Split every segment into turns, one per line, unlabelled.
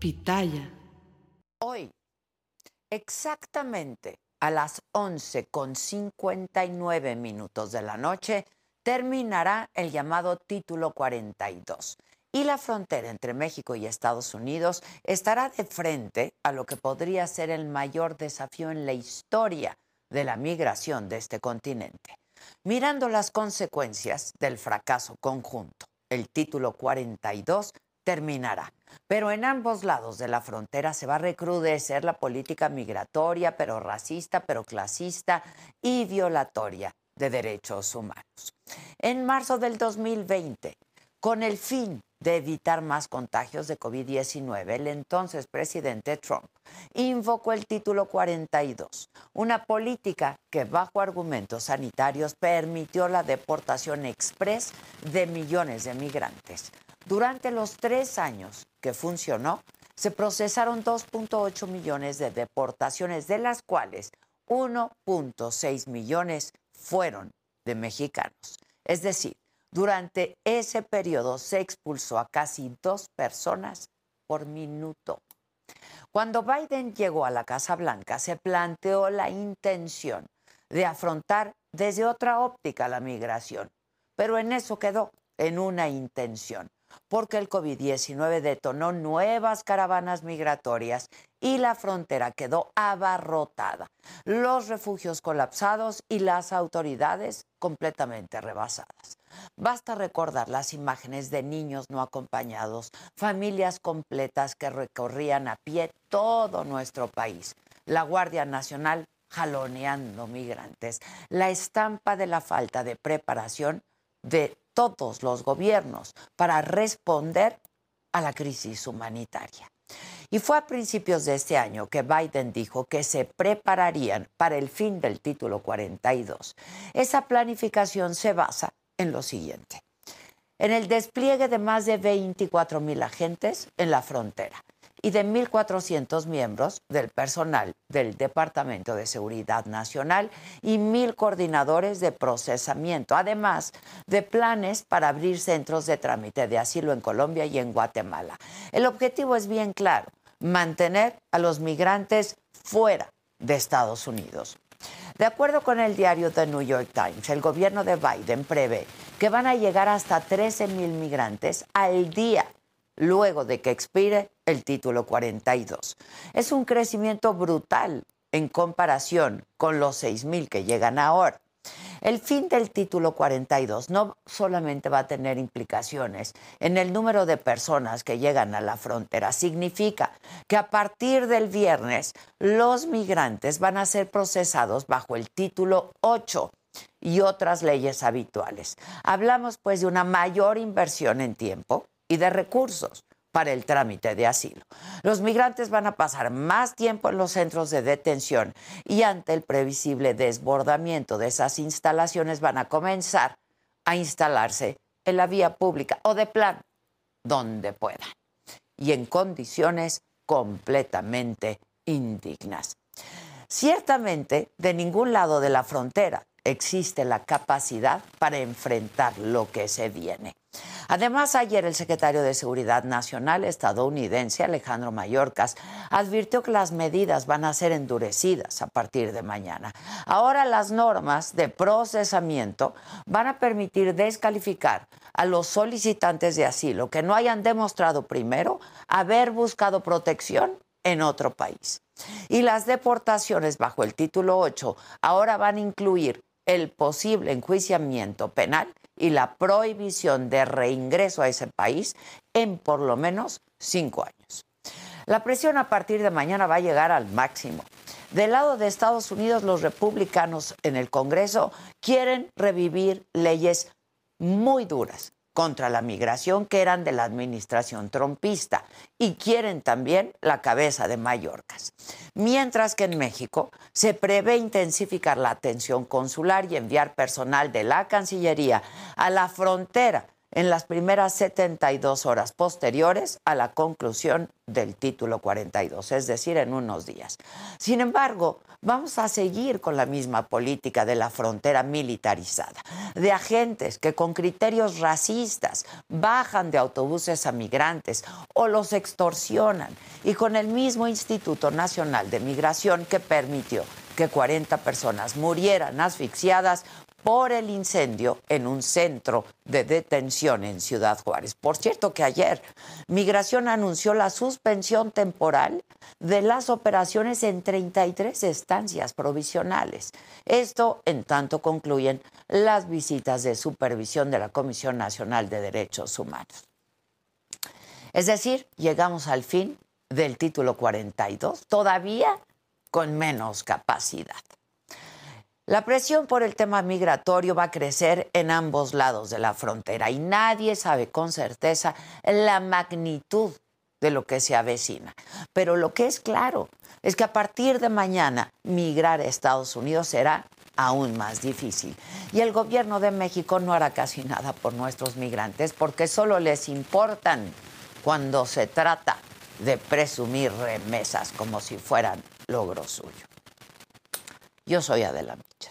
Pitaya.
Hoy, exactamente a las 11:59 de la noche, terminará el llamado Título 42 y la frontera entre México y Estados Unidos estará de frente a lo que podría ser el mayor desafío en la historia de la migración de este continente. Mirando las consecuencias del fracaso conjunto, el Título 42 terminará. Pero en ambos lados de la frontera se va a recrudecer la política migratoria, pero racista, pero clasista y violatoria de derechos humanos. En marzo del 2020, con el fin de evitar más contagios de COVID-19, el entonces presidente Trump invocó el Título 42, una política que bajo argumentos sanitarios permitió la deportación express de millones de migrantes. Durante los 3 años que funcionó, se procesaron 2.8 millones de deportaciones, de las cuales 1.6 millones fueron de mexicanos. Es decir, durante ese periodo se expulsó a casi 2 personas por minuto. Cuando Biden llegó a la Casa Blanca, se planteó la intención de afrontar desde otra óptica la migración, pero en eso quedó, en una intención, porque el COVID-19 detonó nuevas caravanas migratorias y la frontera quedó abarrotada, los refugios colapsados y las autoridades completamente rebasadas. Basta recordar las imágenes de niños no acompañados, familias completas que recorrían a pie todo nuestro país, la Guardia Nacional jaloneando migrantes, la estampa de la falta de preparación de todos los gobiernos para responder a la crisis humanitaria. Y fue a principios de este año que Biden dijo que se prepararían para el fin del Título 42. Esa planificación se basa en lo siguiente: en el despliegue de más de 24,000 agentes en la frontera y de 1,400 miembros del personal del Departamento de Seguridad Nacional y 1,000 coordinadores de procesamiento, además de planes para abrir centros de trámite de asilo en Colombia y en Guatemala. El objetivo es bien claro: mantener a los migrantes fuera de Estados Unidos. De acuerdo con el diario The New York Times, el gobierno de Biden prevé que van a llegar hasta 13,000 migrantes al día luego de que expire el Título 42. Es un crecimiento brutal en comparación con los 6,000 que llegan ahora. El fin del Título 42 no solamente va a tener implicaciones en el número de personas que llegan a la frontera, significa que a partir del viernes los migrantes van a ser procesados bajo el Título 8 y otras leyes habituales. Hablamos pues de una mayor inversión en tiempo y de recursos para el trámite de asilo. Los migrantes van a pasar más tiempo en los centros de detención y ante el previsible desbordamiento de esas instalaciones van a comenzar a instalarse en la vía pública o de plano, donde puedan, y en condiciones completamente indignas. Ciertamente, de ningún lado de la frontera existe la capacidad para enfrentar lo que se viene. Además, ayer el secretario de Seguridad Nacional estadounidense, Alejandro Mayorkas, advirtió que las medidas van a ser endurecidas a partir de mañana. Ahora las normas de procesamiento van a permitir descalificar a los solicitantes de asilo que no hayan demostrado primero haber buscado protección en otro país. Y las deportaciones bajo el Título 8 ahora van a incluir el posible enjuiciamiento penal y la prohibición de reingreso a ese país en por lo menos 5 años. La presión a partir de mañana va a llegar al máximo. Del lado de Estados Unidos, los republicanos en el Congreso quieren revivir leyes muy duras contra la migración que eran de la administración trumpista y quieren también la cabeza de Mayorkas. Mientras que en México se prevé intensificar la atención consular y enviar personal de la Cancillería a la frontera en las primeras 72 horas posteriores a la conclusión del título 42, es decir, en unos días. Sin embargo, vamos a seguir con la misma política de la frontera militarizada, de agentes que con criterios racistas bajan de autobuses a migrantes o los extorsionan, y con el mismo Instituto Nacional de Migración que permitió que 40 personas murieran asfixiadas por el incendio en un centro de detención en Ciudad Juárez. Por cierto que ayer Migración anunció la suspensión temporal de las operaciones en 33 estancias provisionales. Esto en tanto concluyen las visitas de supervisión de la Comisión Nacional de Derechos Humanos. Es decir, llegamos al fin del título 42, todavía con menos capacidad. La presión por el tema migratorio va a crecer en ambos lados de la frontera y nadie sabe con certeza la magnitud de lo que se avecina. Pero lo que es claro es que a partir de mañana migrar a Estados Unidos será aún más difícil. Y el gobierno de México no hará casi nada por nuestros migrantes porque solo les importan cuando se trata de presumir remesas como si fueran logro suyo. Yo soy Adela Micha.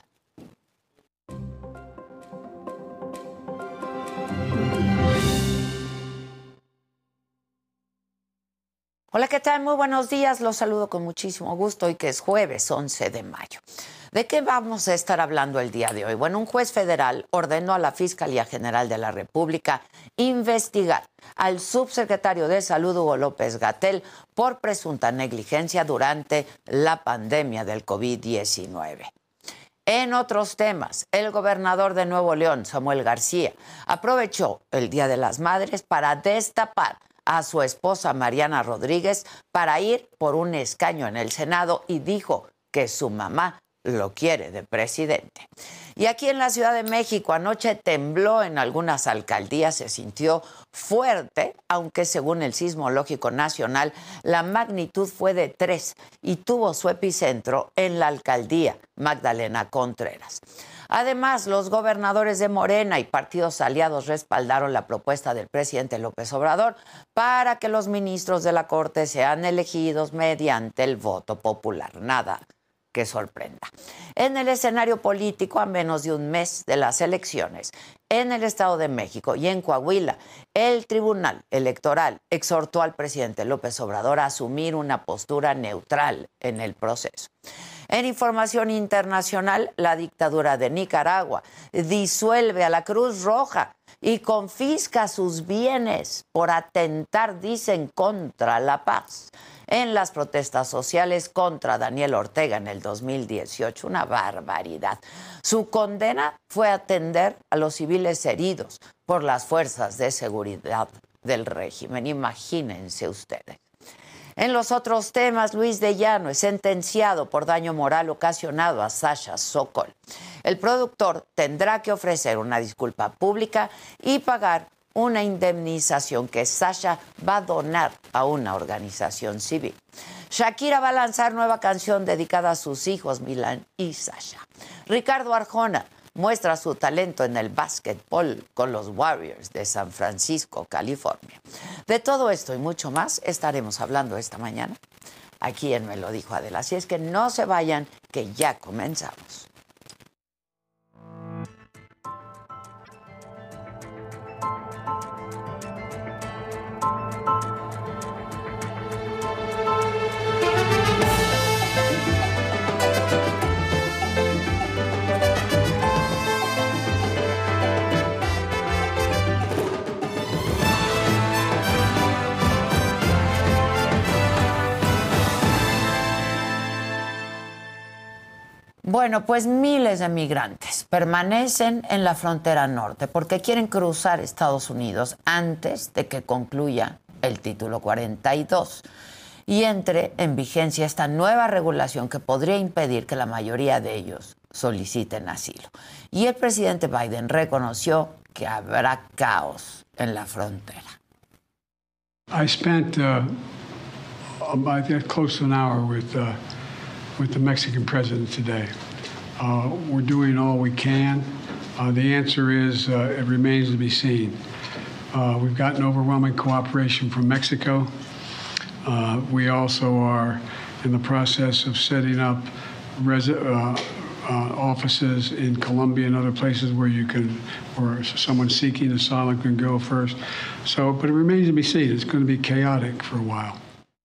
Hola, ¿qué tal? Muy buenos días. Los saludo con muchísimo gusto hoy que es jueves 11 de mayo. ¿De qué vamos a estar hablando el día de hoy? Bueno, un juez federal ordenó a la Fiscalía General de la República investigar al subsecretario de Salud, Hugo López-Gatell, por presunta negligencia durante la pandemia del COVID-19. En otros temas, el gobernador de Nuevo León, Samuel García, aprovechó el Día de las Madres para destapar a su esposa Mariana Rodríguez para ir por un escaño en el Senado y dijo que su mamá lo quiere de presidente. Y aquí en la Ciudad de México anoche tembló en algunas alcaldías, se sintió fuerte, aunque según el Sismológico Nacional la magnitud fue de 3 y tuvo su epicentro en la alcaldía Magdalena Contreras. Además, los gobernadores de Morena y partidos aliados respaldaron la propuesta del presidente López Obrador para que los ministros de la Corte sean elegidos mediante el voto popular. Nada que sorprenda. En el escenario político, a menos de un mes de las elecciones, en el Estado de México y en Coahuila, el Tribunal Electoral exhortó al presidente López Obrador a asumir una postura neutral en el proceso. En información internacional, la dictadura de Nicaragua disuelve a la Cruz Roja y confisca sus bienes por atentar, dicen, contra la paz en las protestas sociales contra Daniel Ortega en el 2018. Una barbaridad. Su condena fue atender a los civiles heridos por las fuerzas de seguridad del régimen. Imagínense ustedes. En los otros temas, Luis de Llano es sentenciado por daño moral ocasionado a Sasha Sokol. El productor tendrá que ofrecer una disculpa pública y pagar una indemnización que Sasha va a donar a una organización civil. Shakira va a lanzar nueva canción dedicada a sus hijos Milan y Sasha. Ricardo Arjona muestra su talento en el básquetbol con los Warriors de San Francisco, California. De todo esto y mucho más estaremos hablando esta mañana aquí en Me lo dijo Adela. Así es que no se vayan, que ya comenzamos. Bueno, pues miles de migrantes permanecen en la frontera norte porque quieren cruzar Estados Unidos antes de que concluya el título 42 y entre en vigencia esta nueva regulación que podría impedir que la mayoría de ellos soliciten asilo. Y el presidente Biden reconoció que habrá caos en la frontera.
I spent close to an hour with the Mexican president today. We're doing all we can. The answer is it remains to be seen. We've gotten overwhelming cooperation from Mexico. We also are in the process of setting up offices in Colombia and other places where someone seeking asylum can go first. But it remains to be seen. It's going to be chaotic for a while.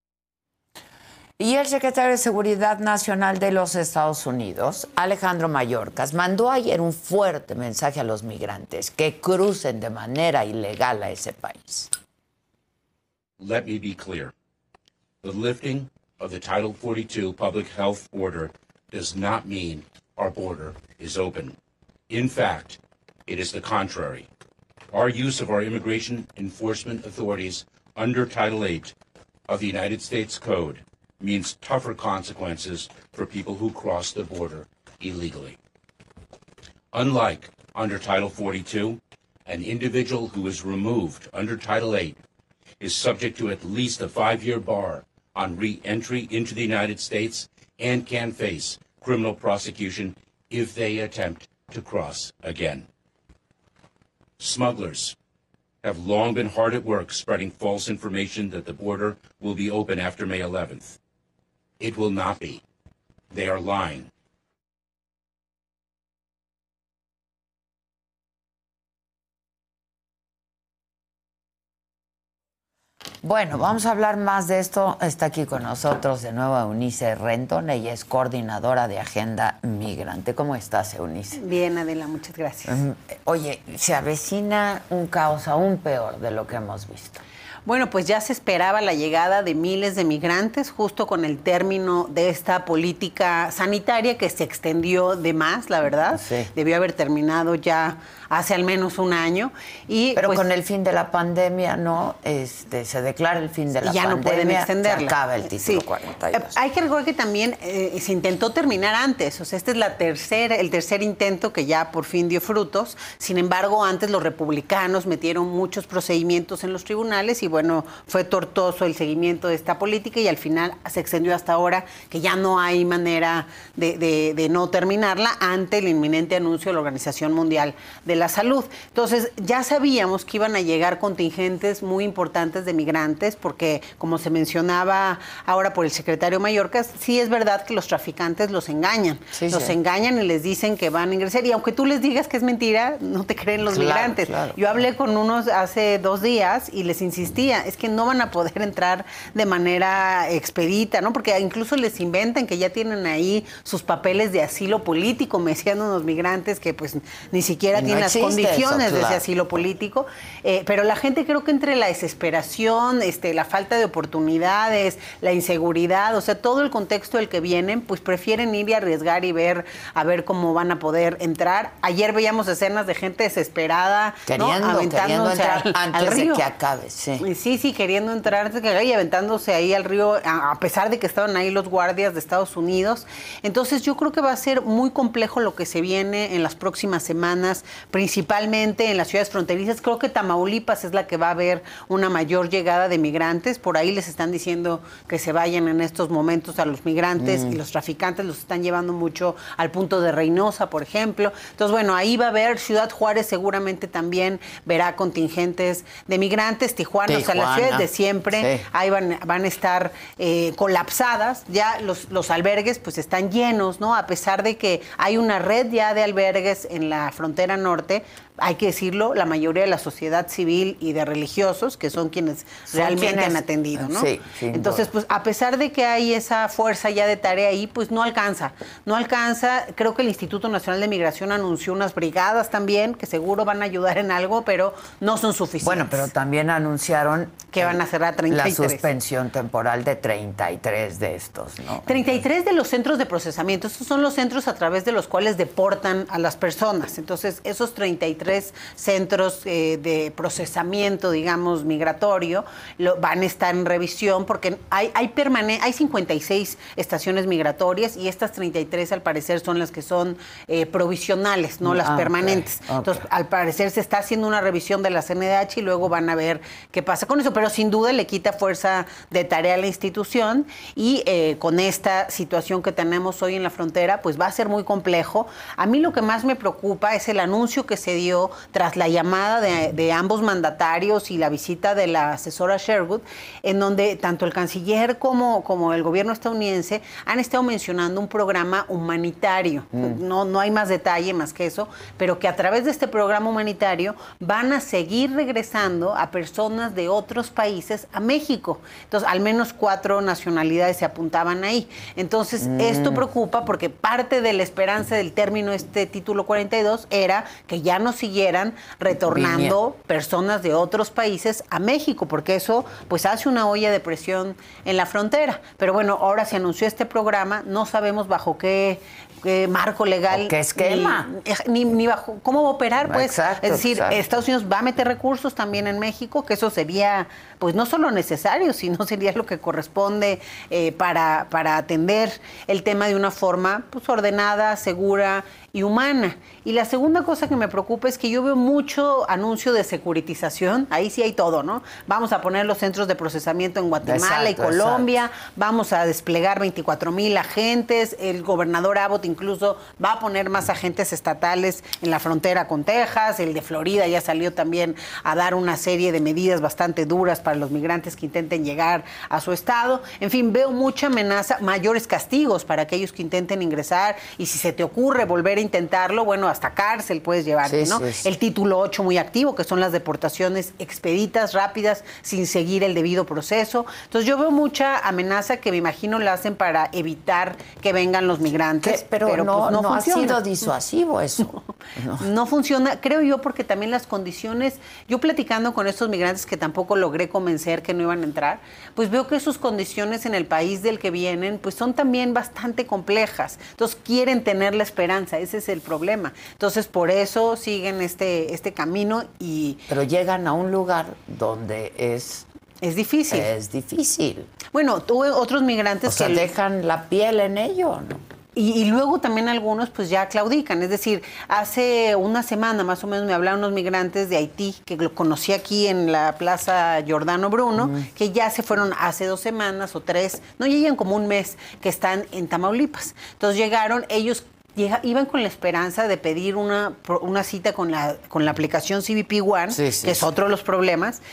Y el secretario de Seguridad Nacional de los Estados Unidos, Alejandro Mayorkas, mandó ayer un fuerte mensaje a los migrantes que crucen de manera ilegal a ese país.
Let me be clear. The lifting of the Title 42 public health order does not mean our border is open. In fact, it is the contrary. Our use of our immigration enforcement authorities under Title 8 of the United States Code means tougher consequences for people who cross the border illegally. Unlike under Title 42, an individual who is removed under Title 8 is subject to at least a 5-year bar on re-entry into the United States and can face criminal prosecution if they attempt to cross again. Smugglers have long been hard at work spreading false information that the border will be open after May 11th. It will not be. They are lying.
Bueno, vamos a hablar más de esto. Está aquí con nosotros de nuevo Eunice Renton. Ella es coordinadora de Agenda Migrante. ¿Cómo estás, Eunice?
Bien, Adela, muchas gracias.
Oye, se avecina un caos aún peor de lo que hemos visto.
Bueno, pues ya se esperaba la llegada de miles de migrantes justo con el término de esta política sanitaria que se extendió de más, la verdad.
Sí.
Debió haber terminado ya hace al menos un año.
Pero
pues,
con el fin de la pandemia, ¿no? Se declara el fin de la
ya
pandemia.
No pueden extenderla.
Se acaba el título
Sí.
42.
Hay que recordar que también se intentó terminar antes. O sea, este es el tercer intento que ya por fin dio frutos. Sin embargo, antes los republicanos metieron muchos procedimientos en los tribunales y bueno, fue tortuoso el seguimiento de esta política y al final se extendió hasta ahora que ya no hay manera de no terminarla ante el inminente anuncio de la Organización Mundial de la Salud. Entonces, ya sabíamos que iban a llegar contingentes muy importantes de migrantes porque, como se mencionaba ahora por el secretario Mayorkas, sí es verdad que los traficantes los engañan. Los engañan y les dicen que van a ingresar y aunque tú les digas que es mentira, no te creen los migrantes.
Claro.
Yo hablé con unos hace 2 días y les insistía, es que no van a poder entrar de manera expedita, ¿no? Porque incluso les inventan que ya tienen ahí sus papeles de asilo político, me decían unos migrantes que pues ni siquiera tienen las condiciones de ese asilo político, pero la gente creo que entre la desesperación, la falta de oportunidades, la inseguridad, o sea, todo el contexto del que vienen, pues prefieren ir y arriesgar y a ver cómo van a poder entrar. Ayer veíamos escenas de gente desesperada,
queriendo entrar antes
al río.
de que acabe,
Sí, queriendo entrar antes de que acabe y aventándose ahí al río, a pesar de que estaban ahí los guardias de Estados Unidos. Entonces yo creo que va a ser muy complejo lo que se viene en las próximas semanas, principalmente en las ciudades fronterizas. Creo que Tamaulipas es la que va a haber una mayor llegada de migrantes. Por ahí les están diciendo que se vayan en estos momentos a los migrantes y los traficantes los están llevando mucho al punto de Reynosa, por ejemplo. Entonces, bueno, ahí va a haber Ciudad Juárez, seguramente también verá contingentes de migrantes. Tijuana, o sea, las ciudades de siempre, sí. Ahí van a estar colapsadas. Ya los albergues pues están llenos, ¿no? A pesar de que hay una red ya de albergues en la frontera norte, hay que decirlo, la mayoría de la sociedad civil y de religiosos, que son quienes realmente han atendido, ¿no?
Sí,
entonces, pues a pesar de que hay esa fuerza ya de tarea ahí, pues no alcanza. Creo que el Instituto Nacional de Migración anunció unas brigadas también, que seguro van a ayudar en algo, pero no son suficientes.
Bueno, pero también anunciaron
que van a cerrar 33.
La suspensión temporal de 33 de estos, ¿no?
33 de los centros de procesamiento. Estos son los centros a través de los cuales deportan a las personas. Entonces, esos 33 centros de procesamiento, digamos, migratorio, van a estar en revisión porque hay 56 estaciones migratorias y estas 33 al parecer son las que son provisionales, no las permanentes. Okay. Entonces, al parecer se está haciendo una revisión de la CNDH y luego van a ver qué pasa con eso, pero sin duda le quita fuerza de tarea a la institución y con esta situación que tenemos hoy en la frontera, pues va a ser muy complejo. A mí lo que más me preocupa es el anuncio que se dio dio tras la llamada de ambos mandatarios y la visita de la asesora Sherwood, en donde tanto el canciller como el gobierno estadounidense han estado mencionando un programa humanitario. No hay más detalle más que eso, pero que a través de este programa humanitario van a seguir regresando a personas de otros países a México. Entonces, al menos 4 nacionalidades se apuntaban ahí. Entonces, esto preocupa porque parte de la esperanza del término este título 42 era que ya no siguieran retornando personas de otros países a México, porque eso pues hace una olla de presión en la frontera. Pero bueno, ahora se anunció este programa, no sabemos bajo qué marco legal,
qué esquema,
ni bajo cómo va a operar, pues.
Exacto,
es decir,
exacto.
Estados Unidos va a meter recursos también en México, que eso sería pues no solo necesario, sino sería lo que corresponde para atender el tema de una forma pues ordenada, segura y humana. Y la segunda cosa que me preocupa es que yo veo mucho anuncio de securitización, ahí sí hay todo, ¿no? Vamos a poner los centros de procesamiento en Guatemala y Colombia, vamos a desplegar 24,000 agentes, el gobernador Abbott incluso va a poner más agentes estatales en la frontera con Texas, el de Florida ya salió también a dar una serie de medidas bastante duras para los migrantes que intenten llegar a su estado. En fin, veo mucha amenaza, mayores castigos para aquellos que intenten ingresar, y si se te ocurre volver a intentarlo, bueno, hasta cárcel puedes llevarte, ¿no? Sí. El título 8 muy activo, que son las deportaciones expeditas, rápidas, sin seguir el debido proceso. Entonces yo veo mucha amenaza que me imagino la hacen para evitar que vengan los migrantes.
Pero
pues,
no ha sido disuasivo eso.
No funciona, creo yo, porque también las condiciones, yo platicando con estos migrantes que tampoco logré convencer que no iban a entrar, pues veo que sus condiciones en el país del que vienen, pues son también bastante complejas. Entonces quieren tener la esperanza, ese es el problema. Entonces por eso siguen este camino y...
Pero llegan a un lugar donde es
difícil.
Es difícil.
Bueno, tuve otros migrantes
que dejan la piel en ello, ¿no?
Y luego también algunos pues ya claudican, es decir, hace una semana más o menos me hablaron unos migrantes de Haití, que lo conocí aquí en la Plaza Giordano Bruno, que ya se fueron hace 2 semanas o 3, no, ya llegan como un mes que están en Tamaulipas. Entonces llegaron, ellos iban con la esperanza de pedir una cita con la aplicación CBP One, que es otro de los problemas,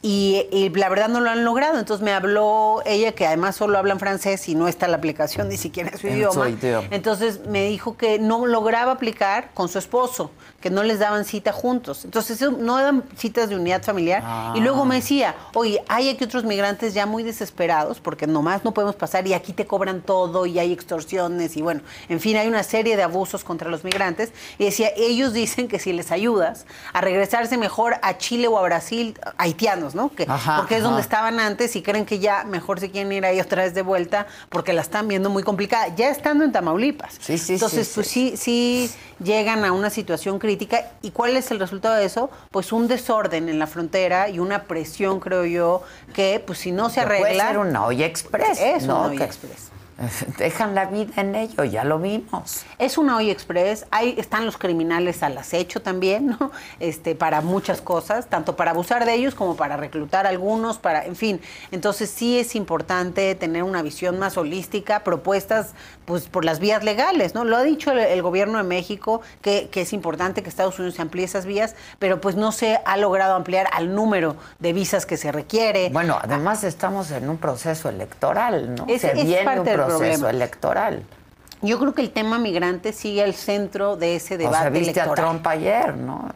y la verdad no lo han logrado. Entonces me habló ella, que además solo habla en francés y no está la aplicación ni siquiera en su idioma. Entonces me dijo que no lograba aplicar con su esposo, que no les daban cita juntos. Entonces no daban citas de unidad familiar. Y luego me decía, oye, hay aquí otros migrantes ya muy desesperados porque nomás no podemos pasar y aquí te cobran todo y hay extorsiones y bueno, en fin, hay una serie de abusos contra los migrantes. Y decía, ellos dicen que si les ayudas a regresarse mejor a Chile o a Brasil, haitianos, ¿no? Porque es donde estaban antes y creen que ya mejor se quieren ir ahí otra vez de vuelta porque la están viendo muy complicada, ya estando en Tamaulipas. Entonces, pues sí llegan a una situación crítica. ¿Y cuál es el resultado de eso? Pues un desorden en la frontera y una presión, creo yo, que pues si no se arregla...
Puede ser una olla express.
Es una olla express.
Dejan la vida en ello, ya lo vimos.
Es una olla express, ahí están los criminales al acecho también, ¿no? Para muchas cosas, tanto para abusar de ellos como para reclutar a algunos, en fin. Entonces sí es importante tener una visión más holística, propuestas pues por las vías legales, ¿no? Lo ha dicho el gobierno de México, que es importante que Estados Unidos amplíe esas vías, pero pues no se ha logrado ampliar al número de visas que se requiere.
Bueno, además estamos en un proceso electoral, ¿no?
Se viene un
proceso electoral.
Yo creo que el tema migrante sigue al centro de ese debate
viste
electoral.
A Trump ayer, ¿no?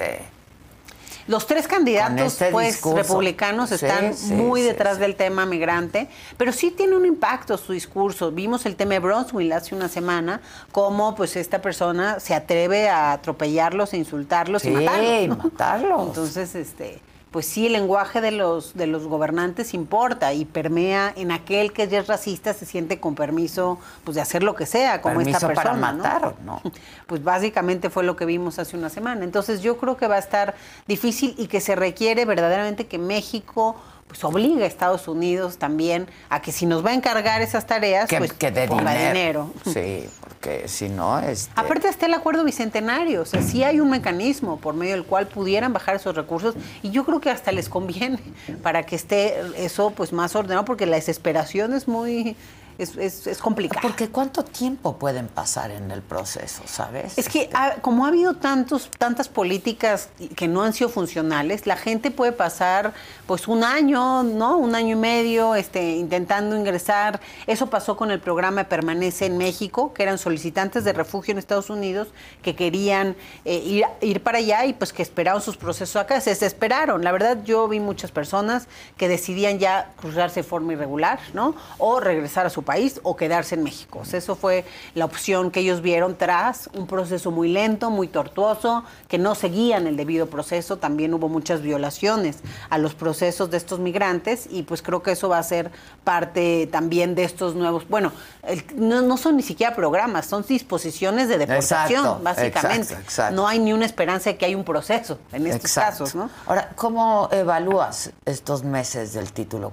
Los 3 candidatos republicanos están muy detrás del tema migrante, pero sí tiene un impacto su discurso. Vimos el tema de Brownsville hace una semana, cómo pues esta persona se atreve a atropellarlos, a insultarlos y matarlos. Entonces, pues sí, el lenguaje de los gobernantes importa y permea en aquel que ya es racista, se siente con permiso pues de hacer lo que sea, como
permiso
esta persona.
Para matar, ¿no?
Pues básicamente fue lo que vimos hace una semana. Entonces yo creo que va a estar difícil y que se requiere verdaderamente que México pues obligue a Estados Unidos también a que si nos va a encargar esas tareas, pues
que dé
ponga dinero.
Sí, porque si no...
Aparte está el acuerdo bicentenario, o sea, sí hay un mecanismo por medio del cual pudieran bajar esos recursos y yo creo que hasta les conviene para que esté eso pues más ordenado, porque la desesperación es muy es complicado.
Porque ¿cuánto tiempo pueden pasar en el proceso, sabes?
Es que como ha habido tantas políticas que no han sido funcionales, la gente puede pasar pues un año, ¿no? 1 año y medio intentando ingresar. Eso pasó con el programa Permanece en México, que eran solicitantes de refugio en Estados Unidos que querían ir para allá y pues que esperaban sus procesos acá. Se desesperaron. La verdad, yo vi muchas personas que decidían ya cruzarse de forma irregular, ¿no? O regresar a su país o quedarse en México. O sea, eso fue la opción que ellos vieron tras un proceso muy lento, muy tortuoso, que no seguían el debido proceso. También hubo muchas violaciones a los procesos de estos migrantes y pues creo que eso va a ser parte también de estos nuevos, bueno, no son ni siquiera programas, son disposiciones de deportación,
Exacto,
básicamente.
exacto.
No hay ni una esperanza de que haya un proceso en estos casos, ¿no?
Ahora, ¿cómo evalúas estos meses del título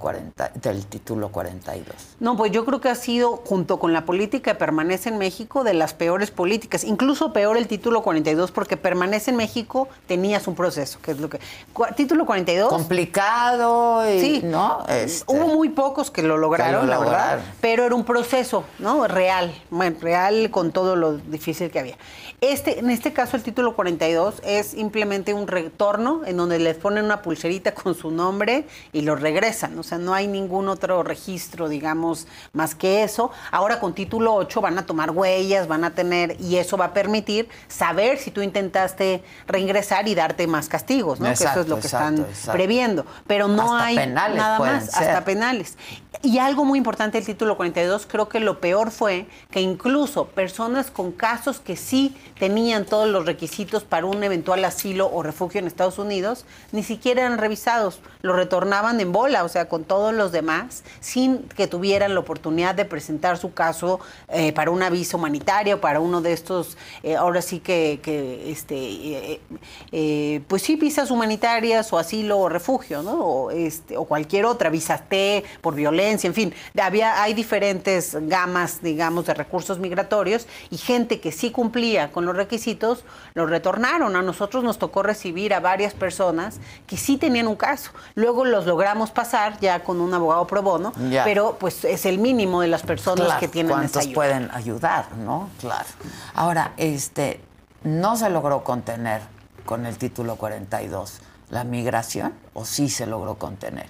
42?
No, pues yo creo que ha sido, junto con la política que Permanece en México, de las peores políticas. Incluso peor el título 42, porque Permanece en México tenías un proceso, que es lo que... Título 42...
Complicado y,
sí,
¿no?
Hubo muy pocos que lo lograron, la verdad, pero era un proceso, ¿no? Real, bueno, real con todo lo difícil que había. En este caso, el título 42 es simplemente un retorno en donde les ponen una pulserita con su nombre y lo regresan. O sea, no hay ningún otro registro, digamos, más que eso. Ahora con título 8 van a tomar huellas, van a tener, y eso va a permitir saber si tú intentaste reingresar y darte más castigos, ¿no?
Exacto,
que eso es lo que
exacto.
previendo. Pero no
hasta
hay
penales
nada
pueden
más,
ser.
hasta penales. Y algo muy importante del título 42, creo que lo peor fue que incluso personas con casos que sí tenían todos los requisitos para un eventual asilo o refugio en Estados Unidos, ni siquiera eran revisados, lo retornaban en bola, o sea, con todos los demás, sin que tuvieran la oportunidad de presentar su caso para una visa humanitaria o para uno de estos, ahora sí pues sí, visas humanitarias o asilo o refugio, ¿no? O cualquier otra, visa T por violencia, en fin, hay diferentes gamas, digamos, de recursos migratorios y gente que sí cumplía con los requisitos, los retornaron. A nosotros nos tocó recibir a varias personas que sí tenían un caso. Luego los logramos pasar ya con un abogado pro bono, pero pues es el mínimo de las personas que tienen esa ayuda.
¿Cuántos pueden ayudar, no? Claro. Ahora, no se logró contener con el título 42 la migración, o sí se logró contener.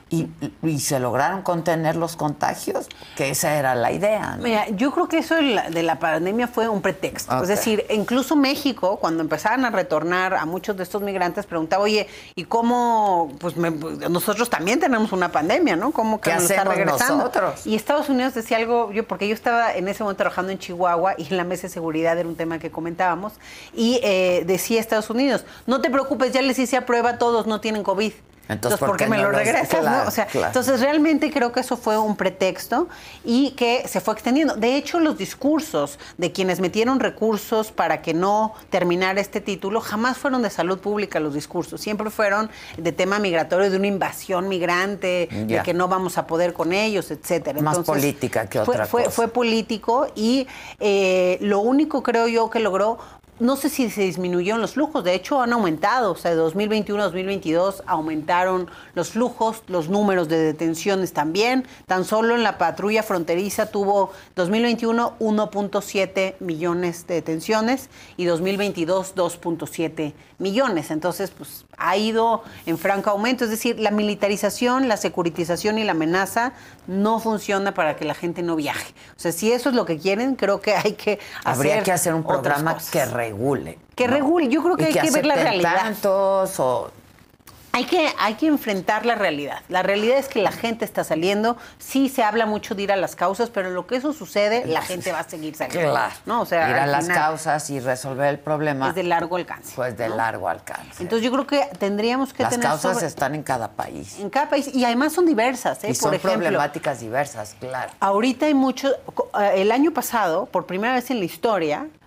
¿Y se lograron contener los contagios? Que esa era la idea, ¿no?
Mira, yo creo que eso de la pandemia fue un pretexto. Okay. Es decir, incluso México, cuando empezaron a retornar a muchos de estos migrantes, preguntaba, oye, ¿y cómo? Pues nosotros también tenemos una pandemia, ¿no? ¿Cómo que nos está regresando?
Nosotros?
Y Estados Unidos decía algo, porque yo estaba en ese momento trabajando en Chihuahua y en la mesa de seguridad era un tema que comentábamos, y decía Estados Unidos, no te preocupes, ya les hice a prueba, todos no tienen COVID. Entonces, ¿por qué me lo regresas? Claro, ¿no? O sea, claro. Entonces, realmente creo que eso fue un pretexto y que se fue extendiendo. De hecho, los discursos de quienes metieron recursos para que no terminara este título jamás fueron de salud pública los discursos. Siempre fueron de tema migratorio, de una invasión migrante, de que no vamos a poder con ellos, etcétera.
Más
Entonces,
política que otra cosa.
Fue político y lo único, creo yo, que logró... No sé si se disminuyeron los flujos, de hecho han aumentado, o sea, de 2021 a 2022 aumentaron los flujos, los números de detenciones también. Tan solo en la patrulla fronteriza tuvo 2021 1.7 millones de detenciones y 2022 2.7 millones. Entonces, pues ha ido en franco aumento, es decir, la militarización, la securitización y la amenaza no funciona para que la gente no viaje. O sea, si eso es lo que quieren, creo que hay que
Habría que hacer un programa que regule.
Que regule. Yo creo que hay que ver la realidad.
Tantos o...
Hay que enfrentar la realidad. La realidad es que la gente está saliendo. Sí se habla mucho de ir a las causas, pero en lo que eso sucede, la gente va a seguir saliendo.
Claro.
¿No? O sea,
ir a las causas y resolver el problema.
Es de largo alcance.
Pues de largo alcance.
Entonces yo creo que tendríamos que tener...
Las causas están en cada país.
En cada país. Y además son diversas.
Y son problemáticas diversas, claro.
Ahorita hay mucho... El año pasado, por primera vez en la historia...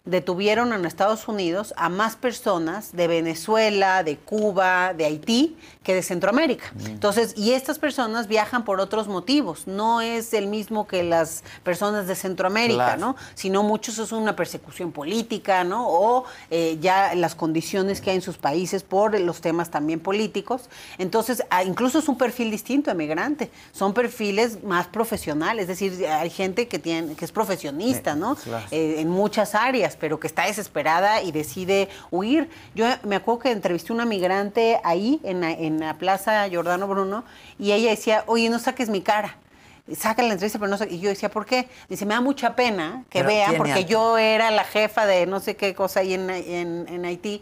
detuvieron en Estados Unidos a más personas de Venezuela, de Cuba, de Haití, que de Centroamérica. Entonces, y estas personas viajan por otros motivos. No es el mismo que las personas de Centroamérica,
Claro.
¿no? Sino muchos es una persecución política, ¿no? O ya las condiciones que hay en sus países por los temas también políticos. Entonces, incluso es un perfil distinto de migrante. Son perfiles más profesionales, es decir, hay gente que es profesionista, ¿no?
Claro.
En muchas áreas, pero que está desesperada y decide huir. Yo me acuerdo que entrevisté a una migrante ahí, en la Plaza Giordano Bruno, y ella decía, oye, no saques mi cara. Saca la entrevista, pero no sé. Y yo decía, ¿por qué? Dice, me da mucha pena que
Pero
vean,
tiene
porque
algo.
yo era la jefa de no sé qué cosa ahí en Haití,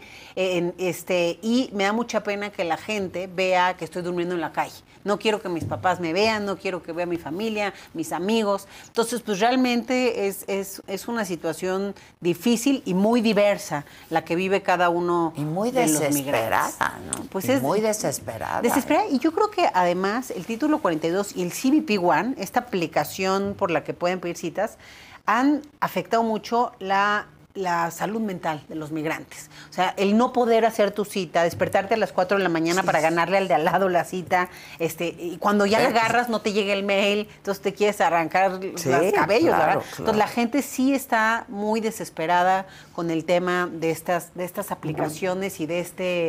y me da mucha pena que la gente vea que estoy durmiendo en la calle. No quiero que mis papás me vean, no quiero que vea mi familia, mis amigos. Entonces, pues realmente es una situación difícil y muy diversa la que vive cada uno
Y muy
de los migrantes.
desesperada, ¿no?
Pues
Y
es
muy desesperada.
Desesperada. Y yo creo que además el título 42 y el CBP One, esta aplicación por la que pueden pedir citas, han afectado mucho la salud mental de los migrantes. O sea, el no poder hacer tu cita, despertarte a las 4 de la mañana para ganarle al de al lado la cita, y cuando ya la agarras no te llega el mail, entonces te quieres arrancar
Sí,
los cabellos,
claro,
¿verdad?
claro.
Entonces la gente sí está muy desesperada con el tema de estas aplicaciones y de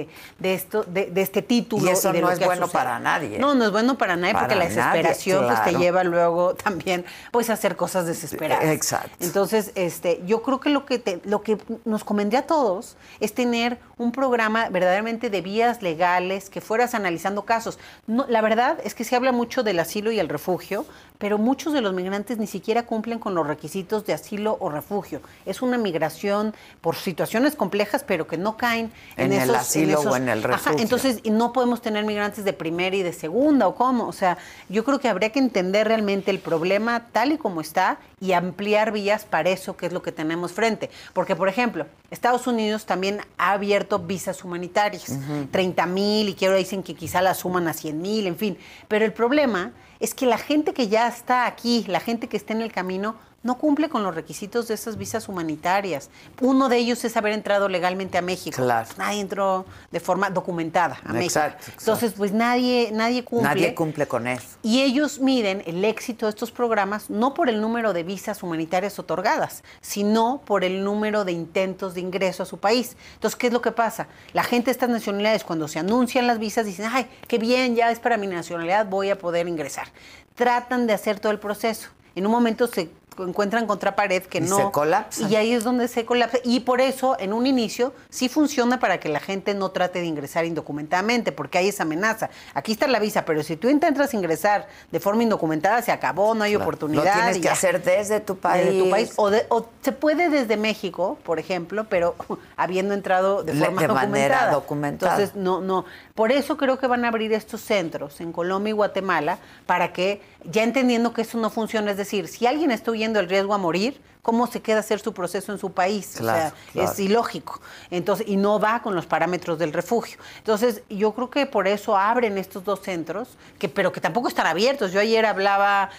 este título.
Y eso
de
no
lo
es
que ha
bueno
sucedido.
para nadie.
No, no es bueno para nadie, porque
Para
la desesperación
nadie,
pues te
claro.
lleva luego también pues a hacer cosas desesperadas.
Exacto.
Entonces, yo creo que lo que nos convendría a todos es tener un programa verdaderamente de vías legales que fueras analizando casos. No, la verdad es que se habla mucho del asilo y el refugio, pero muchos de los migrantes ni siquiera cumplen con los requisitos de asilo o refugio. Es una migración por situaciones complejas, pero que no caen
En el asilo o en el
Ajá,
refugio.
entonces no podemos tener migrantes de primera y de segunda, ¿o cómo? O sea, yo creo que habría que entender realmente el problema tal y como está y ampliar vías para eso, que es lo que tenemos frente. Porque, por ejemplo, Estados Unidos también ha abierto visas humanitarias, 30,000, y que ahora dicen que quizá las suman a 100,000, en fin. Pero el problema es que la gente que ya está aquí, la gente que está en el camino, no cumple con los requisitos de esas visas humanitarias. Uno de ellos es haber entrado legalmente a México.
Claro.
Nadie entró de forma documentada a México.
Exacto.
Entonces, pues nadie cumple.
Nadie cumple con eso.
Y ellos miden el éxito de estos programas no por el número de visas humanitarias otorgadas, sino por el número de intentos de ingreso a su país. Entonces, ¿qué es lo que pasa? La gente de estas nacionalidades, cuando se anuncian las visas, dicen, ay, qué bien, ya es para mi nacionalidad, voy a poder ingresar. Tratan de hacer todo el proceso. En un momento se encuentran contra pared que
Y
no.
se colapsa.
Y ahí es donde se colapsa. Y por eso, en un inicio, sí funciona para que la gente no trate de ingresar indocumentadamente, porque hay esa amenaza. Aquí está la visa, pero si tú intentas ingresar de forma indocumentada, se acabó, no hay oportunidad.
Lo tienes
y
que
ya.
hacer desde tu país.
Desde tu país. O se puede desde México, por ejemplo, pero habiendo entrado de forma
de manera
documentada.
documentada.
Entonces, no. Por eso creo que van a abrir estos centros en Colombia y Guatemala, para que, ya entendiendo que eso no funciona, es decir, si alguien está huyendo el riesgo a morir, ¿cómo se queda hacer su proceso en su país?
Claro,
o sea,
claro.
es ilógico. Entonces, y no va con los parámetros del refugio. Entonces, yo creo que por eso abren estos dos centros, pero que tampoco están abiertos. Yo ayer hablaba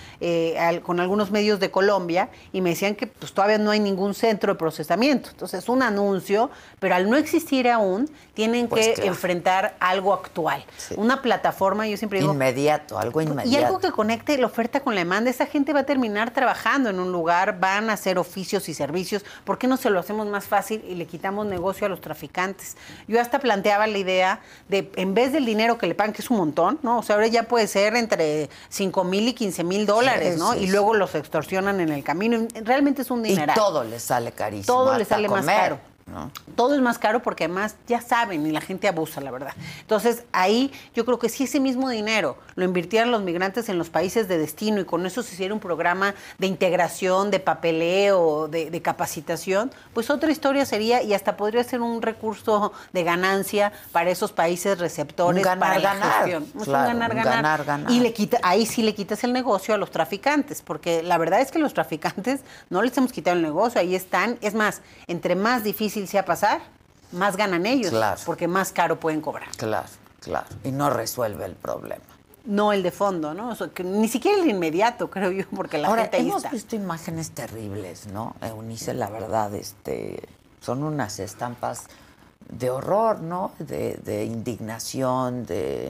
con algunos medios de Colombia y me decían que pues todavía no hay ningún centro de procesamiento. Entonces, es un anuncio, pero al no existir aún, tienen
Pues
que
claro.
enfrentar algo actual.
Sí.
Una plataforma, yo siempre digo,
Inmediato, algo inmediato.
y algo que conecte la oferta con la demanda. Esa gente va a terminar trabajando en un lugar, van a hacer oficios y servicios. ¿Por qué no se lo hacemos más fácil y le quitamos negocio a los traficantes? Yo hasta planteaba la idea de, en vez del dinero que le pagan, que es un montón, ¿no? O sea, ahora ya puede ser entre 5,000 y 15,000 dólares,
Sí,
¿no?
sí,
y
sí.
luego los extorsionan en el camino. Realmente es un
Y
dineral.
todo le sale carísimo.
Todo le
hasta
sale más
comer,
caro.
¿no?
Todo es más caro porque además ya saben y la gente abusa, la verdad. Entonces, ahí yo creo que si ese mismo dinero lo invirtieran los migrantes en los países de destino y con eso se hiciera un programa de integración, de papeleo, de capacitación, pues otra historia sería, y hasta podría ser un recurso de ganancia para esos países receptores.
Un
para la
ganar-ganar,
gestión. Es
claro,
un
un ganar-ganar.
Y ahí sí le quitas el negocio a los traficantes, porque la verdad es que los traficantes no les hemos quitado el negocio, ahí están. Es más, entre más difícil sea pasar, más ganan ellos,
Claro.
porque más caro pueden cobrar.
Claro, claro. Y no resuelve el problema.
no el de fondo, ¿no? O sea, que ni siquiera el inmediato, creo yo, porque la
Ahora,
gente ahí
hemos
está.
visto imágenes terribles, ¿no? Eunice, la verdad, son unas estampas de horror, ¿no? De indignación,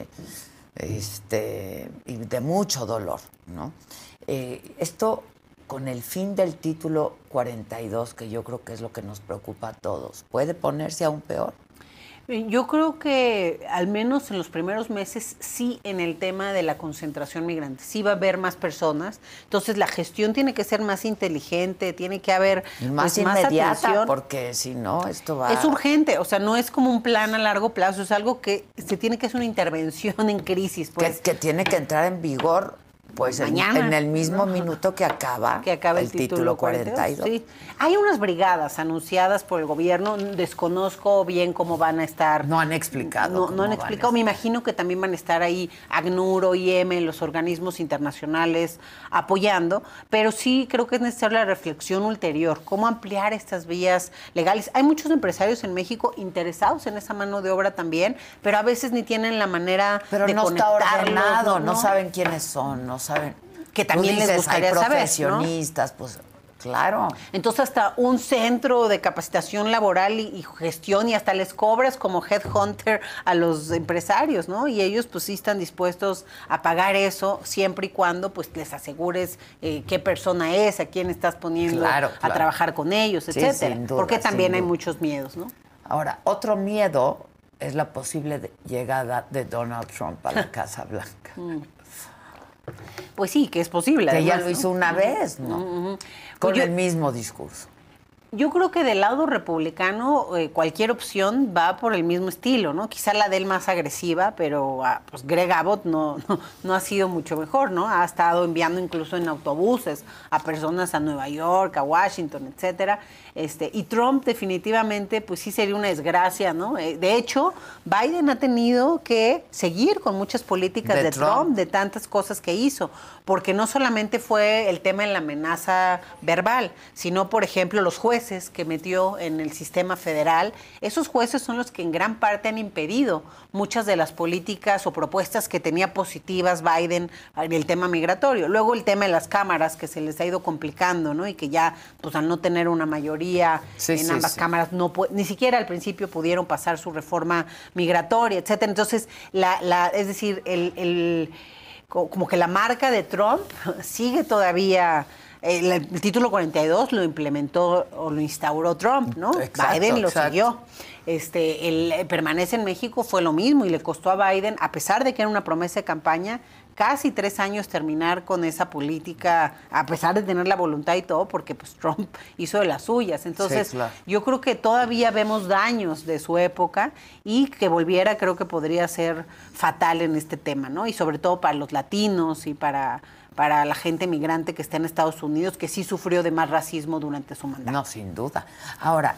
y de mucho dolor, ¿no? Esto con el fin del título 42, que yo creo que es lo que nos preocupa a todos, ¿puede ponerse aún peor?
Yo creo que al menos en los primeros meses sí en el tema de la concentración migrante, sí va a haber más personas, entonces la gestión tiene que ser más inteligente, tiene que haber
Más
pues, más
inmediata,
atención.
porque si no, esto va...
Es urgente, o sea, no es como un plan a largo plazo, es algo que se tiene que hacer una intervención en crisis. Pues.
que tiene que entrar en vigor pues
Mañana,
en el mismo minuto que acaba
el título 42. Sí. Hay unas brigadas anunciadas por el gobierno, desconozco bien cómo van a estar.
No han explicado.
No han explicado, me imagino que también van a estar ahí ACNUR, OIM, los organismos internacionales apoyando, pero sí creo que es necesaria la reflexión ulterior, cómo ampliar estas vías legales. Hay muchos empresarios en México interesados en esa mano de obra también, pero a veces ni tienen la manera
pero
de
no está
conectarlos,
ordenado, no saben quiénes son, no saben.
Que también
Tú dices,
les gustaría
hay
saber, ¿no?
profesionistas, pues claro.
Entonces hasta un centro de capacitación laboral y gestión y hasta les cobras como headhunter a los empresarios, ¿no? Y ellos pues sí están dispuestos a pagar eso siempre y cuando pues les asegures qué persona es, a quién estás poniendo
Claro.
a trabajar con ellos,
Sí,
etcétera.
sin duda,
porque también
sin
hay
duda.
muchos miedos, ¿no?
Ahora, otro miedo es la posible llegada de Donald Trump a la Casa Blanca.
Pues sí, que es posible.
Que ya
además,
lo hizo
¿no?
una vez, ¿no? Con
Yo-
el mismo discurso.
Yo creo que del lado republicano cualquier opción va por el mismo estilo, ¿no? Quizá la de él más agresiva, pero pues Greg Abbott no ha sido mucho mejor, ¿no? Ha estado enviando incluso en autobuses a personas a Nueva York, a Washington, etcétera. Y Trump definitivamente, pues sí sería una desgracia, ¿no? De hecho, Biden ha tenido que seguir con muchas políticas
De
de Trump,
Trump.
de tantas cosas que hizo, porque no solamente fue el tema de la amenaza verbal, sino, por ejemplo, los jueces que metió en el sistema federal. Esos jueces son los que en gran parte han impedido muchas de las políticas o propuestas que tenía positivas Biden en el tema migratorio. Luego el tema de las cámaras, que se les ha ido complicando, ¿no? Y que ya, pues al no tener una mayoría
Sí,
en
sí,
ambas
sí.
cámaras, ni siquiera al principio pudieron pasar su reforma migratoria, etcétera. Entonces, es decir, como que la marca de Trump sigue todavía. El título 42 lo implementó o lo instauró Trump, ¿no?
Exacto,
Biden lo
exacto.
siguió. El permanece en México fue lo mismo y le costó a Biden, a pesar de que era una promesa de campaña, casi 3 años terminar con esa política, a pesar de tener la voluntad y todo, porque pues Trump hizo de las suyas. Entonces,
Sí, claro.
yo creo que todavía vemos daños de su época y que volviera creo que podría ser fatal en este tema, ¿no? Y sobre todo para los latinos y para la gente migrante que está en Estados Unidos, que sí sufrió de más racismo durante su mandato.
No, sin duda. Ahora,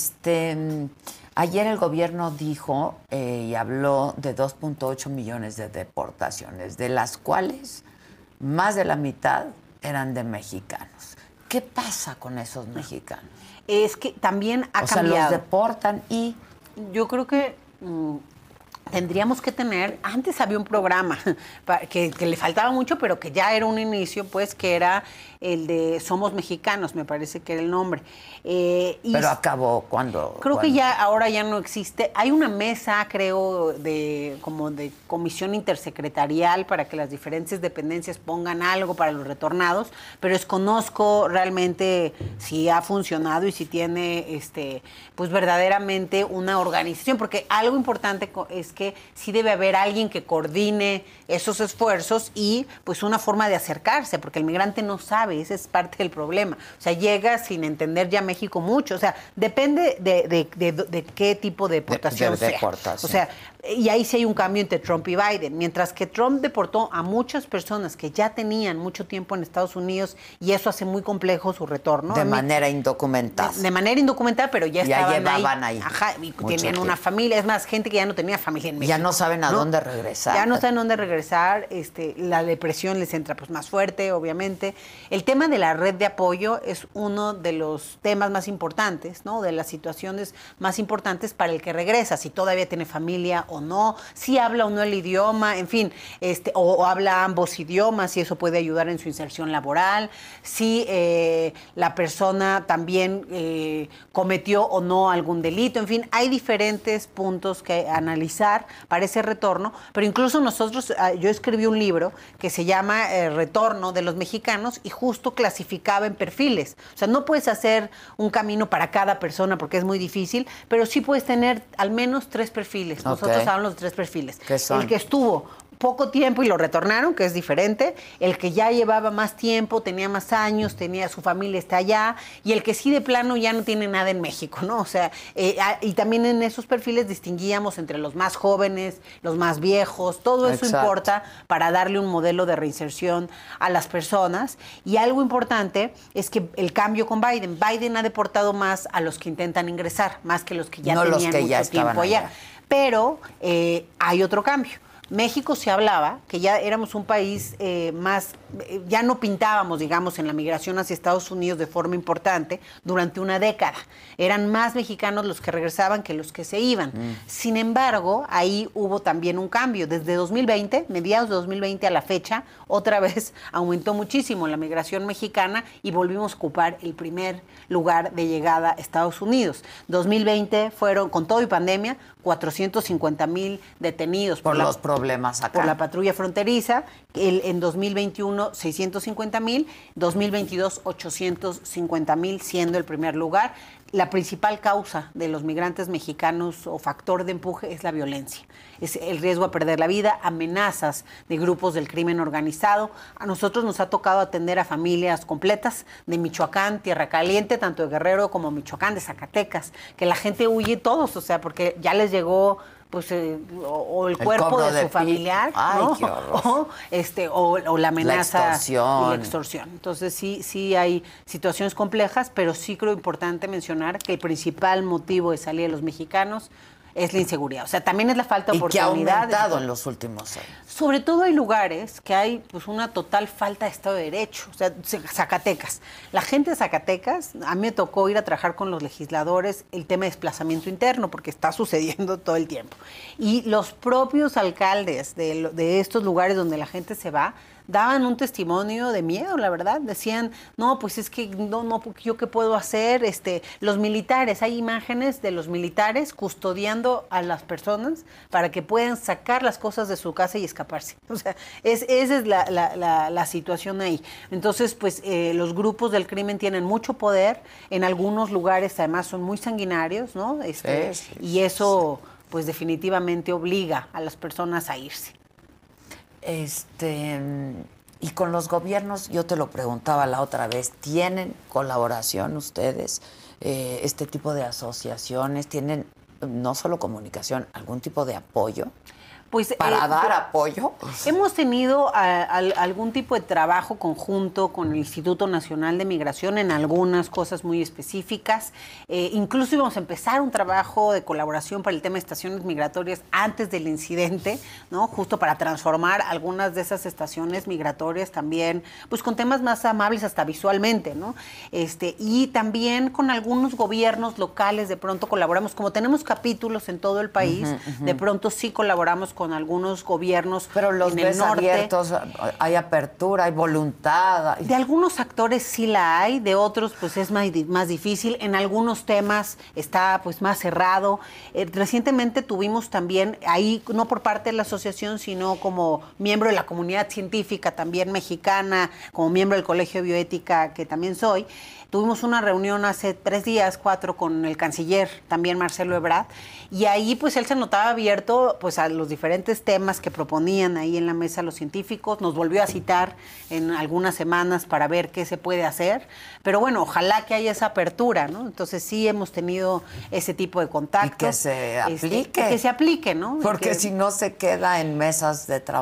ayer el gobierno dijo y habló de 2.8 millones de deportaciones, de las cuales más de la mitad eran de mexicanos. ¿Qué pasa con esos mexicanos?
Es que también ha
O sea, los
cambiado.
deportan y...
Yo creo que tendríamos que tener, antes había un programa que le faltaba mucho, pero que ya era un inicio, pues, que era el de Somos Mexicanos, me parece que era el nombre.
Pero acabó cuando...
Creo que ya ahora ya no existe. Hay una mesa, creo, como de comisión intersecretarial para que las diferentes dependencias pongan algo para los retornados, pero desconozco realmente si ha funcionado y si tiene, pues verdaderamente una organización, porque algo importante es que sí debe haber alguien que coordine esos esfuerzos y pues una forma de acercarse, porque el migrante no sabe, ese es parte del problema. O sea, llega sin entender ya México mucho. O sea, depende de qué tipo de deportación sea.
deportación.
O sea, y ahí sí hay un cambio entre Trump y Biden. Mientras que Trump deportó a muchas personas que ya tenían mucho tiempo en Estados Unidos y eso hace muy complejo su retorno.
De manera indocumentada.
De manera indocumentada, pero ya
llevaban ahí
Ajá, y
mucho
tenían
tiempo.
una familia. Es más, gente que ya no tenía familia en México.
Ya no saben a dónde regresar.
Ya no saben dónde regresar. La depresión les entra pues más fuerte, obviamente. El tema de la red de apoyo es uno de los temas más importantes, ¿no? De las situaciones más importantes para el que regresa, si todavía tiene familia o no, si habla o no el idioma, en fin, o habla ambos idiomas y eso puede ayudar en su inserción laboral, si la persona también cometió o no algún delito, en fin, hay diferentes puntos que analizar para ese retorno, pero incluso nosotros, yo escribí un libro que se llama Retorno de los Mexicanos y justo clasificaba en perfiles. O sea, no puedes hacer un camino para cada persona porque es muy difícil, pero sí puedes tener al menos 3 perfiles. Nosotros hablamos de 3 perfiles.
¿Qué son?
El que estuvo poco tiempo y lo retornaron, que es diferente, el que ya llevaba más tiempo, tenía más años, tenía su familia está allá, y el que sí de plano ya no tiene nada en México, ¿no? O sea, y también en esos perfiles distinguíamos entre los más jóvenes, los más viejos, todo eso importa para darle un modelo de reinserción a las personas. Y algo importante es que el cambio con Biden ha deportado más a los que intentan ingresar, más que los que ya tenían mucho tiempo allá. Pero hay otro cambio. México se hablaba que ya éramos un país ya no pintábamos, digamos, en la migración hacia Estados Unidos de forma importante durante una década. Eran más mexicanos los que regresaban que los que se iban. Sin embargo, ahí hubo también un cambio. Desde 2020, mediados de 2020 a la fecha, otra vez aumentó muchísimo la migración mexicana y volvimos a ocupar el primer lugar de llegada a Estados Unidos. 2020 fueron, con todo y pandemia, 450,000 detenidos
por los problemas acá.
Por la patrulla fronteriza. En 2021, 650,000. 2022, 850,000, siendo el primer lugar. La principal causa de los migrantes mexicanos o factor de empuje es la violencia. Es el riesgo a perder la vida, amenazas de grupos del crimen organizado. A nosotros nos ha tocado atender a familias completas de Michoacán, Tierra Caliente, tanto de Guerrero como Michoacán, de Zacatecas, que la gente huye todos, o sea, porque ya les llegó pues o el cuerpo de su familiar, ¿no? o la amenaza y la extorsión. Entonces sí hay situaciones complejas, pero sí creo importante mencionar que el principal motivo de salida de los mexicanos es la inseguridad. O sea, también es la falta de oportunidad.
Y que ha aumentado en los últimos años.
Sobre todo hay lugares que hay pues una total falta de Estado de Derecho. O sea, Zacatecas. La gente de Zacatecas, a mí me tocó ir a trabajar con los legisladores el tema de desplazamiento interno, porque está sucediendo todo el tiempo. Y los propios alcaldes de estos lugares donde la gente se va, daban un testimonio de miedo, la verdad. Decían, no, pues es que no, ¿yo qué puedo hacer? Los militares, hay imágenes de los militares custodiando a las personas para que puedan sacar las cosas de su casa y escaparse. O sea, esa es la situación ahí. Entonces, pues los grupos del crimen tienen mucho poder. En algunos lugares, además, son muy sanguinarios, ¿no? Y eso, pues definitivamente obliga a las personas a irse.
Y con los gobiernos, yo te lo preguntaba la otra vez, ¿tienen colaboración ustedes? Este tipo de asociaciones, ¿tienen no solo comunicación, algún tipo de apoyo? Pues, ¿para dar apoyo?
Hemos tenido algún tipo de trabajo conjunto con el Instituto Nacional de Migración en algunas cosas muy específicas. Incluso íbamos a empezar un trabajo de colaboración para el tema de estaciones migratorias antes del incidente, ¿no? Justo para transformar algunas de esas estaciones migratorias también, pues con temas más amables hasta visualmente, ¿no? Y también con algunos gobiernos locales, de pronto colaboramos, como tenemos capítulos en todo el país, de pronto sí colaboramos con algunos gobiernos.
Pero los
en el norte.
Abiertos, hay apertura, hay voluntad.
De algunos actores sí la hay, de otros pues es más difícil. En algunos temas está pues más cerrado. Recientemente tuvimos también, ahí no por parte de la asociación, sino como miembro de la comunidad científica también mexicana, como miembro del Colegio de Bioética, que también soy, tuvimos una reunión hace 3 días, 4, con el canciller, también Marcelo Ebrard, y ahí pues él se notaba abierto pues a los diferentes temas que proponían ahí en la mesa los científicos. Nos volvió a citar en algunas semanas para ver qué se puede hacer, pero bueno, ojalá que haya esa apertura, ¿no? Entonces sí hemos tenido ese tipo de contactos.
Y que se aplique.
que se aplique, ¿no?
Porque si no se queda en mesas de trabajo.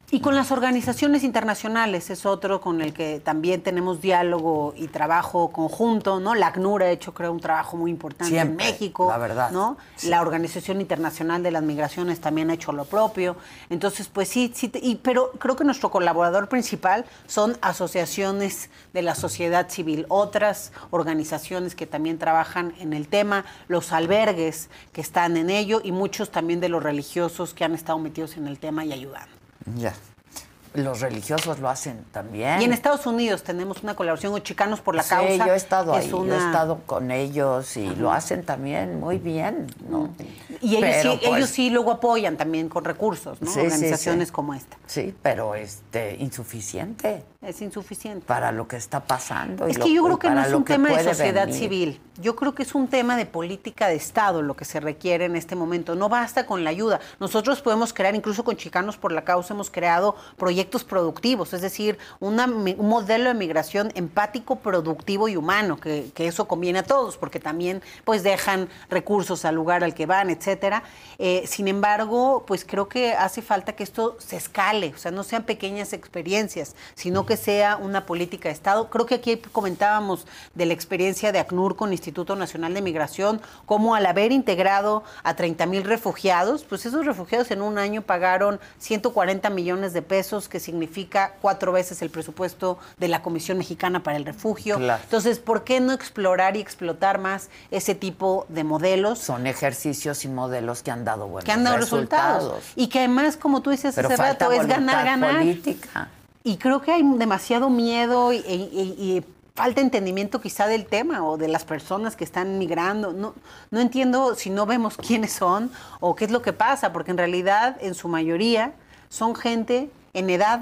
Y con las organizaciones internacionales es otro con el que también tenemos diálogo y trabajo conjunto, ¿no? La ACNUR ha hecho, creo, un trabajo muy importante
Siempre,
en México,
la verdad.
¿no?
Sí.
La Organización Internacional de las Migraciones también ha hecho lo propio. Entonces, pues sí, pero creo que nuestro colaborador principal son asociaciones de la sociedad civil, otras organizaciones que también trabajan en el tema, los albergues que están en ello y muchos también de los religiosos que han estado metidos en el tema y ayudando.
Ya. Los religiosos lo hacen también.
Y en Estados Unidos tenemos una colaboración con Chicanos por la
Sí,
Causa.
yo he estado
que
ahí,
es
yo he estado con ellos y lo hacen también muy bien, ¿no?
Y ellos,
Pero,
sí,
pues,
ellos sí luego apoyan también con recursos, ¿no?
Sí,
Organizaciones
sí.
como esta.
Sí, pero insuficiente
Es insuficiente.
para lo que está pasando.
Es que yo creo que no es un tema de
puede
sociedad
venir.
civil. Yo creo que es un tema de política de Estado lo que se requiere en este momento. No basta con la ayuda. Nosotros podemos crear, incluso con Chicanos por la Causa, hemos creado proyectos productivos, es decir, un modelo de migración empático, productivo y humano, que eso conviene a todos, porque también pues dejan recursos al lugar al que van, etcétera. Sin embargo, pues creo que hace falta que esto se escale, o sea, no sean pequeñas experiencias, sino que sea una política de Estado. Creo que aquí comentábamos de la experiencia de ACNUR con Instituto Nacional de Migración, cómo al haber integrado a 30,000 refugiados, pues esos refugiados en un año pagaron 140 millones de pesos, que significa 4 veces el presupuesto de la Comisión Mexicana para el Refugio.
Claro.
Entonces, ¿por qué no explorar y explotar más ese tipo de modelos?
Son ejercicios y modelos que han dado buenos
Que han dado resultados. Y que además, como tú dices
Pero
hace
falta
rato, es
voluntad
ganar, ganar.
política.
Y creo que hay demasiado miedo y falta entendimiento quizá del tema o de las personas que están migrando. No entiendo si no vemos quiénes son o qué es lo que pasa, porque en realidad, en su mayoría, son gente en edad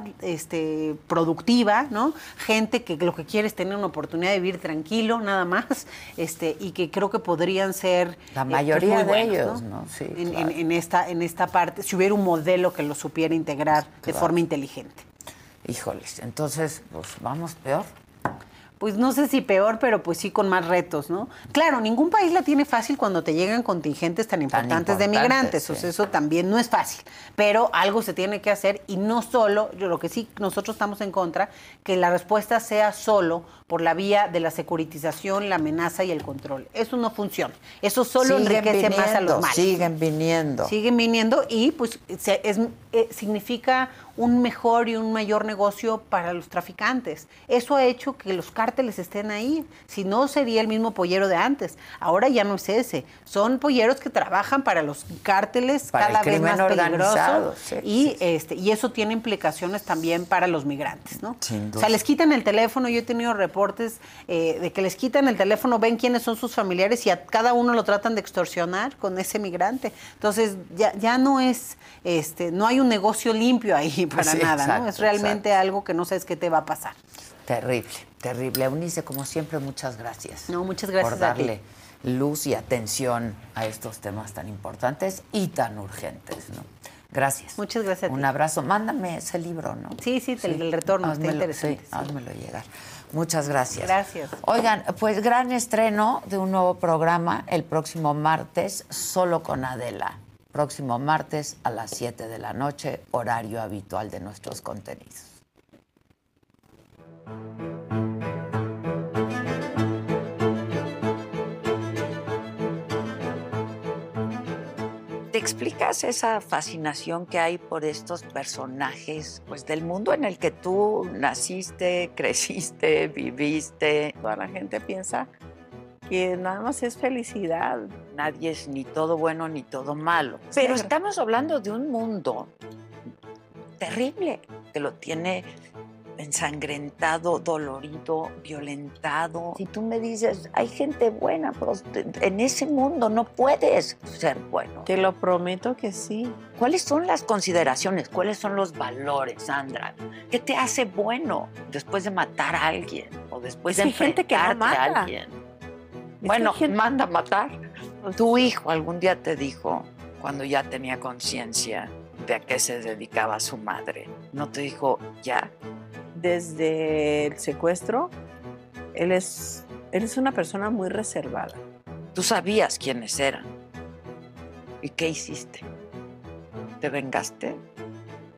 productiva, ¿no? Gente que lo que quiere es tener una oportunidad de vivir tranquilo, nada más, y que creo que podrían ser
La mayoría
muy
de
buenos,
ellos, ¿no? Sí, claro.
en esta parte, si hubiera un modelo que lo supiera integrar de
Claro.
forma inteligente.
Híjoles, entonces, pues vamos peor.
Pues no sé si peor, pero pues sí con más retos, ¿no? Claro, ningún país la tiene fácil cuando te llegan contingentes tan importantes de migrantes,
sí.
o sea, eso también no es fácil, pero algo se tiene que hacer y no solo, yo lo que sí nosotros estamos en contra, que la respuesta sea solo por la vía de la securitización, la amenaza y el control. Eso no funciona, eso solo enriquece más a los malos.
Siguen viniendo.
Siguen viniendo y pues significa un mejor y un mayor negocio para los traficantes. Eso ha hecho que los cárteles estén ahí. Si no, sería el mismo pollero de antes. Ahora ya no es ese. Son polleros que trabajan para los cárteles
Para
cada
el
vez más
crimen organizado,
peligrosos.
sí,
Y eso tiene implicaciones también para los migrantes, ¿no?
Sin duda.
O sea, les quitan el teléfono. Yo he tenido reportes de que les quitan el teléfono, ven quiénes son sus familiares y a cada uno lo tratan de extorsionar con ese migrante. Entonces, ya no es, no hay un negocio limpio ahí para
Sí,
nada, ¿no?
exacto,
Es realmente
exacto.
algo que no sabes qué te va a pasar.
Terrible, terrible. Eunice, como siempre, muchas gracias.
No, muchas gracias
por
a ti.
darle luz y atención a estos temas tan importantes y tan urgentes, ¿no? Gracias.
Muchas gracias a ti.
Un abrazo. Mándame ese libro, ¿no?
Sí, el del retorno, está
Házmelo,
interesante.
sí,
Sí.
házmelo llegar. Muchas gracias.
Gracias.
Oigan, pues gran estreno de un nuevo programa el próximo martes, Solo con Adela. Próximo martes a las 7 de la noche, horario habitual de nuestros contenidos. ¿Te explicas esa fascinación que hay por estos personajes, pues del mundo en el que tú naciste, creciste, viviste?
Toda la gente piensa que nada más es felicidad.
Nadie es ni todo bueno ni todo malo. Pero estamos hablando de un mundo terrible que lo tiene ensangrentado, dolorido, violentado. Si tú me dices, hay gente buena, pero en ese mundo no puedes ser bueno.
Te lo prometo que sí.
¿Cuáles son las consideraciones? ¿Cuáles son los valores, Sandra? ¿Qué te hace bueno después de matar a alguien o después
Es
de
que hay gente que no
enfrentarte a
mata.
alguien?
que
Bueno,
hay gente-
manda a matar. Tu hijo algún día te dijo, cuando ya tenía conciencia de a qué se dedicaba su madre, ¿no te dijo ya?
Desde el secuestro, él es una persona muy reservada.
Tú sabías quiénes eran. ¿Y qué hiciste? ¿Te vengaste?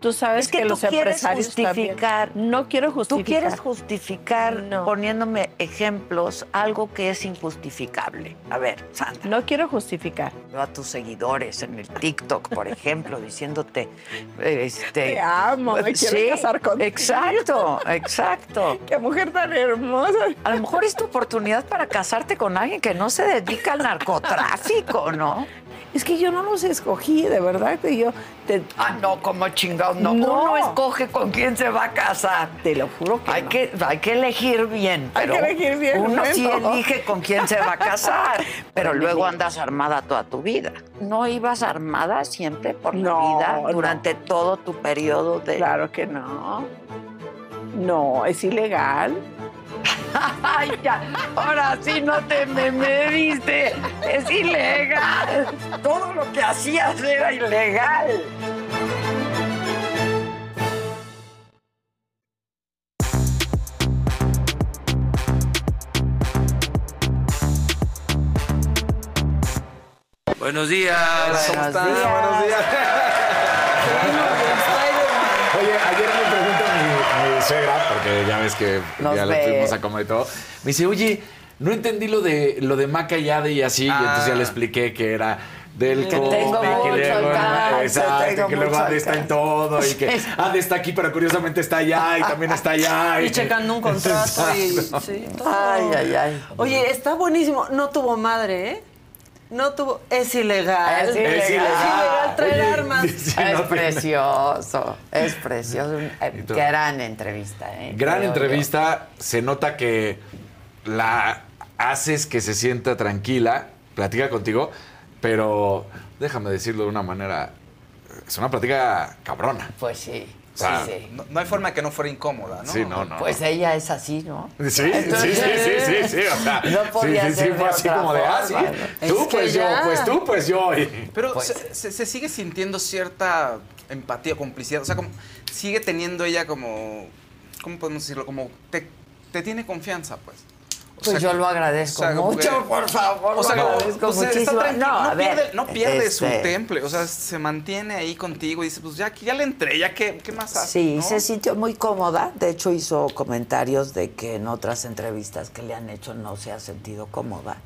Tú sabes
Es que
los
tú quieres
empresarios
justificar.
también. No quiero justificar.
Tú quieres justificar
No.
poniéndome ejemplos, algo que es injustificable. A ver, Sandra.
No quiero justificar.
Veo a tus seguidores en el TikTok, por ejemplo, diciéndote,
Te amo, me quiero casar contigo.
Exacto.
Qué mujer tan hermosa.
A lo mejor es tu oportunidad para casarte con alguien que no se dedica al narcotráfico, ¿no?
Es que yo no los escogí, de verdad que yo
Ah, no, como chingados, no.
No.
Uno escoge con quién se va a casar.
te lo juro que no.
Hay que elegir bien.
Hay
Pero
que elegir bien,
uno sí
bueno.
elige con quién se va a casar, pero luego andas armada toda tu vida. ¿No ibas armada siempre por la
No,
vida
no.
durante todo tu periodo de...?
Claro que no. No, es ilegal.
Ay, ya, ahora sí no te me diste. Es ilegal. Todo lo que hacías era ilegal.
Buenos días.
Buenos días.
Buenos días. Oye, ayer me pregunta mi suegra, porque ya ves que
Nos
ya le
ve.
fuimos a comer y todo. Me dice, oye, no entendí lo de Maca y Ade y así. Y entonces ya le expliqué que era del
Que tengo
cosme,
mucho
luego,
alcance,
exacto,
tengo
que luego
mucho
Ade está en
alcance.
todo y que Ade está aquí, pero curiosamente está allá y también está allá.
Y checando un contrato y... Sí, todo.
Ay.
Oye, está buenísimo. No tuvo madre, ¿eh? No tuvo... Es ilegal.
Es
Es ilegal.
traer
Oye,
armas.
sí,
Es
no,
precioso, es precioso.
tú?
Gran entrevista, ¿eh?
Gran
Creo
entrevista. Se nota que la haces que se sienta tranquila, platica contigo, pero déjame decirlo de una manera, es una plática cabrona.
yo. Pues sí,
O sea,
sí.
No hay forma que no fuera incómoda, ¿no?
Sí, no.
Pues ella es así, ¿no?
Sí,
Entonces,
sí. O sea,
no podía
sí,
ser de
fue así
otra
como de,
forma,
sí.
¿no?
Tú,
Es que
pues
ya.
yo, pues tú, pues yo.
Pero
Pues-
se sigue sintiendo cierta empatía, complicidad. O sea, como, sigue teniendo ella como, ¿cómo podemos decirlo? Como te tiene confianza, pues. O
Pues
sea,
yo lo agradezco
o sea, como
mucho,
que-
por favor.
O sea,
lo
como,
agradezco
pues, está
muchísimo.
tranquilo,
a ver,
no pierde su
este,
temple, o sea, se mantiene ahí contigo y dice, pues ya le entré, ya qué más hace,
Sí,
¿no?
se sintió muy cómoda. De hecho, hizo comentarios de que en otras entrevistas que le han hecho no se ha sentido cómoda.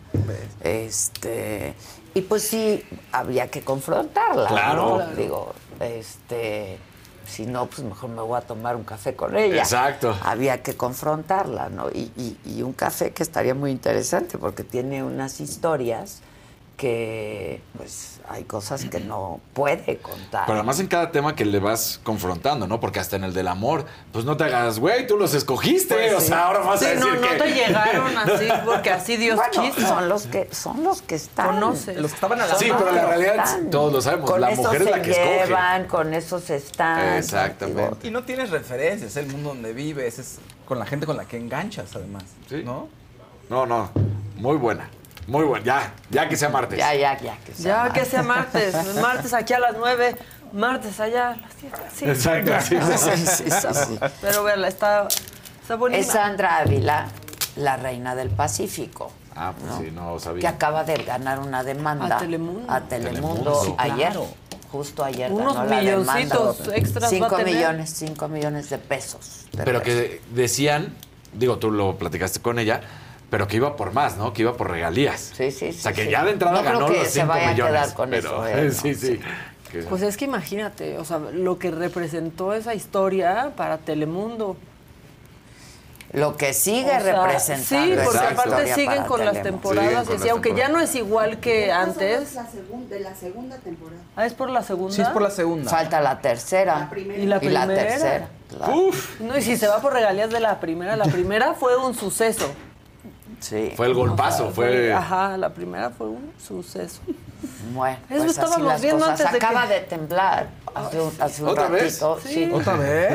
Y pues sí, había que confrontarla.
Claro.
¿no? Digo, si no, pues mejor me voy a tomar un café con ella.
Exacto.
Había que confrontarla, ¿no? Y un café que estaría muy interesante porque tiene unas historias que, pues, hay cosas que no puede contar.
Pero además en cada tema que le vas confrontando, ¿no? Porque hasta en el del amor, pues no te hagas, güey, tú los escogiste.
Pues
o
sí.
sea, ahora vas
Sí,
a decir
no
que...
te llegaron así porque así Dios
Bueno,
quiso.
son los que están.
Conoces.
Los que estaban a la
Sí,
Son
pero
los
la
que
realidad,
están.
todos lo sabemos,
Con
la
eso
mujer es
se
la que escoge.
llevan, con eso se están.
Exactamente.
Y no tienes referencias, es el mundo donde vives, es con la gente con la que enganchas, además,
Sí.
¿no?
No, muy buena. Muy buena, ya que sea martes.
Ya. Que
Ya que sea martes. Martes aquí a las 9. Martes allá a las 7. Sí.
Exacto, sí.
Sí.
Pero verla, está bonita.
Es Sandra Ávila, la reina del Pacífico.
Ah, pues sí, no sabía.
Que acaba de ganar una demanda
A Telemundo.
Telemundo
Sí,
ayer.
claro.
Justo ayer
Unos
ganó la demanda.
milloncitos extras va a tener.
5 millones de pesos.
Pero que decían, digo, tú lo platicaste con ella, pero que iba por más, ¿no? Que iba por regalías.
Sí.
O sea, que
sí.
ya de entrada
No creo
ganó
que
los
se
5
vaya a
millones.
quedar con
pero,
eso, ¿no?
sí. Que-
Pues es que imagínate, o sea, lo que representó esa historia para Telemundo.
Lo que sigue
O sea,
representando.
sí, porque
esa
aparte
historia
siguen
para
con las
Telemundo.
temporadas.
Siguen con
Y
las
sí, aunque ya
temporadas.
no es igual que antes.
De la segunda temporada.
Ah, ¿es por la segunda?
Sí, es por la segunda.
Falta la tercera.
La primera.
¿Y la primera?
tercera. claro.
Uf,
No, y si se va por regalías de la primera fue un suceso.
Sí.
fue el golpazo, fue...
Ajá, la primera fue un suceso.
Bueno,
Eso
pues así
estábamos
las
viendo
cosas.
antes de
Acaba
que-
de temblar hace un
¿Otra vez?
ratito. Sí.
¿Otra vez?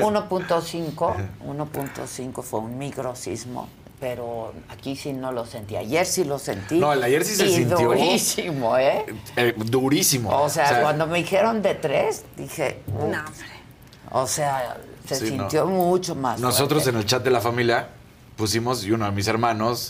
1.5 fue un microsismo, pero aquí sí no lo sentí. Ayer sí lo sentí.
No, el ayer sí se
y
sintió.
durísimo, ¿eh?
durísimo.
O sea, cuando me dijeron de 3, dije...
No, hombre.
O sea, se
Sí,
sintió mucho más
Nosotros
fuerte.
en el chat de la familia pusimos, y uno de mis hermanos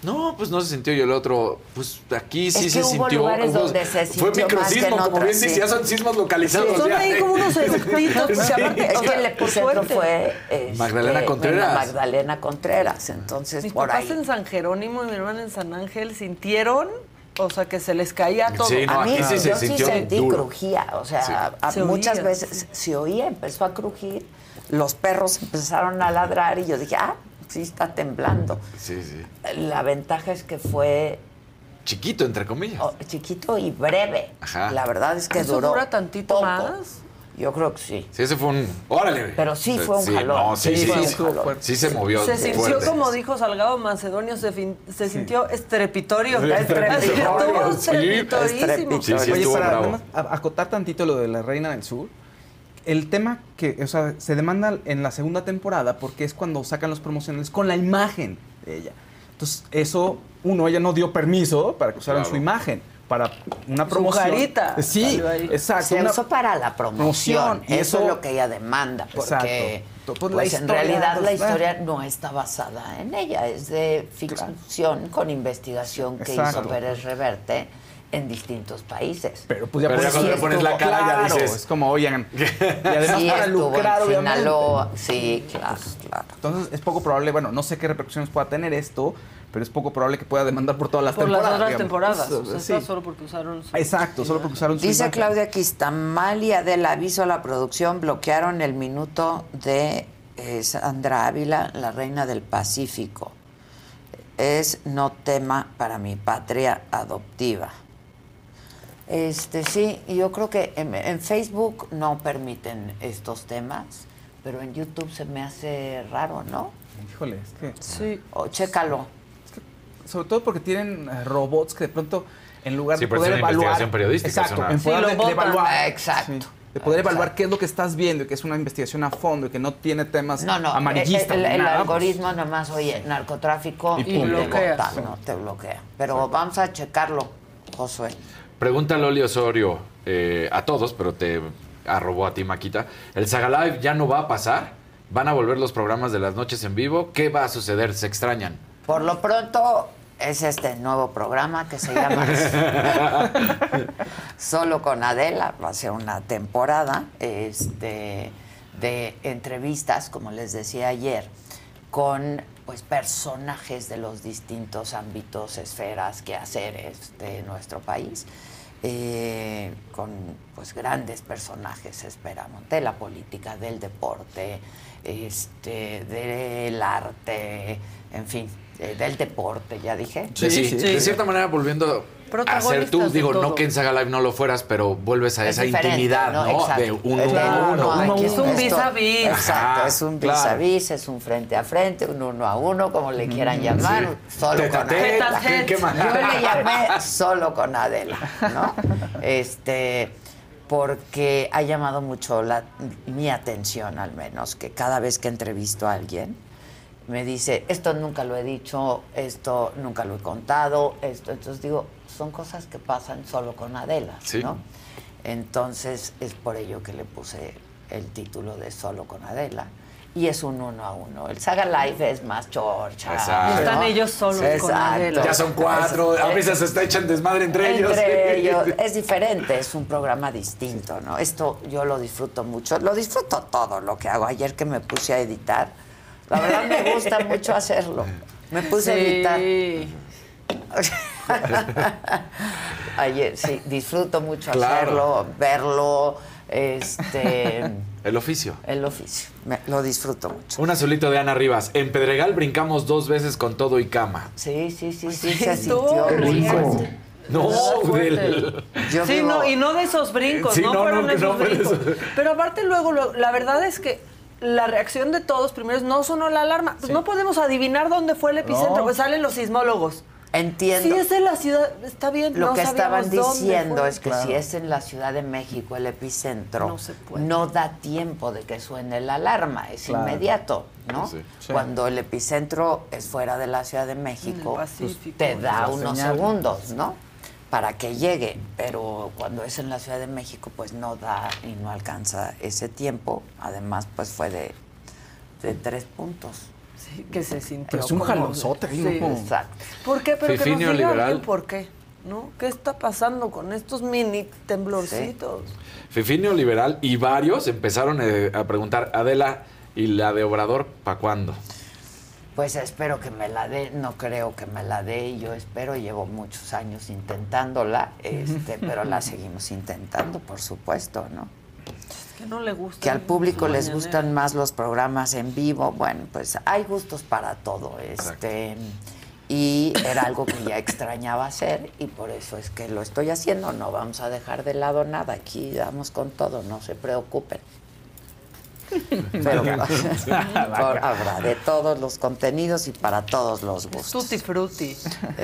No, pues no se sintió. Y el otro, pues aquí sí
Es
se
que hubo
sintió.
lugares
pues,
donde se
fue
sintió más que en
microsismo, como
otras,
bien
sí.
dice, ya son sismos localizados.
Son
ya.
ahí como unos eructitos, porque
Sí.
aparte,
Es
o
que
sea,
el epicentro
fuerte.
fue
Magdalena Contreras.
Magdalena Contreras, entonces
Mis
por
papás
ahí.
en San Jerónimo y mi hermana en San Ángel sintieron, o sea, que se les caía todo.
Sí, no,
A mí
aquí sí se
yo sí
sintió
sentí
duro.
crujía, o sea,
Sí.
Se
muchas
oía,
veces se oía, empezó a crujir, los perros empezaron a ladrar y yo dije, sí está temblando.
Sí, sí.
La ventaja es que fue
Chiquito, entre comillas.
chiquito y breve.
Ajá.
La verdad es que
¿Eso
duró
dura tantito
poco.
más?
Yo creo que sí.
Sí, ese fue un... ¡Órale!
Pero sí fue un
Sí,
jalón.
No, sí, sí,
fue un
sí.
jalón.
Sí se movió
Se sintió,
fuerte.
como dijo Salgado Macedonio, se sintió estrepitorio.
Estrepitorio.
Estuvo
Sí,
estrepitorísimo.
Sí, sí,
Oye,
estuvo
para
bravo.
nada más acotar tantito lo de la Reina del Sur, el tema que, o sea, se demanda en la segunda temporada porque es cuando sacan los promocionales con la imagen de ella. Entonces, eso, ella no dio permiso para que usaran
Claro.
su imagen para una
Su
promoción.
carita
Sí,
salió ahí.
exacto.
Se
una
usó para la promoción.
promoción, y
Eso es
eso-
lo que ella demanda. Porque
Exacto.
pues,
La
en
historia,
realidad la
pues,
historia no está basada en ella. Es de ficción con investigación que
Exacto.
hizo Pérez Reverte en distintos países.
Pero pues ya
Pero ya
pones-
cuando le pones la cara, ya
claro,
dices-
es como, oigan, y además
Sí,
para
estuvo
lucrar,
en
obviamente.
Sinaloa. Sí, claro, claro.
Entonces es poco probable, bueno, no sé qué repercusiones pueda tener esto, pero es poco probable que pueda demandar por todas las
Por las
temporadas.
otras
digamos.
temporadas.
Pues,
O sea,
sí.
está solo porque usaron su...
Exacto, solo porque usaron su
Dice
imagen.
Claudia Quistamal y Adela, aviso a la producción, bloquearon el minuto de Sandra Ávila, la reina del Pacífico. Es no tema para mi patria adoptiva. Sí, yo creo que en Facebook no permiten estos temas, pero en YouTube se me hace raro, ¿no?
Híjole, es que...
Sí.
O chécalo.
Sobre todo porque tienen robots que de pronto, en lugar
Sí,
de
pero es
poder
una
evaluar...
investigación periodística,
Exacto,
es una-
en
Sí,
poder
lo
de
botan.
evaluar...
Exacto.
sí, de poder evaluar
Exacto.
qué es lo que estás viendo y que es una investigación a fondo y que no tiene temas
No,
amarillistas.
el
ni nada, pues.
algoritmo nomás, oye, narcotráfico
Y
y
pum,
te
bloquea.
bota, no, te bloquea. Pero vamos a checarlo, Josué.
Pregunta Loli Osorio a todos, pero te arrobó a ti, Maquita. ¿El Saga Live ya no va a pasar? ¿Van a volver los programas de las noches en vivo? ¿Qué va a suceder? ¿Se extrañan?
Por lo pronto es este nuevo programa que se llama Solo con Adela. Va a ser una temporada de entrevistas, como les decía ayer, con pues personajes de los distintos ámbitos, esferas, quehaceres de nuestro país. Con pues grandes personajes, esperamos, de la política, del deporte, del arte, en fin, del deporte, ya dije.
Sí, de cierta manera volviendo a ser tú,
Protagonistas de
digo, no
todo.
que en Saga Live no lo fueras, pero vuelves a
Es
esa
diferente,
intimidad, ¿no?
Exacto.
De uno
Es de
a uno.
aquí
Es un
esto-
vis a vis.
Exacto,
Ajá,
es un vis
claro.
a vis, es un frente a frente, un uno a uno, como le quieran llamar, solo
Tete a
con
tete,
Adela.
¿qué más?
Yo le llamé solo con Adela, ¿no? Porque ha llamado mucho mi atención, al menos, que cada vez que entrevisto a alguien, me dice, esto nunca lo he dicho, esto nunca lo he contado, esto. Entonces digo, son cosas que pasan solo con Adela,
Sí.
¿no? Entonces es por ello que le puse el título de Solo con Adela. Y es un uno a uno. El Saga Live es más chorcha.
Exacto.
Están ellos solos con
Exacto.
Adela.
Ya son 4, a veces se está echan desmadre entre ellos.
Entre ellos. Es diferente, es un programa distinto, ¿no? Esto yo lo disfruto mucho. Lo disfruto todo lo que hago. Ayer que me puse a editar, la verdad me gusta mucho hacerlo. Me puse a editar.
Sí.
Ayer, sí, disfruto mucho
Claro.
hacerlo, verlo,
El oficio.
el oficio. Lo disfruto mucho.
Un azulito de Ana Rivas. En Pedregal brincamos 2 veces con todo y cama.
Sí, se
estuvo
sintió
bien.
rico.
No,
Fuerte.
del...
Yo
Sí,
vivo-
no, y no de esos brincos,
Sí,
no,
no,
fueron
no,
esos
no fue de
brincos.
esos.
Pero aparte luego, la verdad es que la reacción de todos primero es no sonó la alarma. Pues no podemos adivinar dónde fue el epicentro,
No.
pues salen los sismólogos.
Entiendo.
Si es de la ciudad, está bien,
Lo
no
que estaban
sabíamos dónde
diciendo
fue.
es que si es en la Ciudad de México el epicentro,
No se puede.
no da tiempo de que suene la alarma, es
Claro.
inmediato, ¿no?
Sí.
Sí.
Cuando el epicentro es fuera de la Ciudad de México,
En el Pacífico,
te da
la
unos
señal.
segundos, ¿no? Para que llegue, pero cuando es en la Ciudad de México, pues no da y no alcanza ese tiempo. Además, pues fue de 3 puntos.
Sí, que se sintió.
Pero es un
como-
jalonzote.
Sí,
¿no?
Exacto.
¿Por qué? Pero que
Fifinio
nos diga
liberal.
bien por qué, ¿no? ¿Qué está pasando con estos mini temblorcitos?
Fifí neoliberal y varios empezaron a preguntar, Adela, ¿y la de Obrador para cuándo?
Pues espero que me la dé, no creo que me la dé, yo espero, llevo muchos años intentándola, pero la seguimos intentando, por supuesto, ¿no?
Que no le gusta.
Que al público les
Mañanera.
gustan más los programas en vivo, bueno, pues hay gustos para todo, y era algo que ya extrañaba hacer y por eso es que lo estoy haciendo, no vamos a dejar de lado nada, aquí damos con todo, no se preocupen. Pero habrá de todos los contenidos y para todos los gustos.
Tutti frutti.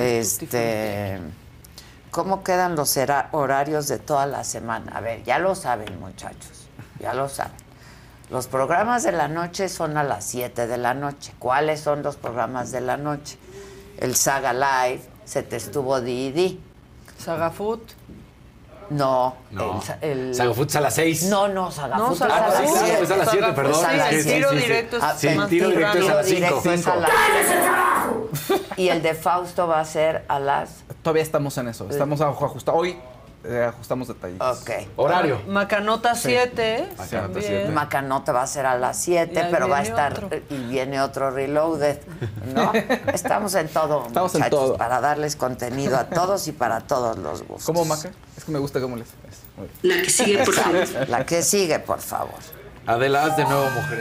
¿Cómo quedan los horarios de toda la semana? A ver, ya lo saben, muchachos, ya lo saben. Los programas de la noche son a las 7 de la noche. ¿Cuáles son los programas de la noche? El Saga Live, Se te estuvo Didi.
Saga Food.
No.
Saga Foods a las 6.
No, Saga Food es a
Saga
las
Food.
7.
es a las 7, perdón.
Es a las
el
7.
tiro directo es
Ah,
el
más
tiro directo es a las
temprano.
5.
Es a las 7. Y el de Fausto va a ser a las...
Todavía estamos en eso. Estamos ajustando. Hoy ajustamos detallitos.
Ok.
Horario.
Macanota 7.
Macanota
también.
7.
Macanota va a ser a las 7,
Y ahí
pero va a
viene
estar...
otro.
Y viene otro Reloaded, ¿no? Estamos en todo,
Estamos en
muchachos,
todo.
para darles contenido a todos y para todos los gustos.
¿Cómo, Maca? Es que me gusta cómo les... Muy bien.
La que sigue, por favor.
La que sigue, por favor.
Adela, haz de nuevo Mujeres.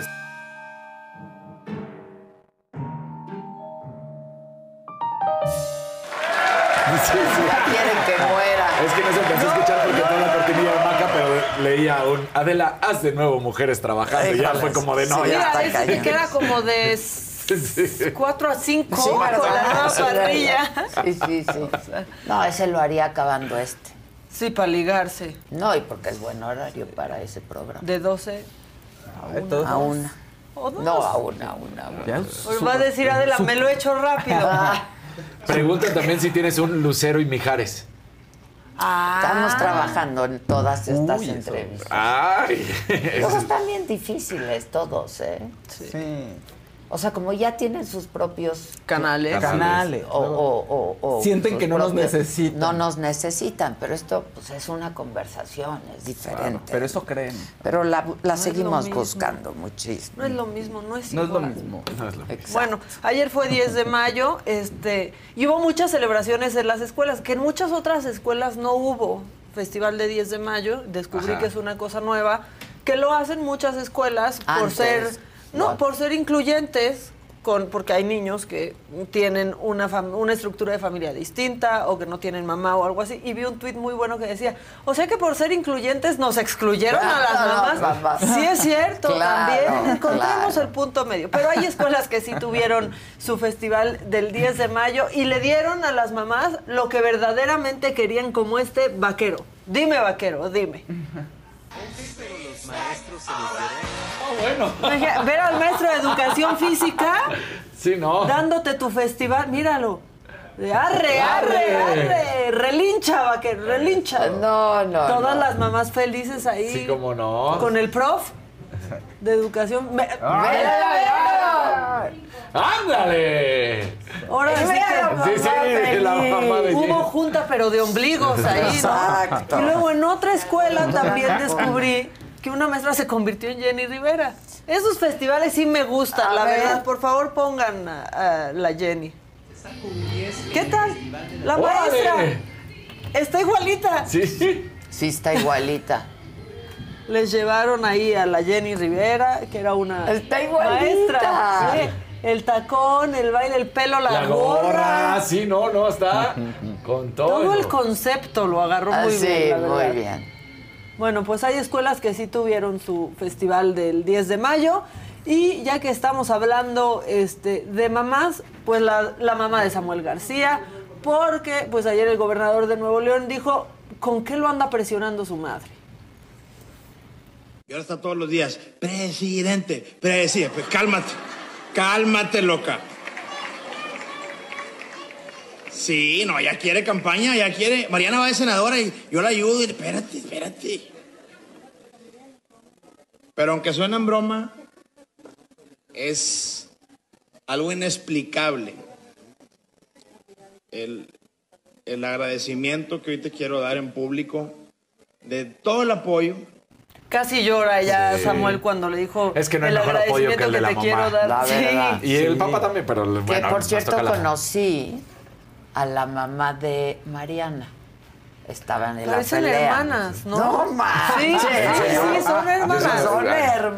Ya quieren que muera.
Es que no se empezó a escuchar porque tengo la cortinilla de Maca, pero leía un Adela, haz de nuevo Mujeres trabajando. Y ya
Híjoles.
fue como de no,
Sí,
ya.
está
Mira, ese
cañón.
que era como de 4 a 5
Sí,
con
¿verdad?
la nueva
Sí, ¿verdad?
parrilla.
Sí. No, ese lo haría acabando este.
Sí, para ligarse.
No, y porque es buen horario para ese programa.
De 12
A una.
o 2.
No, a una.
Ya,
Pues va a decir Adela, me lo he hecho rápido.
Pregunta también si tienes un Lucero y Mijares.
Estamos trabajando en todas estas entrevistas.
Ay.
Luego están bien difíciles todos, ¿eh?
Sí.
O sea, como ya tienen sus propios
Canales.
Canales.
o
Sienten
sus
que no nos necesitan.
No nos necesitan, pero esto pues es una conversación, es diferente.
Claro, pero eso creen.
Pero la
es
seguimos
lo mismo.
buscando muchísimo.
No es lo mismo, no es
No es lo
igual.
mismo.
Exacto.
Bueno, ayer fue 10 de mayo, y hubo muchas celebraciones en las escuelas, que en muchas otras escuelas no hubo festival de 10 de mayo. Descubrí
Ajá.
que es una cosa nueva, que lo hacen muchas escuelas por
Antes,
ser
¿no?
por ser incluyentes, porque hay niños que tienen una estructura de familia distinta o que no tienen mamá o algo así. Y vi un tuit muy bueno que decía, o sea que por ser incluyentes nos excluyeron a las mamás. Sí es cierto,
Claro,
también encontramos
claro.
el punto medio. Pero hay escuelas que sí tuvieron su festival del 10 de mayo y le dieron a las mamás lo que verdaderamente querían, como este vaquero. Dime, vaquero, dime. Oye, ver al maestro de educación física
Sí, ¿no?
dándote tu festival, míralo. De arre, relincha, vaquero, relincha.
No.
Todas
no.
las mamás felices ahí.
Sí, cómo no.
Con el prof de educación.
¡Ándale!
Ahora sí que
Sí, la mamá de
hubo
Jenny.
junta, pero de ombligos ahí, ¿no?
Exacto.
Y luego en otra escuela también descubrí que una maestra se convirtió en Jenny Rivera. Esos festivales sí me gustan,
A
la
ver.
verdad. Por favor, pongan a la Jenny. ¿Qué tal? La
¡Órale!
maestra. Está igualita.
Sí.
Sí, está igualita.
Les llevaron ahí a la Jenny Rivera, que era una
Está igualita.
maestra. Sí. El tacón, el baile, el pelo, la gorra.
Sí, no, está con todo.
Todo el concepto lo agarró muy
sí,
bien, la verdad.
muy bien.
Bueno, pues hay escuelas que sí tuvieron su festival del 10 de mayo. Y ya que estamos hablando de mamás, pues la mamá de Samuel García, porque pues ayer el gobernador de Nuevo León dijo con qué lo anda presionando su madre.
Y ahora está todos los días, presidente, pues cálmate, loca. Sí, no, ya quiere campaña, ya quiere. Mariana va de senadora y yo la ayudo y espérate. Pero aunque suena en broma, es algo inexplicable. El agradecimiento que hoy te quiero dar en público de todo el apoyo.
Casi llora ya
Sí.
Samuel cuando le dijo
Es que no hay
el
mejor apoyo que
agradecimiento
el de la
te
mamá.
quiero dar.
La verdad.
Y el papá también, pero bueno.
Que por
nos
cierto
toca la-
conocí a la mamá de Mariana. Estaban en la
Parecen
pelea.
hermanas, ¿no?
No manches.
Sí, son hermanas.
Son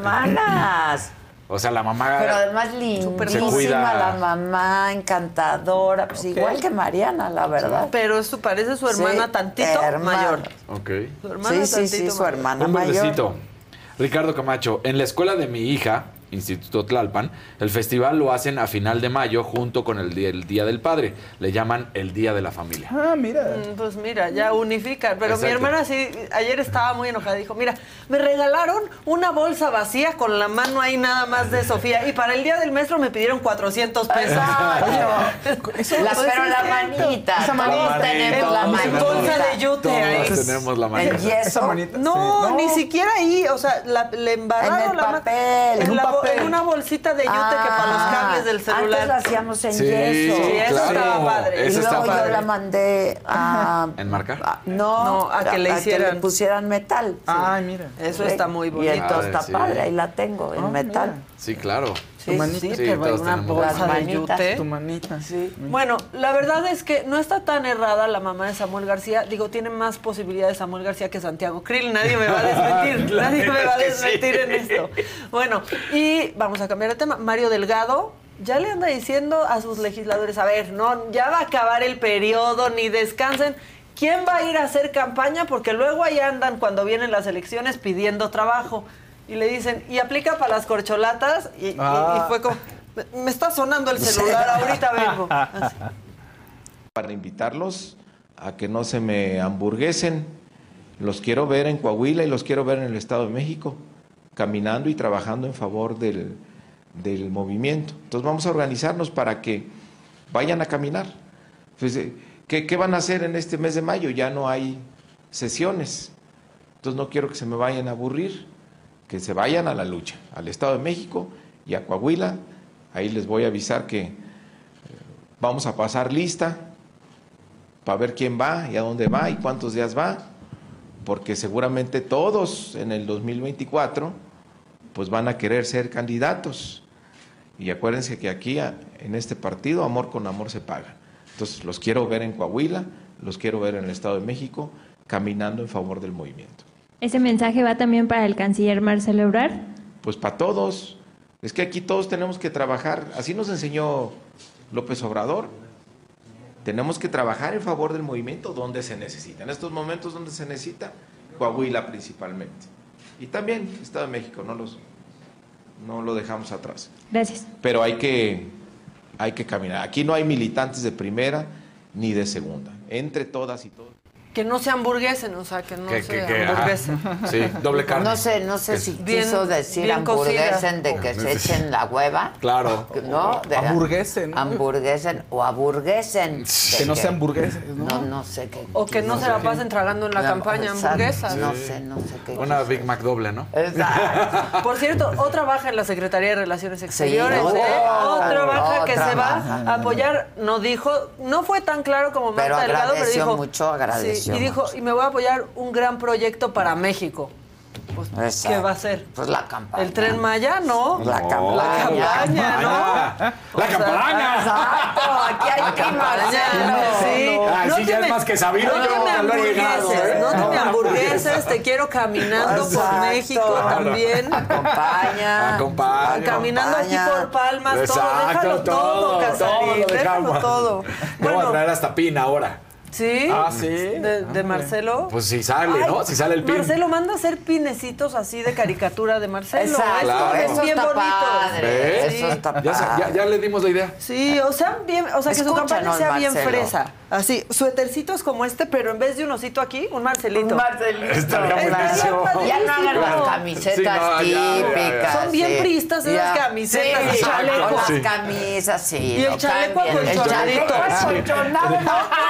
hermanas.
O sea, la mamá...
Pero además
Se
lindísima
cuida.
la mamá, encantadora, pues igual que Mariana, la verdad.
Pero eso parece su hermana
Sí,
tantito
hermana.
mayor.
Ok.
Su hermana
Sí,
tantito
su
mayor.
hermana
Un
mayor.
verdecito. Ricardo Camacho, en la escuela de mi hija, Instituto Tlalpan, el festival lo hacen a final de mayo junto con el Día del Padre. Le llaman el Día de la Familia.
Ah, mira.
Pues mira, ya unifican. Pero mi
Exacto.
hermana sí, ayer estaba muy enojada. Dijo, mira, me regalaron una bolsa vacía con la mano ahí nada más de Sofía. Y para el Día del Maestro me pidieron 400 pesos.
Pero
Pues
la
sí,
manita,
Esa
todos
manita.
tenemos la
Todos
manita.
tenemos.
bolsa de yute ahí.
Todos tenemos la
En
manita.
yeso.
Esa manita.
No,
sí.
ni siquiera ahí. O sea, le embarraron
En el
la mano.
papel.
En un papel.
En una bolsita de yute que para los cables del
Antes
celular.
lo hacíamos en
Sí,
yeso.
Sí, eso
claro.
estaba padre.
Y
Eso
luego
está
yo
padre.
la mandé a...
¿Enmarcar?
No,
a que le hicieran.
pusieran metal.
Ay, mira.
Eso está muy
Y
bonito.
entonces está
Sí.
padre, ahí la tengo, en metal.
Sí, claro.
Sí,
manita.
sí,
Sí,
pero
todos
una
tenemos
bolsa
las
de
manitas.
yute.
Tu manita.
Sí.
Bueno, la verdad es que no está tan errada la mamá de Samuel García. Digo, tiene más posibilidades Samuel García que Santiago Krill. Nadie me va a desmentir. Nadie me va a desmentir en esto. Bueno, y vamos a cambiar de tema. Mario Delgado ya le anda diciendo a sus legisladores, a ver, no, ya va a acabar el periodo, ni descansen. ¿Quién va a ir a hacer campaña? Porque luego ahí andan cuando vienen las elecciones pidiendo trabajo. Y le dicen, ¿y aplica para las corcholatas? Y fue como, me está sonando el celular, ahorita vengo. Así.
Para invitarlos a que no se me hamburguesen. Los quiero ver en Coahuila y los quiero ver en el Estado de México, caminando y trabajando en favor del movimiento. Entonces vamos a organizarnos para que vayan a caminar. Pues, ¿qué van a hacer en este mes de mayo? Ya no hay sesiones. Entonces no quiero que se me vayan a aburrir, que se vayan a la lucha, al Estado de México y a Coahuila. Ahí les voy a avisar que vamos a pasar lista para ver quién va y a dónde va y cuántos días va, porque seguramente todos en el 2024 pues van a querer ser candidatos. Y acuérdense que aquí en este partido amor con amor se paga. Entonces los quiero ver en Coahuila, los quiero ver en el Estado de México caminando en favor del movimiento.
¿Ese mensaje va también para el canciller Marcelo Ebrard?
Pues para todos. Es que aquí todos tenemos que trabajar. Así nos enseñó López Obrador. Tenemos que trabajar en favor del movimiento donde se necesita. En estos momentos donde se necesita, Coahuila principalmente. Y también Estado de México, no lo dejamos atrás.
Gracias.
Pero hay que caminar. Aquí no hay militantes de primera ni de segunda. Entre todas y todos.
Que no se hamburguesen, o sea, que no se
ajá.
hamburguesen.
Sí, doble carne.
No sé si
Bien-
quiso decir
bien cocida.
hamburguesen de que se echen la hueva.
Claro.
¿No?
Hamburguesen.
Hamburguesen o aburguesen.
Que no sean hamburgueses, ¿no?
No sé qué.
O que no se la pasen tragando en la campaña
Exacto.
hamburguesas.
No sé qué.
Una Big Mac doble, ¿no?
Exacto.
Por cierto, otra baja en la Secretaría de Relaciones Exteriores.
otra
Otra baja que
otra
se va
baja.
a apoyar. No fue tan claro como
Pero
Marta Delgado, pero
agradeció
dijo.
mucho, agradeció
Sí, y dijo,
mucho.
y me voy a apoyar un gran proyecto para México. Pues,
Exacto.
¿qué va a hacer?
Pues la campaña.
¿El Tren Maya? No.
La campaña.
La campaña, ¿no?
¡La campaña!
Exacto, aquí hay que
Marcelo. Sí.
Ay, sí, ya es más que sabido.
No
Yo,
te me
Álvaro Delgado,
hamburgueses,
¿eh?
no te me hamburgueses, te quiero caminando por
Exacto.
México también.
Acompaña.
Caminando aquí por Palmas, todo, déjalo todo, Casarín,
lo
déjalo
dejamos.
todo.
Vamos a traer hasta pin ahora.
¿Sí?
Ah, sí.
De Marcelo.
Pues si sale, ¿no?
Ay,
Si sale el pin.
Marcelo manda a hacer pinecitos así de caricatura de Marcelo.
Exacto,
Claro.
eso
bien
está
bonito.
padre.
¿Ves?
Eso está
Ya,
padre.
ya le dimos la idea.
Sí, o sea, bien, o sea, que su campaña
Escúchanos,
sea bien
Marcelo.
fresa. Así, suétercitos como este, pero en vez de un osito aquí, un Marcelito.
Un Marcelito.
Estaría
buenísimo.
Ya no hagan las
Claro.
camisetas
Sí, no, ya.
típicas.
Son bien
sí.
priistas esas
Ya.
camisetas
Sí,
y chalecos.
Las
Sí.
camisas, sí.
Y el
lo
chaleco
cambian. El
acolchonadito.
chaleco acolchonado, no puedo.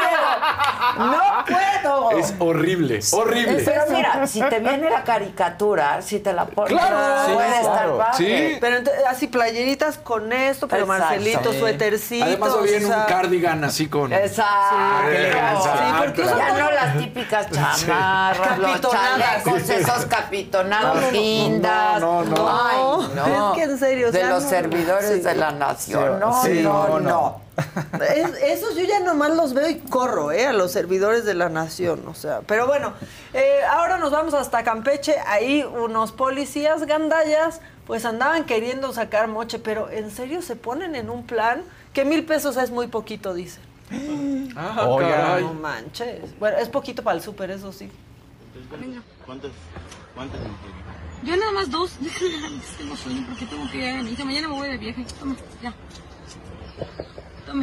¡No puedo!
Es horrible, horrible.
Pero mira, si te viene la caricatura, si te la pones,
Claro,
puede
sí,
estar
claro.
padre.
Sí.
Pero así playeritas con esto, pero
Exacto.
Marcelito,
Sí.
suétercito.
Además, hoy en
o sea,
un cardigan así con...
Exacto.
Sí, porque
ya
son
no las típicas chamarras, los
Capitonadas.
chalecos, esos capitonados guindas.
No.
Ay, no.
Es que en serio, o
de
sea,
los
no.
servidores
Sí.
de la nación.
Sí,
No.
Esos yo ya nomás los veo y corro, a los servidores de la nación, o sea. Pero bueno, ahora nos vamos hasta Campeche. Ahí unos policías gandallas pues andaban queriendo sacar moche, pero en serio se ponen en un plan que 1,000 pesos es muy poquito, dicen.
caray.
No manches. Bueno, es poquito para el súper, eso sí.
Venga. ¿Cuántas yo nada más 2. Tengo sueño porque tengo que ir a mi hija. Mañana me voy de viaje. Toma, ya. Tome.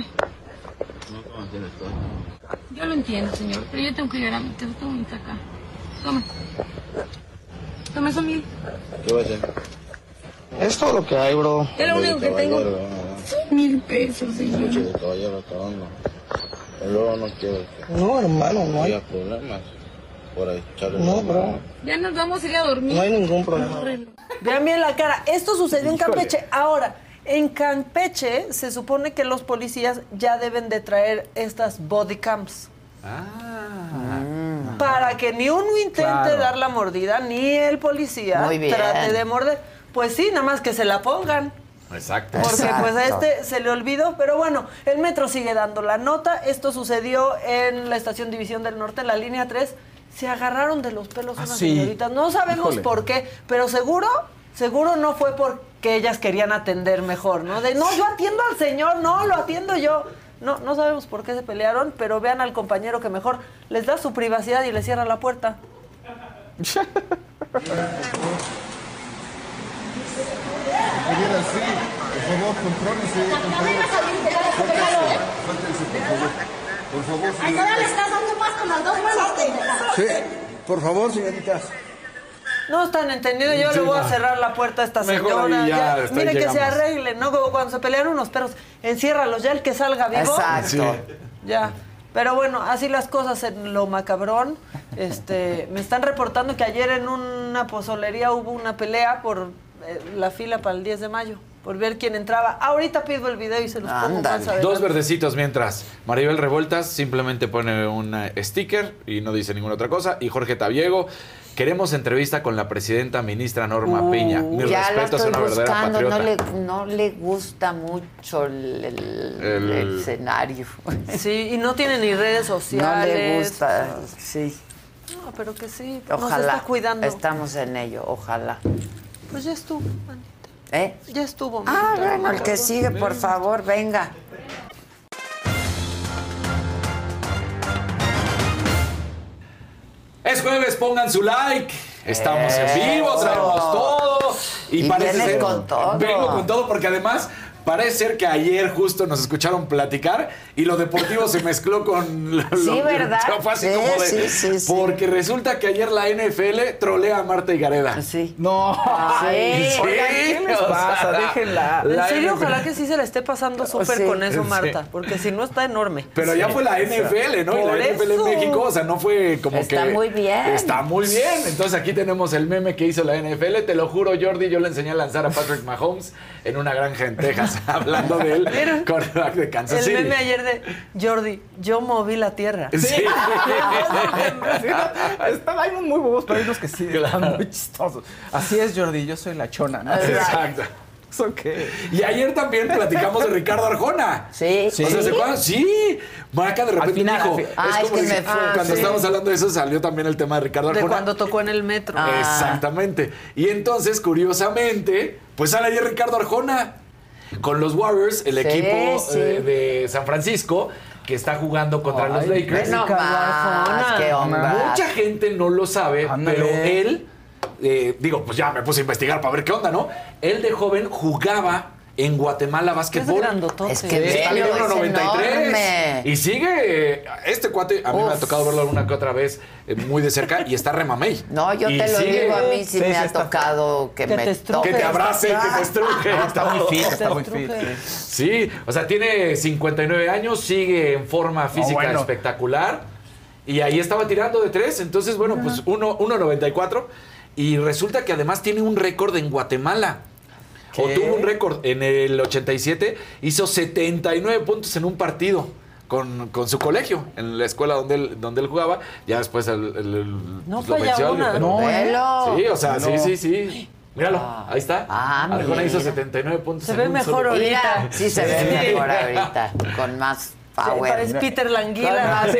Yo lo entiendo, señor, pero yo tengo que llegar a mi casa. Tengo mi hija acá. Toma. Toma eso, 1,000.
¿Qué va a hacer? Es todo lo que hay, bro.
Es lo único que tengo. 1,000 pesos, señor.
Mucho de caballero acabando. Pero luego no quiero que... No, hermano, no hay problemas. Por echarle no, bro.
Ya nos vamos a ir a dormir.
No hay ningún problema.
Vean bien la cara. Esto sucedió en Campeche. Ahora, en Campeche se supone que los policías ya deben de traer estas body cams. Para que ni uno intente dar la mordida, ni el policía
Muy bien.
trate de morder. Pues sí, nada más que se la pongan.
Exacto.
Porque pues a este se le olvidó, pero bueno, el metro sigue dando la nota. Esto sucedió en la estación División del Norte, en la línea 3. Se agarraron de los pelos unas señoritas. No sabemos por qué, pero seguro no fue porque ellas querían atender mejor, ¿no? De, no, yo atiendo al señor, no, lo atiendo yo. No sabemos por qué se pelearon, pero vean al compañero que mejor les da su privacidad y les cierra la puerta.
Por favor, contrólense, por favor,
¿A qué hora le estás dando más con las dos manos?
Sí, por favor, señoritas.
No están entendiendo, yo le voy a cerrar la puerta a esta
Mejor
señora.
ahí ya, hasta ahí
Mire que se
llegamos.
arreglen, ¿no? Como cuando se pelearon unos perros, enciérralos, ya el que salga vivo.
Exacto.
Sí.
Ya. Pero bueno, así las cosas en lo macabrón. Me están reportando que ayer en una pozolería hubo una pelea por la fila para el 10 de mayo, por ver quién entraba. Ahorita pido el video y se los pongo más adelante.
2 verdecitos mientras. Maribel Revueltas simplemente pone un sticker y no dice ninguna otra cosa. Y Jorge Tabiego, queremos entrevista con la presidenta ministra Norma Piña. Mi
Ya la
respeto, es
estoy
una verdadera
buscando,
patriota.
no le gusta mucho el escenario.
Sí, y no tiene ni redes sociales.
No le gusta, sí.
No, pero que sí, nos
Ojalá.
está cuidando.
Estamos en ello, ojalá.
Pues ya estuvo, manita. Ya estuvo,
Ah,
manita.
bueno, el que sigue, por favor, venga.
Es jueves, pongan su like. Estamos en vivo, traemos todo.
Y
parece
vienes
ser,
con todo.
Vengo con todo porque además parece ser que ayer justo nos escucharon platicar y lo deportivo se mezcló con
Sí, ¿verdad?
Fue así
Sí,
como de,
sí.
porque resulta que ayer la NFL trolea a Marta Higareda.
Sí.
No.
Ay, sí.
Oigan, ¿qué les
O
pasa?
sea,
Déjenla.
En
la
serio,
NFL.
ojalá que sí se la esté pasando súper
Sí.
con eso,
Sí.
Marta, porque si no está enorme.
Pero ya fue la NFL, ¿no? Y
Por
la NFL en
eso.
México, o sea, no fue como
Está
que...
muy bien.
Está muy bien. Entonces aquí tenemos el meme que hizo la NFL. Te lo juro, Jordi, yo le enseñé a lanzar a Patrick Mahomes en una granja en Texas, hablando de él, quarterback de Kansas
El
City.
meme ayer de Jordi, yo moví la tierra.
Sí.
Hay muy bobos, pero hay unos que sí están muy chistosos. Así es, Jordi, yo soy la chona, ¿no?
Exacto.
¿Eso qué?
Y ayer también platicamos de Ricardo Arjona.
Sí.
O sea, ¿se acuerdan? Sí. Maca de repente
final,
dijo.
es que me fui.
Cuando
sí.
estábamos hablando de eso, salió también el tema de Ricardo
De
Arjona.
cuando tocó en el metro.
Exactamente. Y entonces, curiosamente, pues sale ayer Ricardo Arjona con los Warriors, el
Sí,
equipo
sí.
De San Francisco, que está jugando contra los Lakers.
No
Ricardo
más,
Arjona.
qué onda.
Mucha gente no lo sabe,
Ándale.
pero él, digo, pues ya me puse a investigar para ver qué onda, ¿no? Él de joven jugaba en Guatemala Básquetbol.
Es que
está
velo,
bien,
es
1.93.
enorme.
Y sigue este cuate, a mí me ha tocado verlo alguna que otra vez muy de cerca y está remamey.
No, yo
Y
te lo
sigue-
digo, a mí sí me ha tocado que me
que te abrace, que te estruje.
Está muy
todo.
fit, está muy fit.
Sí, o sea, tiene 59 años, sigue en forma física
bueno.
espectacular y ahí estaba tirando de 3, entonces bueno, pues 1.94 y resulta que además tiene un récord en Guatemala. O tuvo un récord en el 87, hizo 79 puntos en un partido con su colegio, en la escuela donde él jugaba. Ya después
No
pues, lo
falla
venció.
una.
Pero-
Velo.
Sí, o sea,
No.
sí. Míralo, ahí está. Arjona hizo 79 puntos.
Se
en
ve
un
mejor
solo-
ahorita.
Mira, sí se ve mejor ahorita, con más power.
Parece Peter Languila.
Con más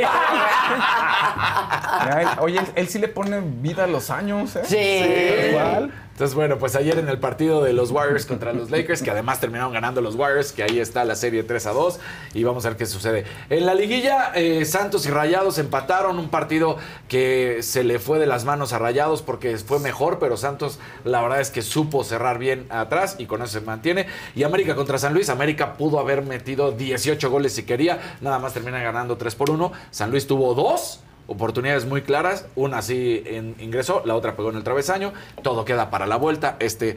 Mira, oye, él sí le pone vida a los años, ¿eh?
Sí.
Igual.
Entonces, bueno, pues ayer en el partido de los Warriors contra los Lakers, que además terminaron ganando los Warriors, que ahí está la serie 3-2, y vamos a ver qué sucede. En la liguilla, Santos y Rayados empataron un partido que se le fue de las manos a Rayados porque fue mejor, pero Santos la verdad es que supo cerrar bien atrás y con eso se mantiene. Y América contra San Luis, América pudo haber metido 18 goles si quería, nada más termina ganando 3-1. San Luis tuvo 2 oportunidades muy claras, una sí ingresó, la otra pegó en el travesaño, todo queda para la vuelta este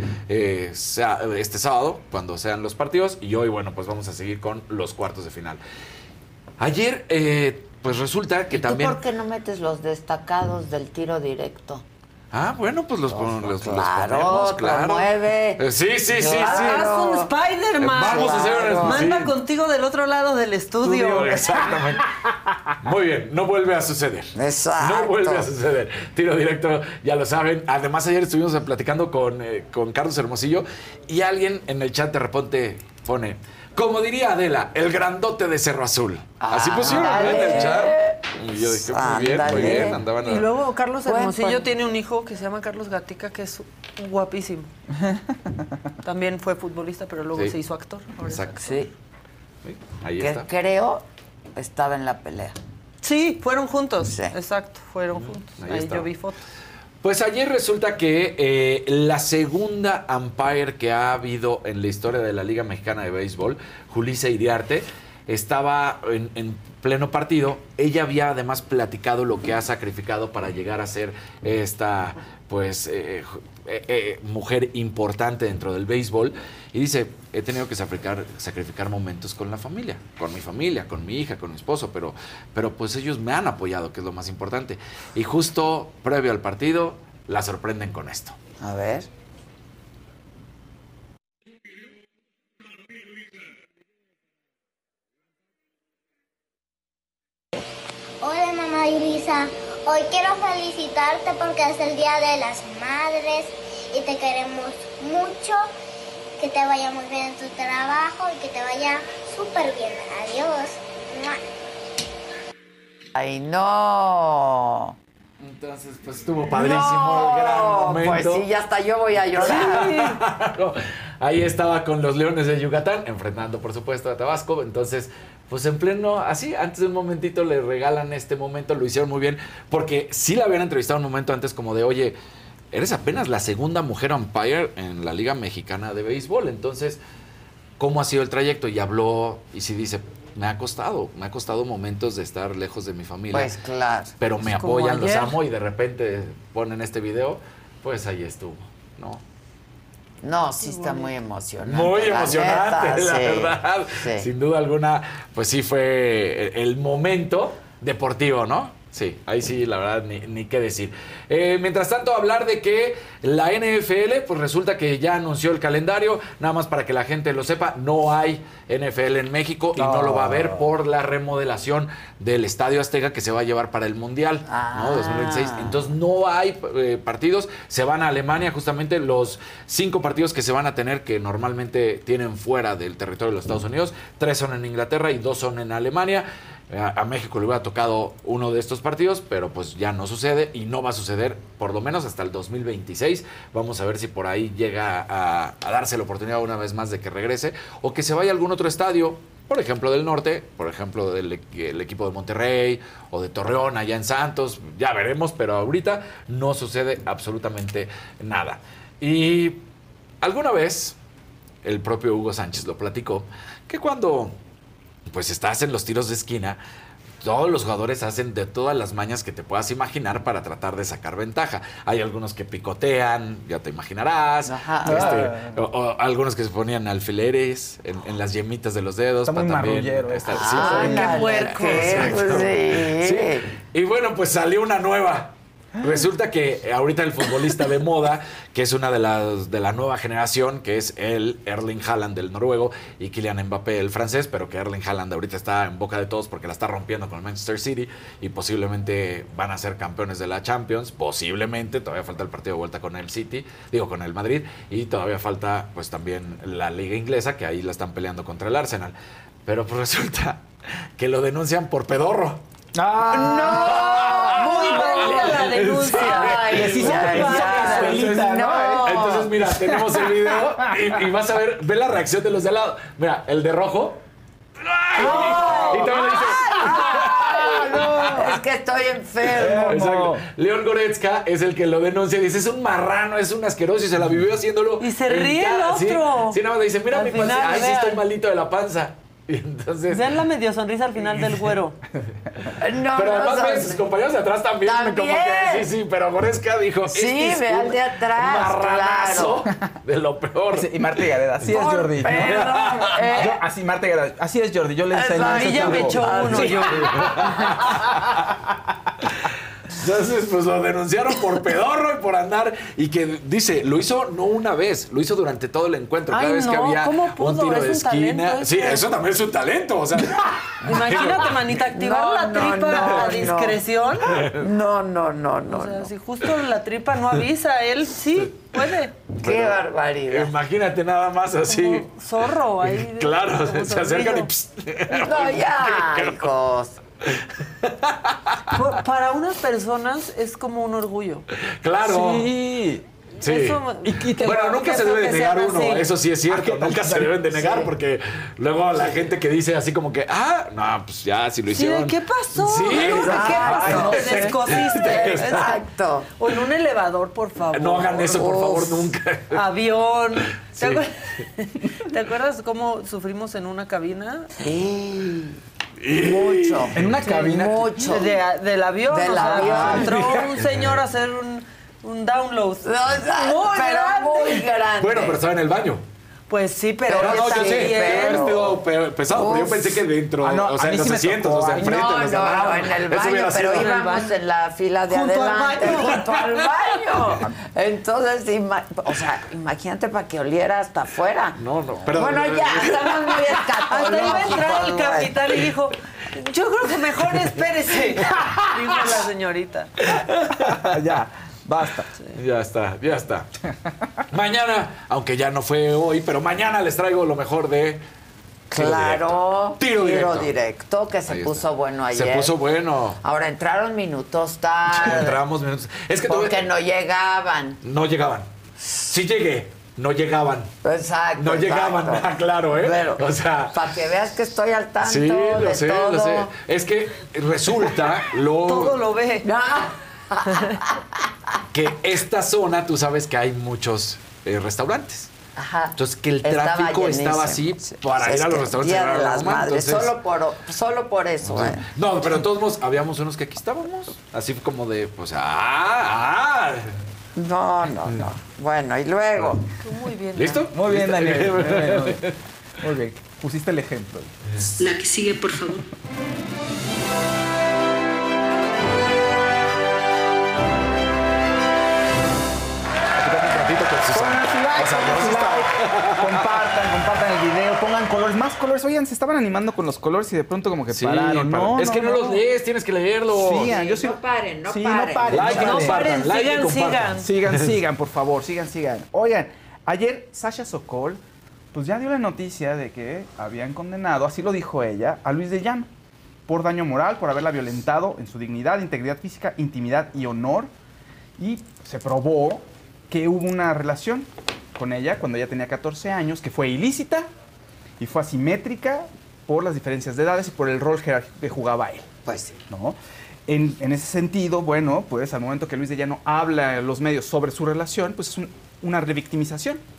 sábado, cuando sean los partidos, y hoy, bueno, pues vamos a seguir con los cuartos de final. Ayer, pues resulta que
¿Tú
también...
por qué no metes los destacados del tiro directo?
Ah, bueno, pues los ponemos,
Claro,
claro.
promueve.
Sí.
Haz un Spider-Man.
Vamos a hacer una...
Manda
sí.
contigo del otro lado del estudio.
Exactamente. Muy bien, no vuelve a suceder.
Exacto.
No vuelve a suceder. Tiro directo, ya lo saben. Además, ayer estuvimos platicando con Carlos Hermosillo y alguien en el chat de repente pone, como diría Adela, el grandote de Cerro Azul. Así pusieron, ¿no? En el chat. Y yo dije, muy bien, andaban
Y luego Carlos Hermosillo
Bueno.
tiene un hijo que se llama Carlos Gatica, que es guapísimo. También fue futbolista, pero luego
Sí.
se hizo actor. Ahora es
Exacto.
Sí.
Sí, ahí
Que
está.
creo estaba en la pelea.
Sí, fueron juntos.
Sí.
Exacto, fueron juntos.
Ahí
Ahí
está.
yo vi fotos.
Pues ayer resulta que la segunda umpire que ha habido en la historia de la Liga Mexicana de Béisbol, Julissa Iriarte, estaba en pleno partido. Ella había además platicado lo que ha sacrificado para llegar a ser esta pues mujer importante dentro del béisbol. Y dice, he tenido que sacrificar momentos con la familia, con mi hija, con mi esposo, pero pues ellos me han apoyado, que es lo más importante. Y justo previo al partido, la sorprenden con esto.
A ver.
Hola mamá Yulisa, hoy quiero felicitarte porque es el Día de las Madres y te queremos mucho, que te vaya muy bien en tu trabajo y que te vaya súper bien. Adiós. ¡Mua!
Ay, no.
Entonces, pues estuvo padrísimo, el gran momento.
Pues sí, ya hasta yo voy a llorar.
Ahí estaba con los Leones de Yucatán, enfrentando por supuesto a Tabasco. Entonces, pues en pleno, así, antes de un momentito le regalan este momento, lo hicieron muy bien, porque sí la habían entrevistado un momento antes como de, oye, eres apenas la segunda mujer umpire en la Liga Mexicana de Béisbol, entonces, ¿cómo ha sido el trayecto? Y habló, y sí dice, me ha costado momentos de estar lejos de mi familia.
Pues claro.
Pero me
Pues como
apoyan, los
ayer.
amo, y de repente ponen este video, pues ahí estuvo, ¿no?
No, sí está muy emocionante.
Muy
la
emocionante,
neta,
la
sí,
verdad.
sí.
Sin duda alguna, pues sí fue el momento deportivo, ¿no? Sí, ahí sí, la verdad, ni qué decir. Mientras tanto, hablar de que la NFL, pues resulta que ya anunció el calendario, nada más para que la gente lo sepa, no hay NFL en México y no lo va a haber por la remodelación del Estadio Azteca que se va a llevar para el Mundial, ¿no? 2026. Entonces no hay partidos, se van a Alemania, justamente los 5 partidos que se van a tener, que normalmente tienen fuera del territorio de los Estados Unidos, 3 son en Inglaterra y 2 son en Alemania. A México le hubiera tocado uno de estos partidos, pero pues ya no sucede y no va a suceder por lo menos hasta el 2026. Vamos a ver si por ahí llega a darse la oportunidad una vez más de que regrese o que se vaya a algún otro estadio, por ejemplo del norte, por ejemplo el equipo de Monterrey o de Torreón allá en Santos, ya veremos, pero ahorita no sucede absolutamente nada. Y alguna vez el propio Hugo Sánchez lo platicó, que cuando pues estás en los tiros de esquina, todos los jugadores hacen de todas las mañas que te puedas imaginar para tratar de sacar ventaja. Hay algunos que picotean, ya te imaginarás. O algunos que se ponían alfileres en las yemitas de los dedos.
Está muy marrullero.
¡Qué puerco!
Sí. Y bueno, pues salió una nueva. Resulta que ahorita el futbolista de moda, que es una de la nueva generación, que es el Erling Haaland del noruego y Kylian Mbappé el francés, pero que Erling Haaland ahorita está en boca de todos porque la está rompiendo con el Manchester City y posiblemente van a ser campeones de la Champions, posiblemente, todavía falta el partido de vuelta con el City, con el Madrid, y todavía falta pues también la Liga Inglesa, que ahí la están peleando contra el Arsenal. Pero pues resulta que lo denuncian por pedorro.
¡No! Muy válida la denuncia.
Entonces, mira, tenemos el video y vas a ver la reacción de los de al lado. Mira, el de rojo. Y también le dice...
Es que estoy enfermo.
Exacto. León Goretzka es el que lo denuncia y dice, es un marrano, es un asqueroso, y se la vivió haciéndolo.
Y se ríe el otro.
Sí, nada más le dice, mira
Al
mi panza.
final,
Ay, sí, estoy malito de la panza. Y entonces...
Vean la medio sonrisa al final del güero.
Pero además ven sus compañeros de atrás también. Como que, sí, pero Goretzka dijo...
Sí, ve al de atrás,
marranazo de lo peor.
Y Marta Gareda, así es Jordi. Así, Marta Gareda, así es Jordi. Yo le enseño.
Y ya me echó uno yo.
Entonces, pues lo denunciaron por pedorro y por andar. Y que dice, lo hizo no una vez, lo hizo durante todo el encuentro. Cada vez que había un tiro de esquina. Sí, eso también es un talento. O sea,
imagínate, manita, activar la tripa a discreción.
No.
O sea, si justo la tripa no avisa, él sí puede.
Qué barbaridad.
Imagínate nada más así.
Como zorro ahí.
Claro, se acercan y...
No, ya, hijos.
Para unas personas es como un orgullo.
Claro.
Sí.
Sí.
Eso,
bueno, nunca se debe de negar uno, eso sí es cierto, nunca se deben de negar porque luego la gente que dice así como que, no, pues ya, si lo hicieron.
¿Qué pasó?
Sí,
¿Qué pasó? Te descosiste.
Exacto.
O en un elevador, por favor.
No hagan eso, por favor, nunca.
Avión.
Sí.
¿Te acuerdas cómo sufrimos en una cabina?
Sí. Mucho.
En una cabina.
Mucho.
Del avión.
Del avión.
Entró un señor a hacer un download.
Muy grande.
Bueno, pero estaba en el baño.
Pues sí, pero
no, yo sé, pero pesado, pero yo pensé que dentro, o sea, en los asientos, o sea, enfrente.
No, en el baño, pero íbamos en la fila de adelante, junto al baño. Entonces, o sea, imagínate para que oliera hasta afuera.
No, pero...
Bueno, ya, estamos muy escatológicos.
Hasta iba a entrar el capitán y dijo, yo creo que mejor espérese, dijo la señorita.
Ya. Basta.
Ya está. Mañana, aunque ya no fue hoy, pero mañana les traigo lo mejor de...
Claro,
tiro
directo, que se puso bueno ayer.
Se puso bueno.
Ahora entraron minutos tarde.
Entramos minutos. Es que
porque no llegaban.
No llegaban. Sí llegué. No llegaban.
Exacto.
No llegaban, claro, ¿eh?
Pero,
o sea,
para que veas que estoy al tanto
sí,
de todo.
Lo sé. Es que resulta
todo lo ve.
Que esta zona, tú sabes que hay muchos restaurantes.
Ajá.
Entonces, que el tráfico estaba así para ir a los restaurantes.
Día de las Madres,
entonces,
solo por eso.
No, pero de todos modos, habíamos unos que aquí estábamos. Así como de, pues,
No. Bueno, y luego.
Muy bien.
¿Listo?
Muy bien, Daniel. Muy bien. Pusiste el ejemplo.
La que sigue, por favor.
Compartan el video, pongan colores, más colores. Oigan, se estaban animando con los colores y de pronto como que pararon.
Es que no los lees, tienes que leerlos.
Sigan, yo
No paren.
Sigan, por favor, sigan. Oigan, ayer Sasha Sokol pues ya dio la noticia de que habían condenado, así lo dijo ella, a Luis de Llano por daño moral, por haberla violentado en su dignidad, integridad física, intimidad y honor. Y se probó que hubo una relación con ella cuando ella tenía 14 años, que fue ilícita y fue asimétrica por las diferencias de edades y por el rol jerárquico que jugaba él.
Pues sí.
¿No? En ese sentido, bueno, pues al momento que Luis de Llano habla en los medios sobre su relación, pues es una revictimización.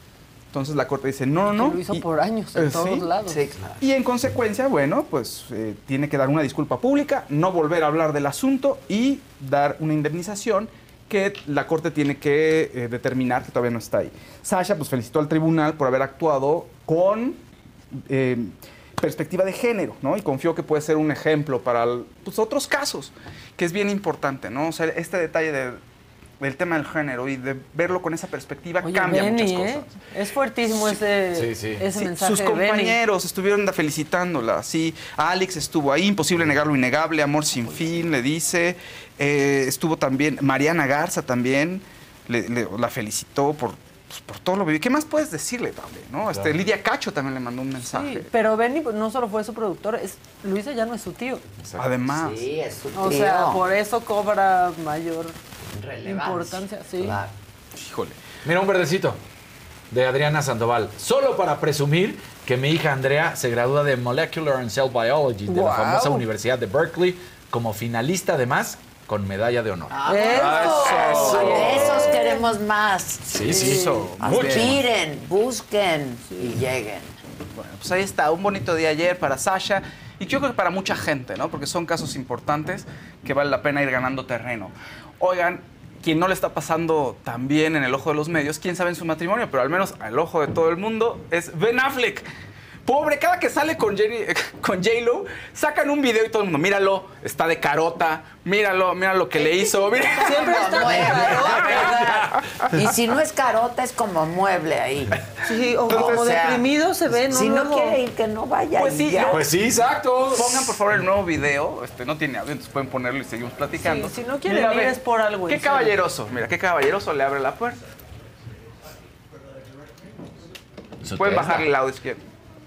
Entonces la Corte dice, no.
Lo hizo por años en todos lados.
Sí, claro.
Y en consecuencia, bueno, pues tiene que dar una disculpa pública, no volver a hablar del asunto y dar una indemnización que la Corte tiene que determinar, que todavía no está ahí. Sasha pues felicitó al tribunal por haber actuado con perspectiva de género, ¿no? Y confió que puede ser un ejemplo para pues, otros casos, que es bien importante, ¿no? O sea, este detalle del tema del género y de verlo con esa perspectiva cambia muchas cosas.
Es fuertísimo ese mensaje.
Sus compañeros estuvieron felicitándola, sí. Alex estuvo ahí, imposible negar lo innegable, amor sin fin, le dice. Estuvo también Mariana Garza también, la felicitó por todo lo vivido. ¿Qué más puedes decirle también, no?
Claro.
Lidia Cacho también le mandó un mensaje.
Sí, pero Benny no solo fue su productor, Luisa ya no es su tío.
Exacto. Además.
Sí, es su tío.
O sea, por eso cobra mayor
relevancia.
Importancia, sí.
Claro.
Híjole. Mira, un verdecito de Adriana Sandoval. Solo para presumir que mi hija Andrea se gradúa de Molecular and Cell Biology de la famosa Universidad de Berkeley como finalista, además, con medalla de honor.
De esos queremos más.
Sí, sí.
Aspiren, busquen y lleguen.
Bueno, pues ahí está, un bonito día ayer para Sasha y yo creo que para mucha gente, ¿no? Porque son casos importantes que vale la pena ir ganando terreno. Oigan, quien no le está pasando tan bien en el ojo de los medios, quién sabe en su matrimonio, pero al menos al ojo de todo el mundo, es Ben Affleck. Pobre, cada que sale con J-Lo, sacan un video y todo el mundo, míralo, está de carota, mira lo que le hizo.
Siempre está de carota.
Y si no es carota, es como mueble ahí.
Sí, o como deprimido se ve, ¿no?
Si no quiere ir, que no vaya.
Pues sí,
pues sí, exacto.
Pongan por favor el nuevo video, no tiene audio, entonces pueden ponerlo y seguimos platicando.
Sí, si no quiere ir es por algo.
Qué caballeroso, mira, qué caballeroso le abre la puerta. Pueden bajarle el audio izquierdo.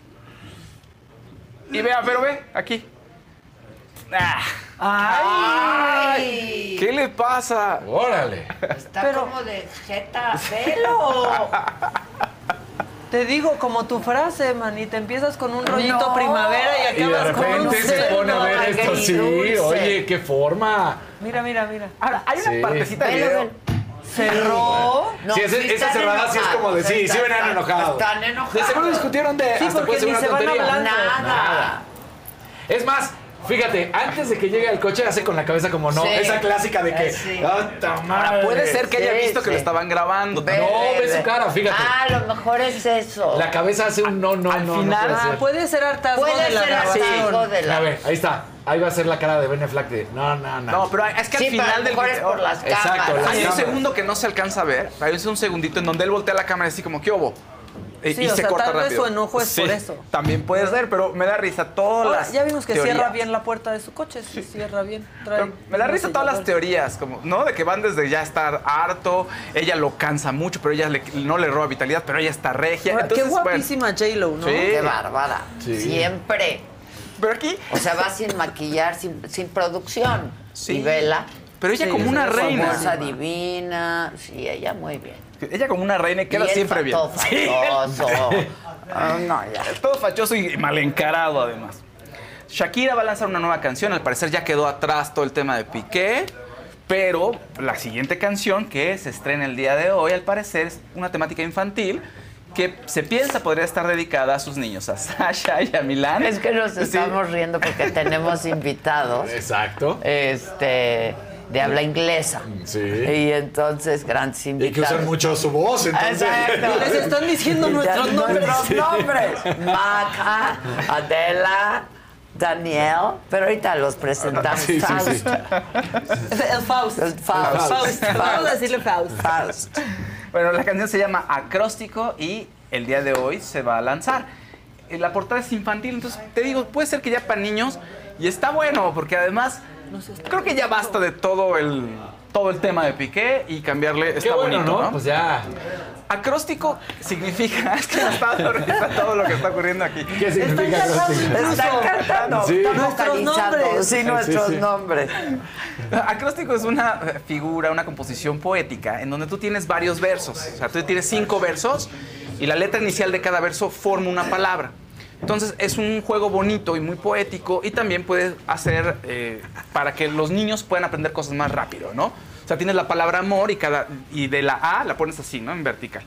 Y vea, pero ve, aquí. ¡Ay! ¿Qué le pasa?
¡Órale!
Está como de jeta, velo.
Te digo, como tu frase, manita, empiezas con un rollito primavera y acabas con un
Y de repente se pone a ver esto, sí. Oye, qué forma.
Mira.
Ahora, hay una partecita de video.
¿Cerró?
No, sí, esa cerrada sí es como de sí venían enojados.
Están enojados.
De seguro discutieron de
sí,
hasta puede ser
ni
una
se van
tontería.
hablando.
Nada.
Es más, fíjate, antes de que llegue al coche hace con la cabeza como no, esa clásica de que
Ahora puede ser que haya visto que lo estaban grabando.
No, ve su cara, fíjate.
A lo mejor es eso.
La cabeza hace un no.
Al final,
puede ser hartazgo de la grabación.
A ver, ahí está. Ahí va a ser la cara de Ben Affleck de no.
No, pero es que al final del video,
por las cámaras.
Exacto,
hay un segundo que no se alcanza a ver. Hay un segundito en donde él voltea la cámara así como, ¿qué hubo?
Sí,
y
o
se
sea,
corta
tal vez
rápido.
su enojo es por eso.
También puede ser, pero me da risa todas las
Ya vimos que
teorías.
cierra bien la puerta de su coche, sí cierra bien.
Me da risa todas las teorías, como, ¿no? De que van desde ya estar harto, ella lo cansa mucho, pero ella no le roba vitalidad, pero ella está regia. Entonces,
qué guapísima J-Lo, ¿no?
Sí.
Qué bárbara.
Sí.
Siempre.
Pero aquí...
O sea, va sin maquillar, sin producción.
Sí.
Y vela.
Pero ella como una reina.
Bolsa divina. Sí, ella muy bien.
Ella como una reina y queda siempre bien.
Todo fachoso.
Todo fachoso y mal encarado, además. Shakira va a lanzar una nueva canción. Al parecer ya quedó atrás todo el tema de Piqué. Pero la siguiente canción, que se estrena el día de hoy, al parecer es una temática infantil que se piensa podría estar dedicada a sus niños, a Sasha y a Milán.
Es que nos estamos riendo porque tenemos invitados.
Exacto.
De habla inglesa.
Sí.
Y entonces, grandes invitados.
Y que usan mucho su voz, entonces.
Exacto. Les están diciendo nuestros nombres.
Maca, Adela, Daniel. Pero ahorita los presentamos.
Sí.
El Faust. Vamos a decirle Faust.
Bueno, la canción se llama Acróstico y el día de hoy se va a lanzar. La portada es infantil, entonces te digo, puede ser que ya para niños y está bueno, porque además creo que ya basta de todo el tema de Piqué y cambiarle. Está
bueno,
bonito, ¿no?
Pues ya.
Acróstico significa, es que me está dando todo lo que está ocurriendo aquí.
¿Qué significa acróstico?
Están cantando.
Sí.
Están
Nuestros
vocalizando.
nombres.
Sí, nuestros
Sí.
nombres.
Acróstico es una figura, una composición poética en donde tú tienes varios versos. O sea, tú tienes 5 versos y la letra inicial de cada verso forma una palabra. Entonces es un juego bonito y muy poético y también puedes hacer para que los niños puedan aprender cosas más rápido, ¿no? O sea, tienes la palabra amor y de la A la pones así, ¿no? En vertical.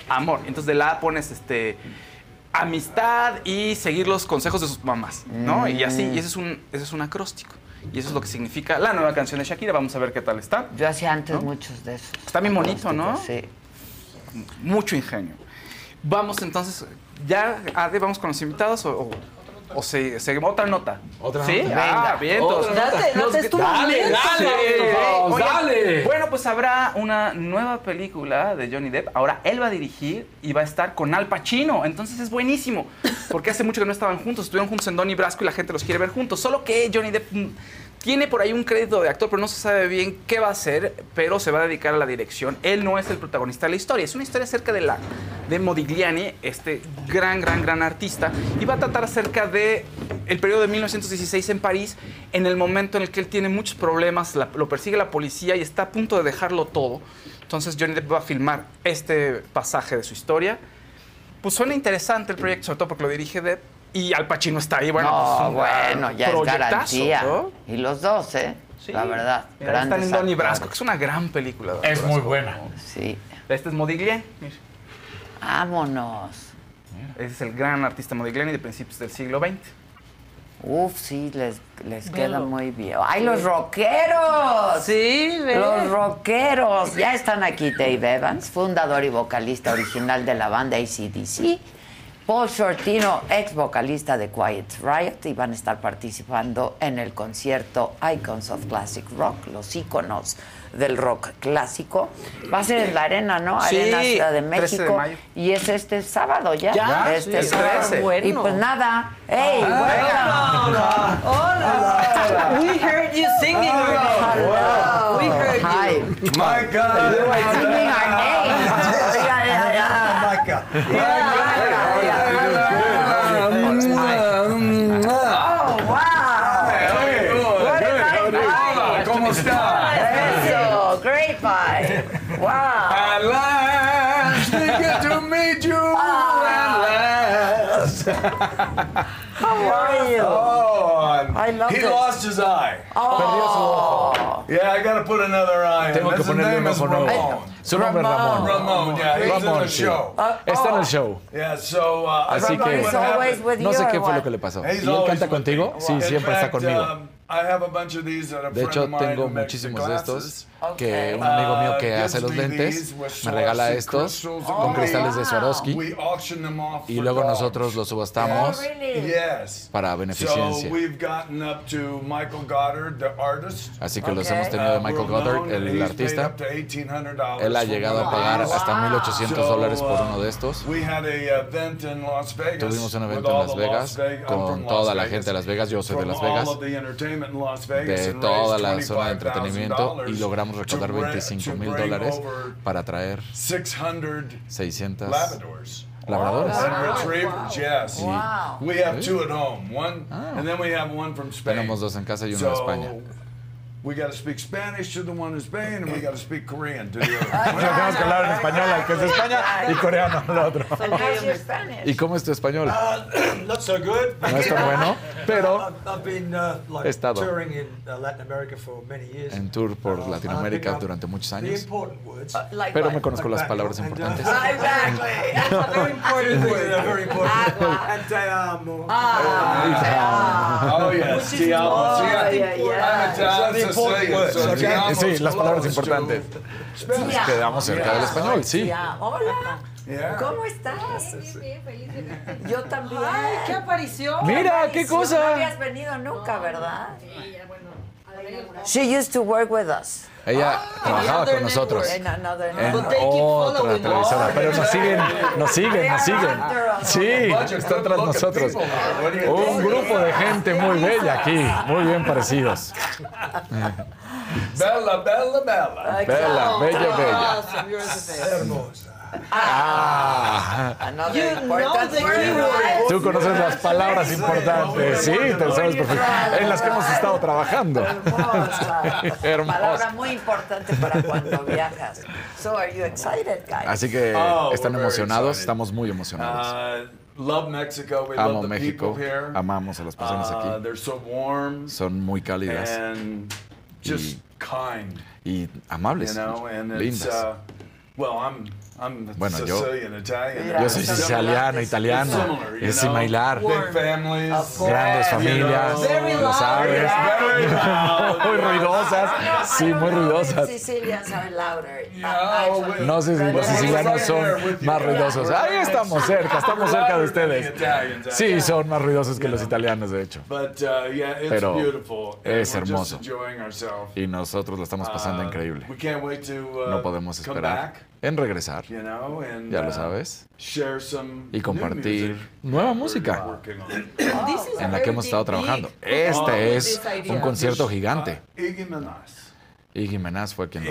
amor. Entonces de la A pones amistad y seguir los consejos de sus mamás, ¿no? Y así, y ese es un acróstico. Y eso es lo que significa la nueva canción de Shakira. Vamos a ver qué tal está.
Yo hacía antes muchos de esos.
Está bien bonito, ¿no?
Sí.
Mucho ingenio. Vamos entonces, ya, Ade, vamos con los invitados o seguimos otra nota.
¿Otra
¿Sí?
nota?
Ah, bien. Entonces,
Date tu momento.
dale. Bueno, pues habrá una nueva película de Johnny Depp. Ahora él va a dirigir y va a estar con Al Pacino. Entonces es buenísimo. Porque hace mucho que no estaban juntos. Estuvieron juntos en Donnie Brasco y la gente los quiere ver juntos. Solo que Johnny Depp tiene por ahí un crédito de actor, pero no se sabe bien qué va a hacer, pero se va a dedicar a la dirección. Él no es el protagonista de la historia. Es una historia acerca de Modigliani, este gran artista, y va a tratar acerca de el periodo de 1916 en París, en el momento en el que él tiene muchos problemas, lo persigue la policía y está a punto de dejarlo todo. Entonces Johnny Depp va a filmar este pasaje de su historia. Pues suena interesante el proyecto, sobre todo porque lo dirige Depp. Y Al Pacino está ahí, bueno,
No,
pues
bueno, ya es garantía.
¿no?
Y los dos,
Sí.
la verdad.
Mira, están en Donnie Brasco, que es una gran película. Donnie
Es
Brasco.
muy buena.
Sí.
Este es Modigliani. Mira.
Vámonos.
Ese es el gran artista Modigliani de principios del siglo XX.
Uf, sí, les queda muy bien. ¡Ay, los rockeros!
Sí, ve.
Los rockeros. Ya están aquí Dave Evans, fundador y vocalista original de la banda AC/DC. Paul Shortino, ex vocalista de Quiet Riot, y van a estar participando en el concierto Icons of Classic Rock, los íconos del rock clásico. Va a ser en la Arena, ¿no?
Sí,
Arena Ciudad de
13 de
México.
mayo.
Y es este sábado ya.
Ya,
este
sí,
sábado.
13.
Y pues nada. ¡Hey!
Hola. Hola. We heard you singing.
Hello.
We heard you.
Hi.
My God.
Singing our names. Oh, wow.
¿Cómo está?
Eso, great vibe. Wow.
At last, we get to meet you. At last.
How are you?
Oh,
I love
he
this.
lost his eye.
Oh.
Yeah, I gotta put another eye in.
Tengo que
His
ponerle
name
un
is
ojo nuevo.
Ramon.
Su nombre es Ramón.
Ramon, yeah, he's in
Ramón,
the
sí.
show.
Está en el show.
Yeah, so
Así
I don't know
que
what
always
happened.
with
no
you
sé
or
qué fue
what?
lo que le pasó.
He's
¿Y él
always
canta
with
contigo?
me.
Sí,
In
siempre está
fact,
conmigo.
I have a bunch of these that a
De
friend
hecho,
of mine
tengo
who makes the
muchísimos de estos
glasses.
que un amigo mío que hace los lentes me regala estos con cristales de Swarovski
We auction them off
y
for
luego
dogs.
nosotros los subastamos
Yes.
para
So
beneficencia.
we've gotten up to Michael Goddard, the artist.
Así que los hemos tenido de Michael Goddard, el artista. Él ha llegado a pagar hasta $1,800 por uno de estos. Tuvimos un evento en Las Vegas con toda la gente de Las Vegas. Yo soy de Las Vegas. De toda la zona de entretenimiento y logramos recaudar $25,000 para traer 600 labradores.
Yes.
Wow.
We have two at home. One, and then we have one from Spain.
Tenemos dos en casa y uno en España.
We got to speak Spanish to the one in Spain, and we got to speak Korean to the other.
Tenemos que hablar en español al que es de España y coreano al otro.
How's your Spanish?
¿Y cómo es tu español?
Not so good.
No es tan bueno, pero
I've been
he estado
touring in Latin America for many years.
en tour por Latinoamérica durante muchos
The
años.
important words.
Pero me conozco las palabras importantes.
Very important words. They're very important. And te amo.
Oh, yes. Te amo. See, I think I'm Italian, Sicilian, so te amo
Sí,
is
las palabras
close to
importantes.
Spanish.
Nos quedamos cerca del español, sí.
Hola.
Yeah.
¿Cómo estás? Yo también.
Ay, qué aparición.
Mira, qué
No
cosa.
habías venido nunca, ¿verdad? She used to work with us.
Ella trabajaba con nosotros
In another
en
But they keep
otra
following
televisora,
us.
pero nos siguen. Sí, están tras nosotros. Un grupo de gente muy bella aquí, muy bien parecidos.
Bella, bella, bella.
Bella, bella, bella.
Awesome. You're the best.
Hermosa.
Another
You know
important
the
word.
keyword.
Tú conoces las palabras importantes, sí, te lo sabes perfecto, en las que hemos estado trabajando.
Hermosa. Palabra
Hermosa.
muy importante para cuando viajas. So are you excited, guys?
Así que
Oh,
están
we're very
emocionados,
excited.
estamos muy emocionados.
Love Mexico. We
Amo
love the
México,
people here.
amamos a las personas aquí.
They're so warm
Son muy cálidas
and just kind.
y amables,
You know, and it's
lindas.
well, I'm
Bueno, yo soy
It's
siciliano, italiano.
similar, you
Es
know?
similar.
Big families,
Grandes familias, lo sabes. Muy ruidosas. Sí, muy ruidosas.
Sicilians are louder.
No sé si los sicilianos son más ruidosos. Ahí estamos cerca de ustedes. Sí, son más ruidosos que los italianos, de hecho. Pero es hermoso. Y nosotros lo estamos pasando increíble. No podemos esperar en regresar, ya lo sabes, y compartir nueva música en la que hemos estado trabajando. Este es un concierto gigante. Iggy Menaz fue quien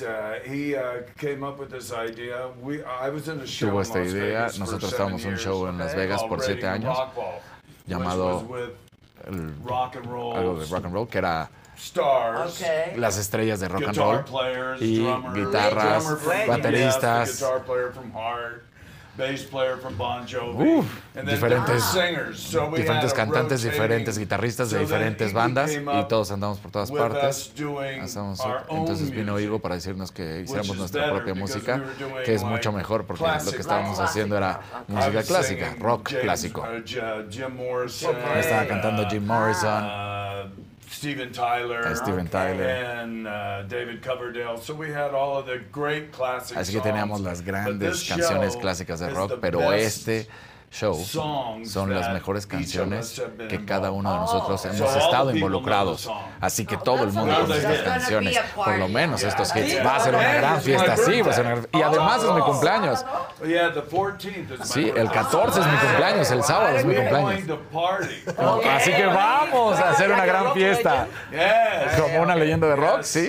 tuvo esta idea. Nosotros estábamos en un show en Las Vegas por 7 años llamado algo de rock and roll, que era las estrellas de rock and roll y guitarras, bateristas, diferentes cantantes, diferentes guitarristas de diferentes bandas, y todos andamos por todas partes. Entonces vino Igo para decirnos que hiciéramos nuestra propia música, que es mucho mejor, porque lo que estábamos haciendo era música clásica, rock clásico. Estaba cantando Jim Morrison,
Steven Tyler, and David Coverdale. So we had all of the great classic
Así que teníamos las grandes canciones clásicas de rock, pero este show son las mejores canciones que cada uno de nosotros hemos estado involucrados. Así que todo el mundo conoce estas canciones, por lo menos estos hits. Va a ser una gran fiesta, sí, va a ser una gran... Y además es mi cumpleaños. Sí, el 14 es mi cumpleaños, el sábado es mi cumpleaños. Así que vamos a hacer una gran fiesta. Como una leyenda de rock, sí.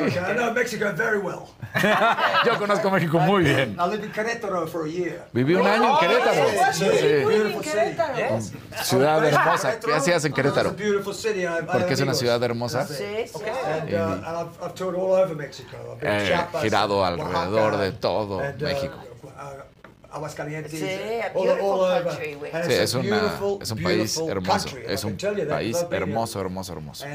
Yo conozco México muy bien. Viví un año en Querétaro. Ciudad hermosa. ¿Qué hacías en Querétaro? Porque es una ciudad hermosa. He girado alrededor de todo México. Sí, es un país hermoso. Es un país hermoso, hermoso, hermoso.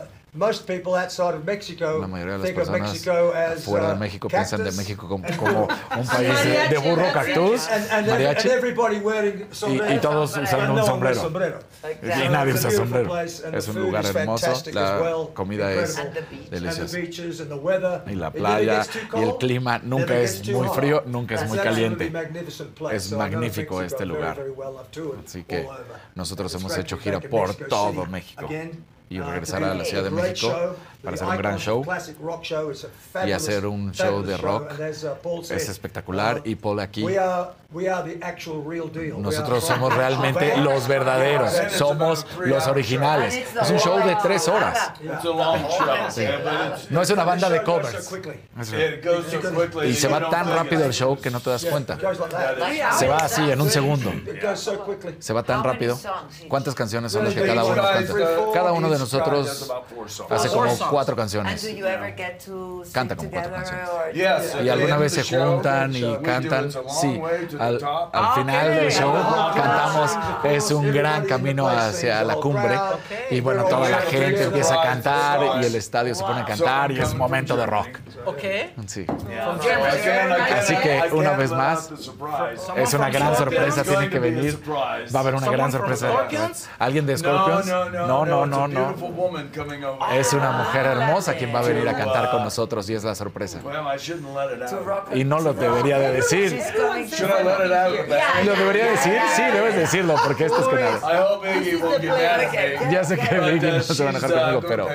La mayoría de las personas fuera de México piensan de México como un país de burro, cactus, mariachi, y todos usando un sombrero. Y nadie usa sombrero. Es un lugar hermoso, la comida es deliciosa. Y la playa y el clima nunca es muy frío, nunca es muy caliente. Es magnífico este lugar. Así que nosotros hemos hecho gira por todo México. Y regresar a la Ciudad de México para hacer un gran show y hacer un show de rock es espectacular. Y Paul aquí, nosotros somos realmente los verdaderos, somos los originales. Es un show de 3 horas. Sí. No es una banda de covers. Y se va tan rápido el show que no te das cuenta. Se va así en un segundo. Se va tan rápido. ¿Cuántas canciones son las que cada uno canta? Cada uno de nosotros hace como 4 canciones. Canta como 4 canciones. Y alguna vez se juntan y cantan. Sí, al final del show cantamos. Es un gran camino hacia la cumbre. Y bueno, toda la gente empieza a cantar y el estadio se pone a cantar y es un momento de rock. Sí. Así que una vez más, es una gran sorpresa. Tienen que venir. Va a haber una gran sorpresa. ¿Alguien de Scorpions? No. Es una mujer hermosa quien va a venir a cantar con nosotros y es la sorpresa. Y no lo debería de decir. ¿Lo debería decir? Sí, debes decirlo porque esto es que nada. Ya sé que Vicky no se va a enojar conmigo,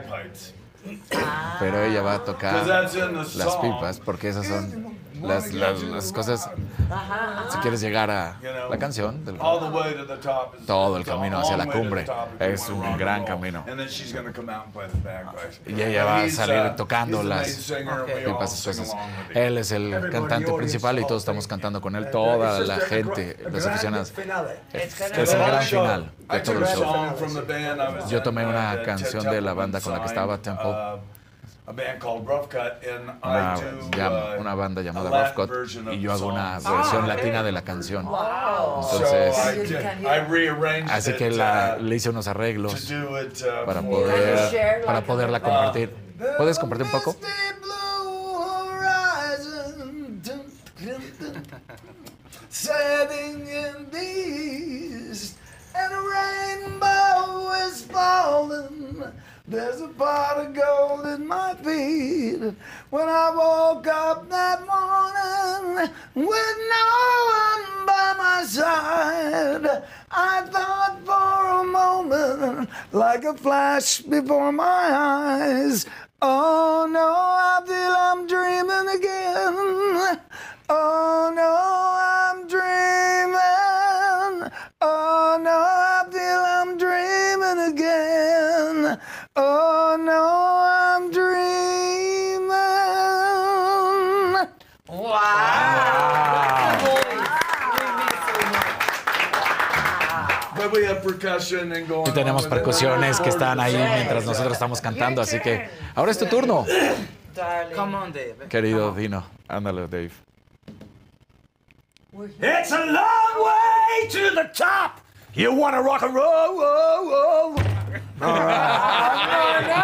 pero ella va a tocar las pipas porque esas son las cosas. Si quieres llegar a la canción, todo el camino hacia la cumbre es un gran camino. Y ella va a salir tocando las pipas espesas. Él es el cantante principal y todos estamos cantando con él, toda la gente, los aficionados. Es el gran final de todo el show. Yo tomé una canción de la banda con la que estaba, Temple. Una banda llamada Rough Cut, y yo hago una versión latina de la canción. Entonces, así que le hice unos arreglos para poderla compartir. ¿Puedes compartir un poco?
Setting in the east, and a rainbow is falling. There's a pot of gold in my feet. When I woke up that morning with no one by my side, I thought for a moment, like a flash before my eyes, oh no, I feel I'm dreaming again. Oh no, I'm dreaming. Oh no, I feel I'm dreaming again. Oh no, I'm dreaming.
Y tenemos percusiones que están ahí mientras nosotros estamos cantando, así que ahora es tu turno.
Come on, Dave.
Querido Dino, ándale, Dave.
It's a long way to the top. You wanna rock and roll? Whoa, whoa. All right.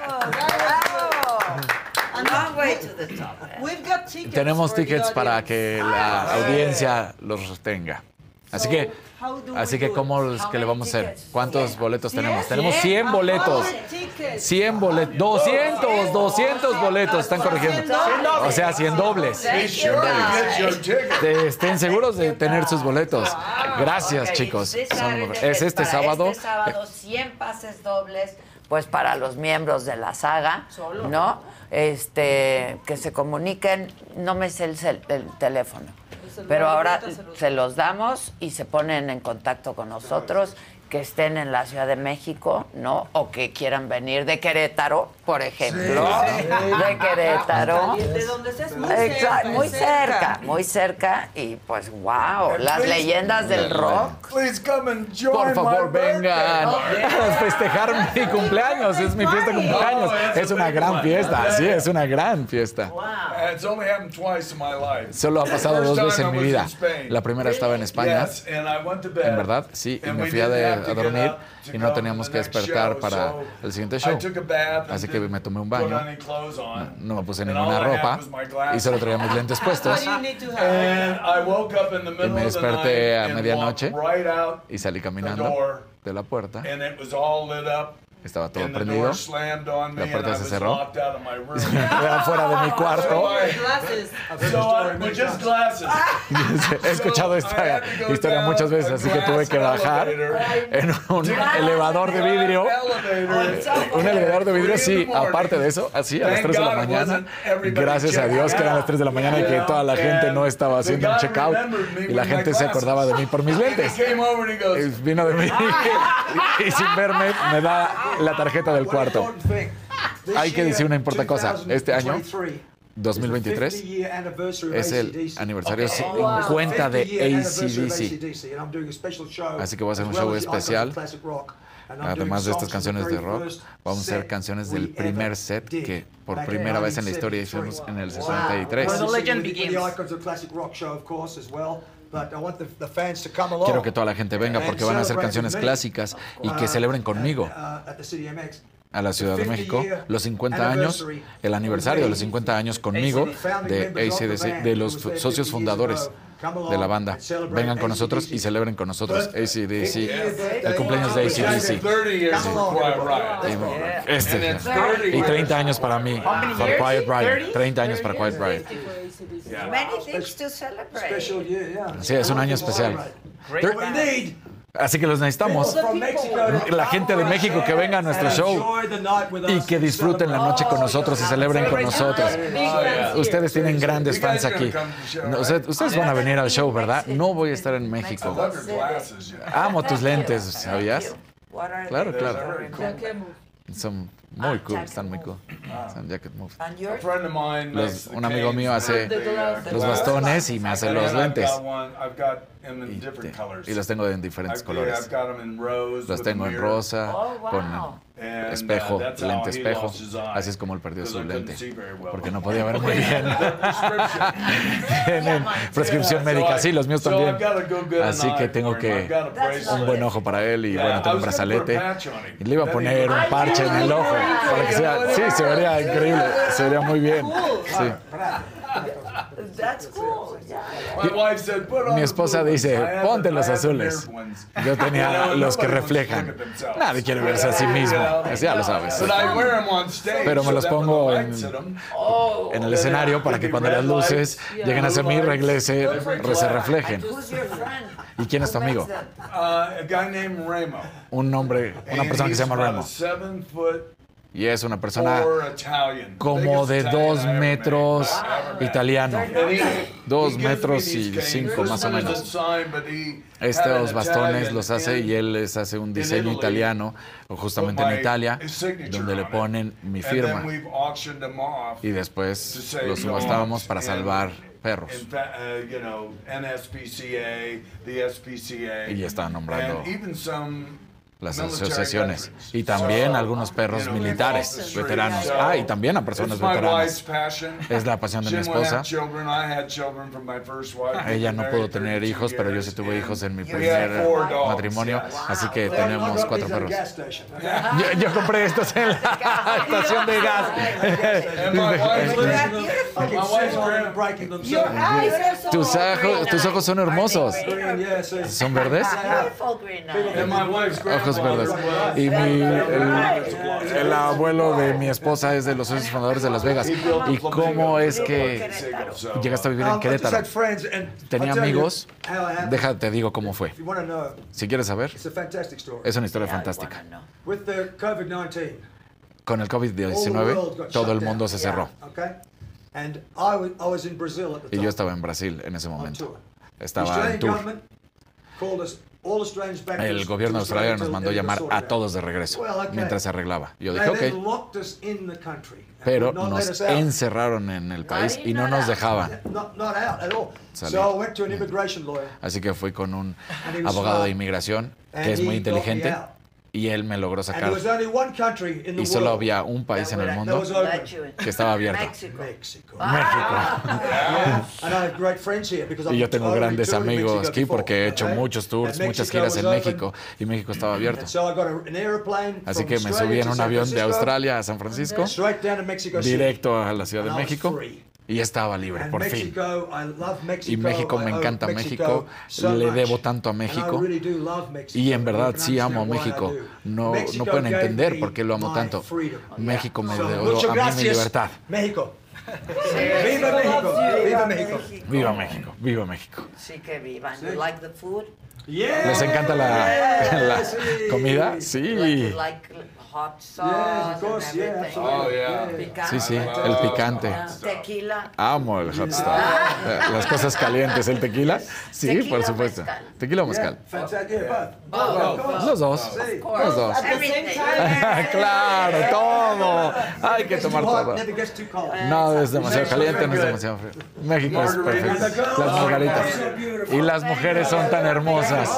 A long way to the top.
We've got tickets.
Tenemos
for the
tickets para
audience.
que la audiencia los tenga. Así que ¿cómo es que le vamos a hacer? ¿Cuántos boletos tenemos? Tenemos 100 boletos. 100 boletos. 200 boletos. Están corrigiendo. O sea, 100 dobles. Estén seguros de tener sus boletos. Gracias, chicos. Es este sábado.
100 pases dobles, pues para los miembros de la saga, ¿no? Que se comuniquen. No me sé el teléfono. Pero ahora se los damos y se ponen en contacto con nosotros, que estén en la Ciudad de México, ¿no? O que quieran venir de Querétaro, por ejemplo. Sí. De Querétaro.
De donde estés,
muy cerca. Y pues, wow, las leyendas del rock.
Por favor, vengan a festejar mi cumpleaños. Es mi fiesta de cumpleaños. Es una gran fiesta. Sí, es una gran fiesta. Solo ha pasado 2 veces en mi vida. La primera estaba en España. En verdad, sí. Y me fui a dormir y no teníamos que despertar para el siguiente show. Así que me tomé un baño. No me puse ninguna ropa y solo traía mis lentes puestos. Y me desperté a medianoche y salí caminando de la puerta. Estaba todo prendido. La puerta se cerró. Afuera de mi cuarto. He escuchado esta historia muchas veces, así que tuve que bajar en un elevador de vidrio. Un elevador de vidrio, sí, aparte de eso, así a las 3 de la mañana. Gracias a Dios que eran las 3 de la mañana y que toda la gente no estaba haciendo un checkout y la gente se acordaba de mí por mis lentes. Vino de mí y sin verme me da la tarjeta del cuarto. Hay que decir una importante cosa. Este año, 2023, es el aniversario 50 de AC/DC. Así que voy a hacer un show especial. Además de estas canciones de rock, vamos a hacer canciones del primer set que por primera vez en la historia hicimos en el 63. Quiero que toda la gente venga porque van a hacer canciones clásicas y que celebren conmigo a la Ciudad de México los 50 años, el aniversario de los 50 años conmigo de AC/DC, de los socios fundadores de la banda. Vengan con nosotros y celebren con nosotros AC/DC, el cumpleaños de AC/DC. Y 30 años para mí, para Quiet Riot. 30 años para Quiet Riot.
Many things to celebrate.
Sí, es un año especial. Así que los necesitamos. La gente de México que venga a nuestro show y que disfruten la noche con nosotros y celebren con nosotros. Ustedes tienen grandes fans aquí. Ustedes van a venir al show, ¿verdad? No voy a estar en México. Amo tus lentes, ¿sabías? Claro, claro. Son muy cool, están muy cool. Son jacket moves. Un amigo mío hace los bastones y me hace los lentes. Y los tengo en diferentes colores. Los tengo en rosa, con espejo, lente espejo. Así es como él perdió su lente, porque no podía ver muy bien. Tienen prescripción médica, sí, los míos también. Así que tengo que un buen ojo para él y bueno, tengo un brazalete. Y le iba a poner un parche en el ojo para que sea, sí, se vería increíble, se vería muy bien. Sí.
That's cool.
My wife said, "Put on
Mi
the
esposa
blue ones."
dice,
I had
ponte
the-
los
I had the
azules.
mirrored ones.
Yo tenía los que reflejan. Nadie quiere verse a sí mismo, ya lo sabes.
But I wear them on stage
Pero me
so
los
that when the
pongo
lights hit 'em,
en el escenario para que cuando las luces lleguen hacia mí se reflejen. ¿Y quién es tu amigo?
a guy named Ramo.
Un hombre, una
And
persona que se
he's
llama
about
Ramo.
a 7'4"
Y es una persona
Italian.
como de
Biggest
2
Italian I ever
metros
met.
italiano.
And he
2
gives me
metros
these
y
canes.
5 más o
This one
menos.
isn't signed, but he had
Estos
an
bastones
Italian
los hace y él les hace un diseño italiano, justamente en Italia, donde le ponen mi firma.
And then we've auctioned them off
Y después los subastábamos para salvar perros.
in you know, NSPCA, the SPCA.
Y ya estaban nombrando
and even some
las
military
asociaciones.
veterans.
Y también
So,
algunos perros
you know,
militares,
we've
veteranos.
so
Ah, y también a personas
it's my wife's
veteranas.
passion.
Es la pasión de mi
She wouldn't have
esposa.
children. I had children from my first wife.
Ella no
Married
pudo tener
32
hijos, pero yo sí
years,
tuve hijos en mi
and
primer
we had 4 dogs,
matrimonio,
yes.
así que tenemos 4 perros.
Yeah.
Yo compré estos en la estación de gas.
And my wife's listening. My wife's
Tus ojos son hermosos. ¿Son verdes?
And my wife's
Ojos verdes. Y el abuelo de mi esposa es de los socios fundadores de Las Vegas. ¿Y cómo es que llegaste a vivir en Querétaro? Tenía amigos. Déjate, digo cómo fue. Si quieres saber, es una historia fantástica. Con el COVID-19, todo el mundo se cerró. Y yo estaba en Brasil en ese momento. Estaba en tour. El gobierno australiano nos mandó llamar a todos de regreso mientras se arreglaba. Yo dije, ok. Pero nos encerraron en el país y no nos dejaban salir. Así que fui con un abogado de inmigración que es muy inteligente y él me logró sacar. Y solo había un país en el mundo que estaba abierto. México. Y yo tengo grandes amigos aquí porque he hecho muchos tours, muchas giras en México y México estaba abierto. Así que me subí en un avión de Australia a San Francisco, directo a la Ciudad de México. Y estaba libre, por fin. Y México, me encanta México, le debo tanto a México. Y en verdad sí amo a México. No pueden entender por qué lo amo tanto. México me dio a mí mi libertad.
México.
Viva México.
Viva México.
Viva México, viva México.
Sí, que vivan. You like the food?
¿Les encanta la comida? Sí.
Hot sauce and everything.
Oh, yeah.
Picante.
Sí, el picante.
Tequila.
Amo el hot stuff. Las cosas calientes. ¿El tequila? Sí,
¿Tequila
por
o
supuesto.
mezcal?
¿Tequila o mezcal? Los dos. Los dos. Claro, todo. Hay que tomar todo. No es demasiado caliente, no es demasiado frío. México es perfecto. Las margaritas. Y las mujeres son tan hermosas.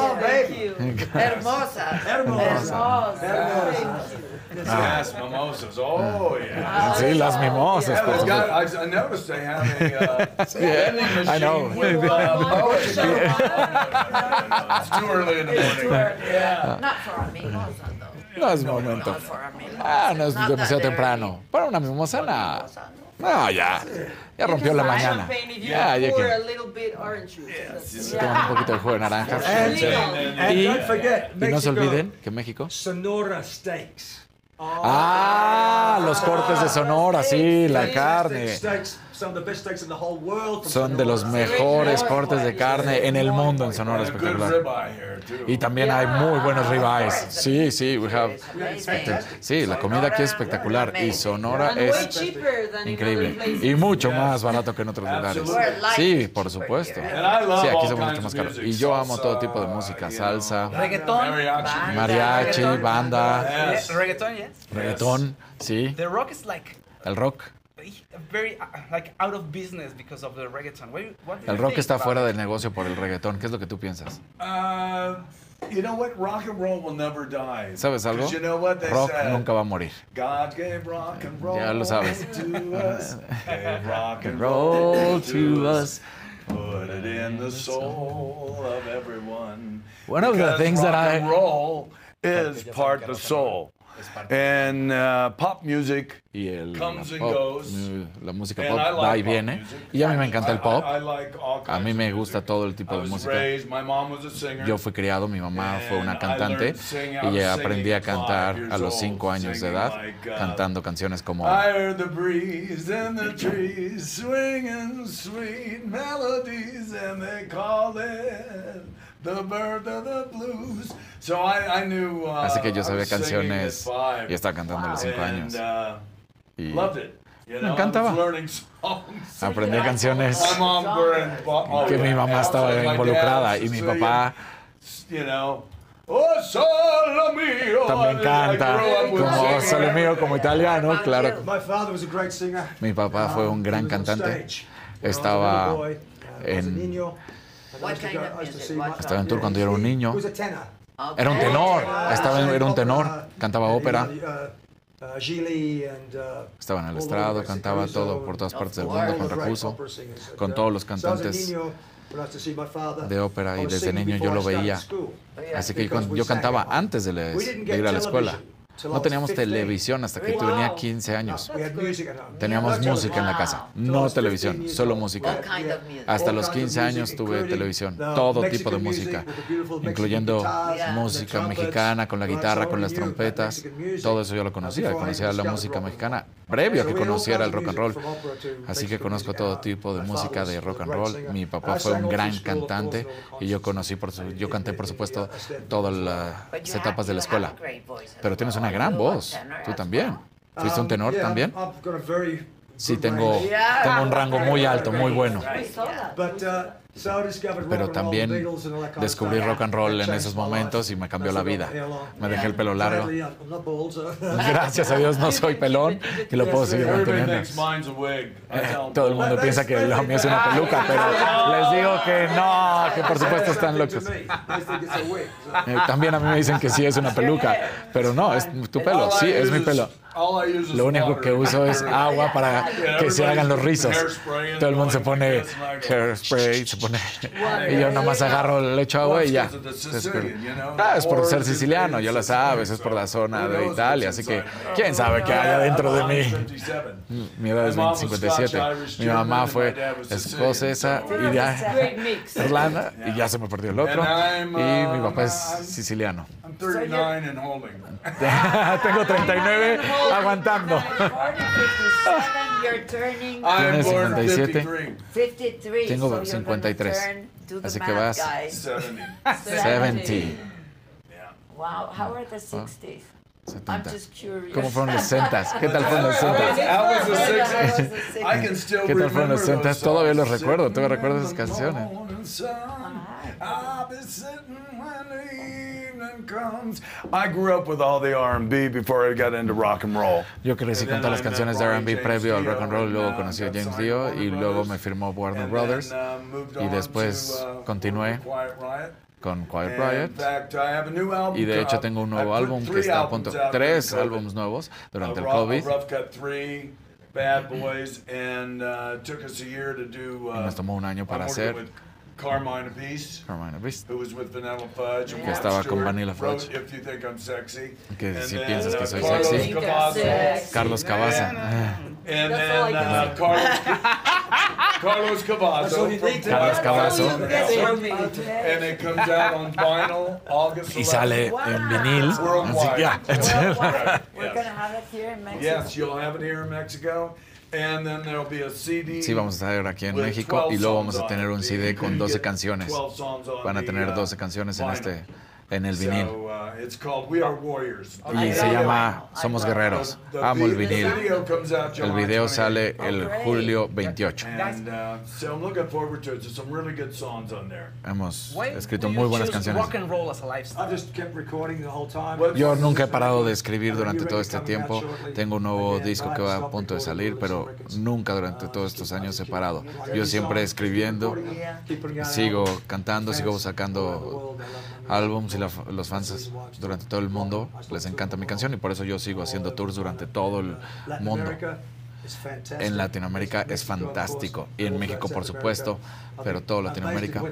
Hermosas.
Yes, mimosas. Oh, yeah.
Sí, las mimosas, por supuesto.
I noticed they have a vending machine
I know.
with poetry. It's too early in the morning. Yeah.
Not for a mimosa, though.
No es momento. No es demasiado temprano. Para una mimosa, no, ya rompió la mañana. Ya que toman un poquito de jugo de naranja. Y no se olviden que México.
Sonora Steaks.
Los cortes de Sonora, sí, la carne. Son de los mejores cortes de carne en el mundo en Sonora, espectacular. Y también hay muy buenos ribeyes. Sí, we have. Sí, la comida aquí es espectacular y Sonora es increíble y mucho más barato que en otros lugares. Sí, por supuesto. Sí, aquí somos mucho más caros. Y yo amo todo tipo de música, salsa, mariachi, banda, reggaetón, sí.
The rock is like
El rock.
very like out of business because of the reggaeton. What do you
El rock
think
está
about
fuera
it?
del negocio por el reggaetón. ¿Qué es lo que tú piensas?
You know what? Rock and roll will never die.
¿Sabes algo?
'Cause you know what they
Rock
said?
nunca va a morir.
God gave rock and roll
Ya lo sabes.
to us. Gave rock and
Roll
roll
to us.
Put it in the soul of everyone.
One of the
Because
things that
rock
I-
and roll is part the soul. And pop music
y
comes and goes.
La música
And
pop
I like
va y
pop
viene.
music.
Y a mí me encanta el pop.
I like all
A mí
kinds
me
of
gusta
music.
todo el tipo
I
de
was
música.
raised, my mom was a singer.
Yo fui criado, mi mamá fue una
And I
cantante
learned to sing. I
y
was
aprendí a
singing at
cantar
5
a los
years
5
old,
años de
singing
edad,
like,
cantando canciones como
I heard the breeze in the trees swinging sweet melodies and they called it the birth of the blues. So I knew
Así que yo
I
sabía
was singing
canciones
at 5.
y estaba cantando a los 5 años. Y
Loved it. You know,
me encantaba.
I was learning songs.
Aprendí canciones
My mom learned,
que mi mamá estaba
my dad
involucrada
was
y mi
Sicilian,
papá
you know, oh sole mio.
también canta como sole mío, como italiano, claro.
My father was a great singer.
Mi papá fue un gran cantante. Estaba en Estaba en tour cuando yo era un niño. Era un tenor. Era un tenor. Cantaba ópera. Estaba en el estrado, cantaba todo por todas partes del mundo con Racuso, con todos los cantantes de ópera y desde niño yo lo veía. Así que yo cantaba antes de ir a la escuela. No teníamos televisión hasta que tenía 15 años. Teníamos música en la casa, no televisión, solo música. Hasta los 15 años tuve televisión, todo tipo de música, incluyendo música mexicana con la guitarra, con las trompetas. Todo eso yo lo conocía la música mexicana previo a que conociera el rock and roll. Así que conozco todo tipo de música de rock and roll. Mi papá fue un gran cantante y yo canté por supuesto todas las etapas de la escuela. Pero tienes una gran voz, tú también. ¿Fuiste un tenor también? Sí, tengo un rango muy alto, muy bueno. Pero también descubrí rock and roll en esos momentos y me cambió la vida. Me dejé el pelo largo. Gracias a Dios no soy pelón y lo puedo seguir manteniendo. Todo el mundo piensa que lo mío es una peluca, pero les digo que no, que por supuesto están locos. También a mí me dicen que sí es una peluca, pero no, es tu pelo, sí, es mi pelo. Lo único que uso es agua para que se hagan los rizos. Todo el mundo se pone hairspray, y yo nada más agarro, le echo agua y ya. Es por ser siciliano, ya lo sabes, es por la zona de Italia, así que quién sabe qué hay adentro de mí. Mi edad es 57. Mi mamá fue escocesa y de Irlanda y ya se me perdió el otro. Y mi papá es siciliano. Tengo 39 aguantando. Tienes 57. Tengo 53. Así que vas 70.
Wow, how are the 60s? I'm just curious.
¿Cómo fueron los 60s? ¿Qué tal fueron los 60s? ¿Qué tal fueron los 60s? Todavía los recuerdo, todavía recuerdo esas canciones.
I grew up with all the R&B before I got into rock and roll.
Yo crecí con todas las canciones de R&B previo al rock and roll, luego conocí a James Dio y luego me firmó Warner Brothers y después continué con Quiet Riot. Y de hecho tengo un nuevo álbum que está a punto, 3 álbumes nuevos durante el COVID. Y nos tomó un año para hacer.
Carmine Appice, who was with Vanilla Fudge,
que estaba con Vanilla Fudge.
If You Think I'm Sexy.
Que si piensas que soy sexy. Carlos Cavazo.
And then Carlos Cavazo.
Carlos Cavazo.
And it comes out on vinyl August 11th.
Y sale en vinil. Así que ya.
We're going to have it here in Mexico.
Yes, you'll have it here in Mexico. And then there'll be a CD.
Sí, vamos a estar aquí en México y luego vamos a tener un CD con 12 canciones. Van a tener 12 canciones en el vinil. Y se llama Somos Guerreros. Amo el vinil. El video sale el julio 28. Hemos escrito muy buenas canciones. Yo nunca he parado de escribir durante todo este tiempo. Tengo un nuevo disco que va a punto de salir, pero nunca durante todos estos años he parado. Yo siempre escribiendo, sigo cantando, sigo sacando álbums y los fans durante todo el mundo les encanta mi canción y por eso yo sigo haciendo tours durante todo el mundo. En Latinoamérica es fantástico y en México por supuesto, pero todo Latinoamérica.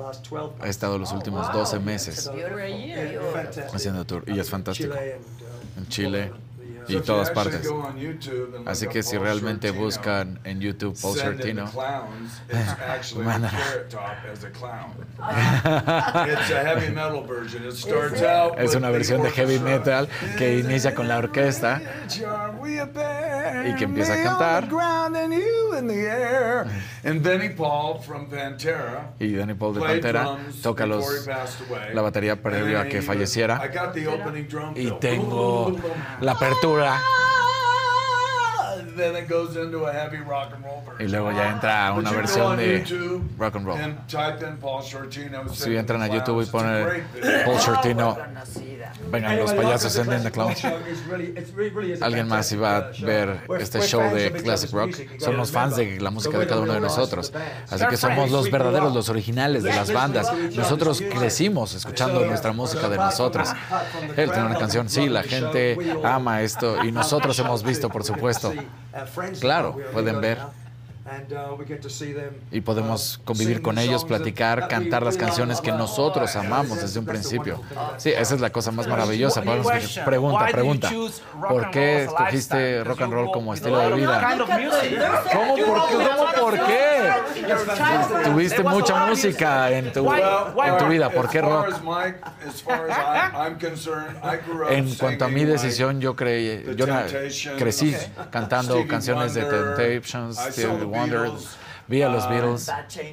He estado los últimos 12 meses haciendo tour y es fantástico. en Chile y todas partes. Así que si realmente buscan en YouTube Paul Sortino, es una versión de heavy metal que inicia con la orquesta y que empieza a cantar. Y Danny Paul de Pantera toca la batería previo a que falleciera. Y tengo la apertura. Y luego ya entra una versión de rock and roll. Si entran a YouTube y ponen Paul Sortino, vengan los payasos and the clowns. Alguien más iba a ver este show de classic rock. Somos fans de la música de cada uno de nosotros. Así que somos los verdaderos, los originales de las bandas. Nosotros crecimos escuchando nuestra música de nosotros. Él tiene una canción, sí, la gente ama esto y nosotros hemos visto, por supuesto. Claro, pueden ver. Y podemos convivir con ellos, platicar, cantar las canciones que nosotros amamos desde un principio. Sí, esa es la cosa más maravillosa. Pregunta. ¿Por qué escogiste rock and roll como estilo de vida? ¿Cómo? ¿Por qué? Tuviste mucha música en tu vida. ¿Por qué rock? En cuanto a mi decisión, yo crecí cantando canciones de Temptations, Stevie Wonder, vi a los Beatles.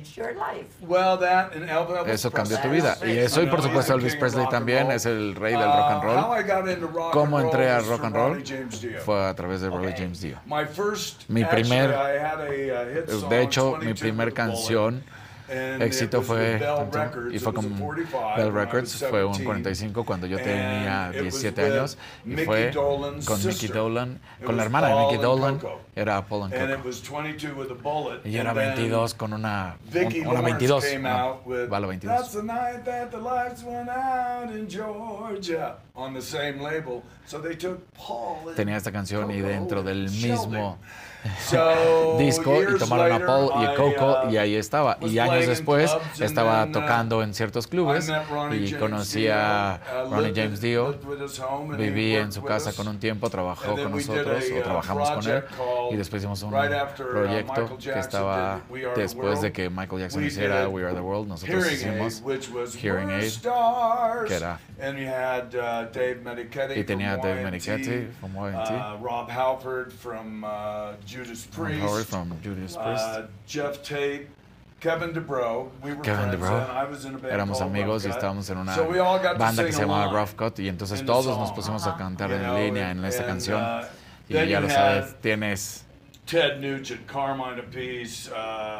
Eso cambió tu vida. Y eso, y por supuesto, Elvis Presley también es el rey del rock and roll. ¿Cómo entré al rock and roll? Fue a través de Rolly James Dio. Mi primer canción éxito fue con Bell Records, fue un 45 cuando yo tenía 17 años y fue con Mickey Dolenz, con la hermana de Mickey Dolenz, era Paul and Coco. Y yo era 22 con una 22, bala 22. Tenía esta canción y dentro del mismo disco y tomaron a Paul y a Coco y ahí estaba. Y años después estaba tocando en ciertos clubes y conocí a Ronnie James Dio. Viví en su casa con un tiempo, trabajó con nosotros o trabajamos con él y después hicimos un proyecto que estaba después de que Michael Jackson hiciera We Are the World. Nosotros hicimos Hearing Aid, que era, y tenía Dave Menichetti from YNT,
Rob Halford from Judas Priest, Jeff Tate, Kevin DeBro.
Éramos amigos y estábamos en una banda que se llamaba Rough Cut y entonces todos nos pusimos a cantar en línea en esta canción y ya lo sabes, tienes
Ted Nugent, Carmine Appice,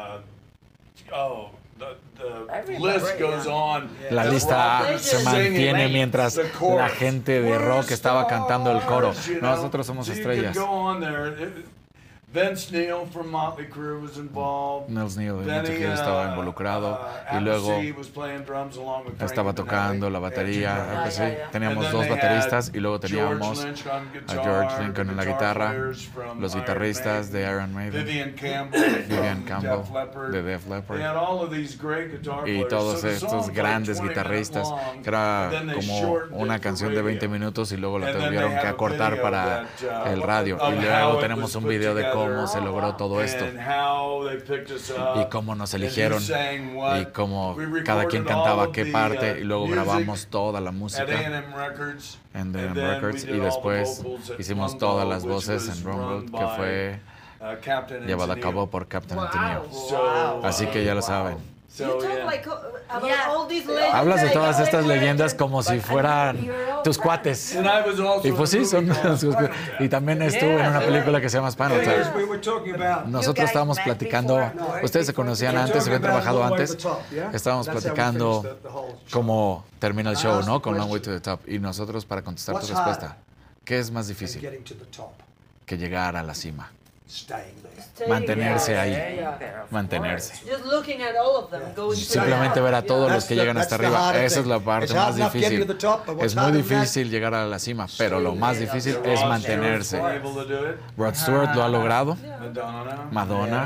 the list goes on.
La lista se mantiene mientras la gente de rock estaba cantando el coro. Nosotros somos estrellas.
Vince Neil from Motley Crue was involved.
Nils Neil de Motley Crue estaba involucrado y luego estaba tocando la batería. Teníamos dos bateristas y luego teníamos a George Lincoln en la guitarra, los guitarristas de Iron Maiden, Vivian Campbell de Def Leppard y todos estos grandes guitarristas, que era como una canción de 20 minutos y luego la tuvieron que acortar para el radio. Y luego tenemos un video de cómo se logró todo esto y cómo nos eligieron y cómo cada quien cantaba qué parte y luego grabamos toda la música en A&M Records y después hicimos todas las voces en Rumble, que fue llevada a cabo por Captain Antonio. Así que ya lo saben. Hablas de todas estas leyendas como si fueran tus cuates. Y pues sí, son. Y también estuve en una película que se llama Spinal Tap. Nosotros estábamos platicando, ustedes se conocían antes, se habían trabajado antes. Estábamos platicando cómo termina el show, ¿no? Con Long Way to the Top. Y nosotros, para contestar tu respuesta, ¿qué es más difícil que llegar a la cima? Mantenerse ahí, mantenerse. Simplemente ver a todos los que llegan hasta arriba. Esa es la parte más difícil. Es muy difícil llegar a la cima, pero lo más difícil es mantenerse. Rod Stewart lo ha logrado. Madonna.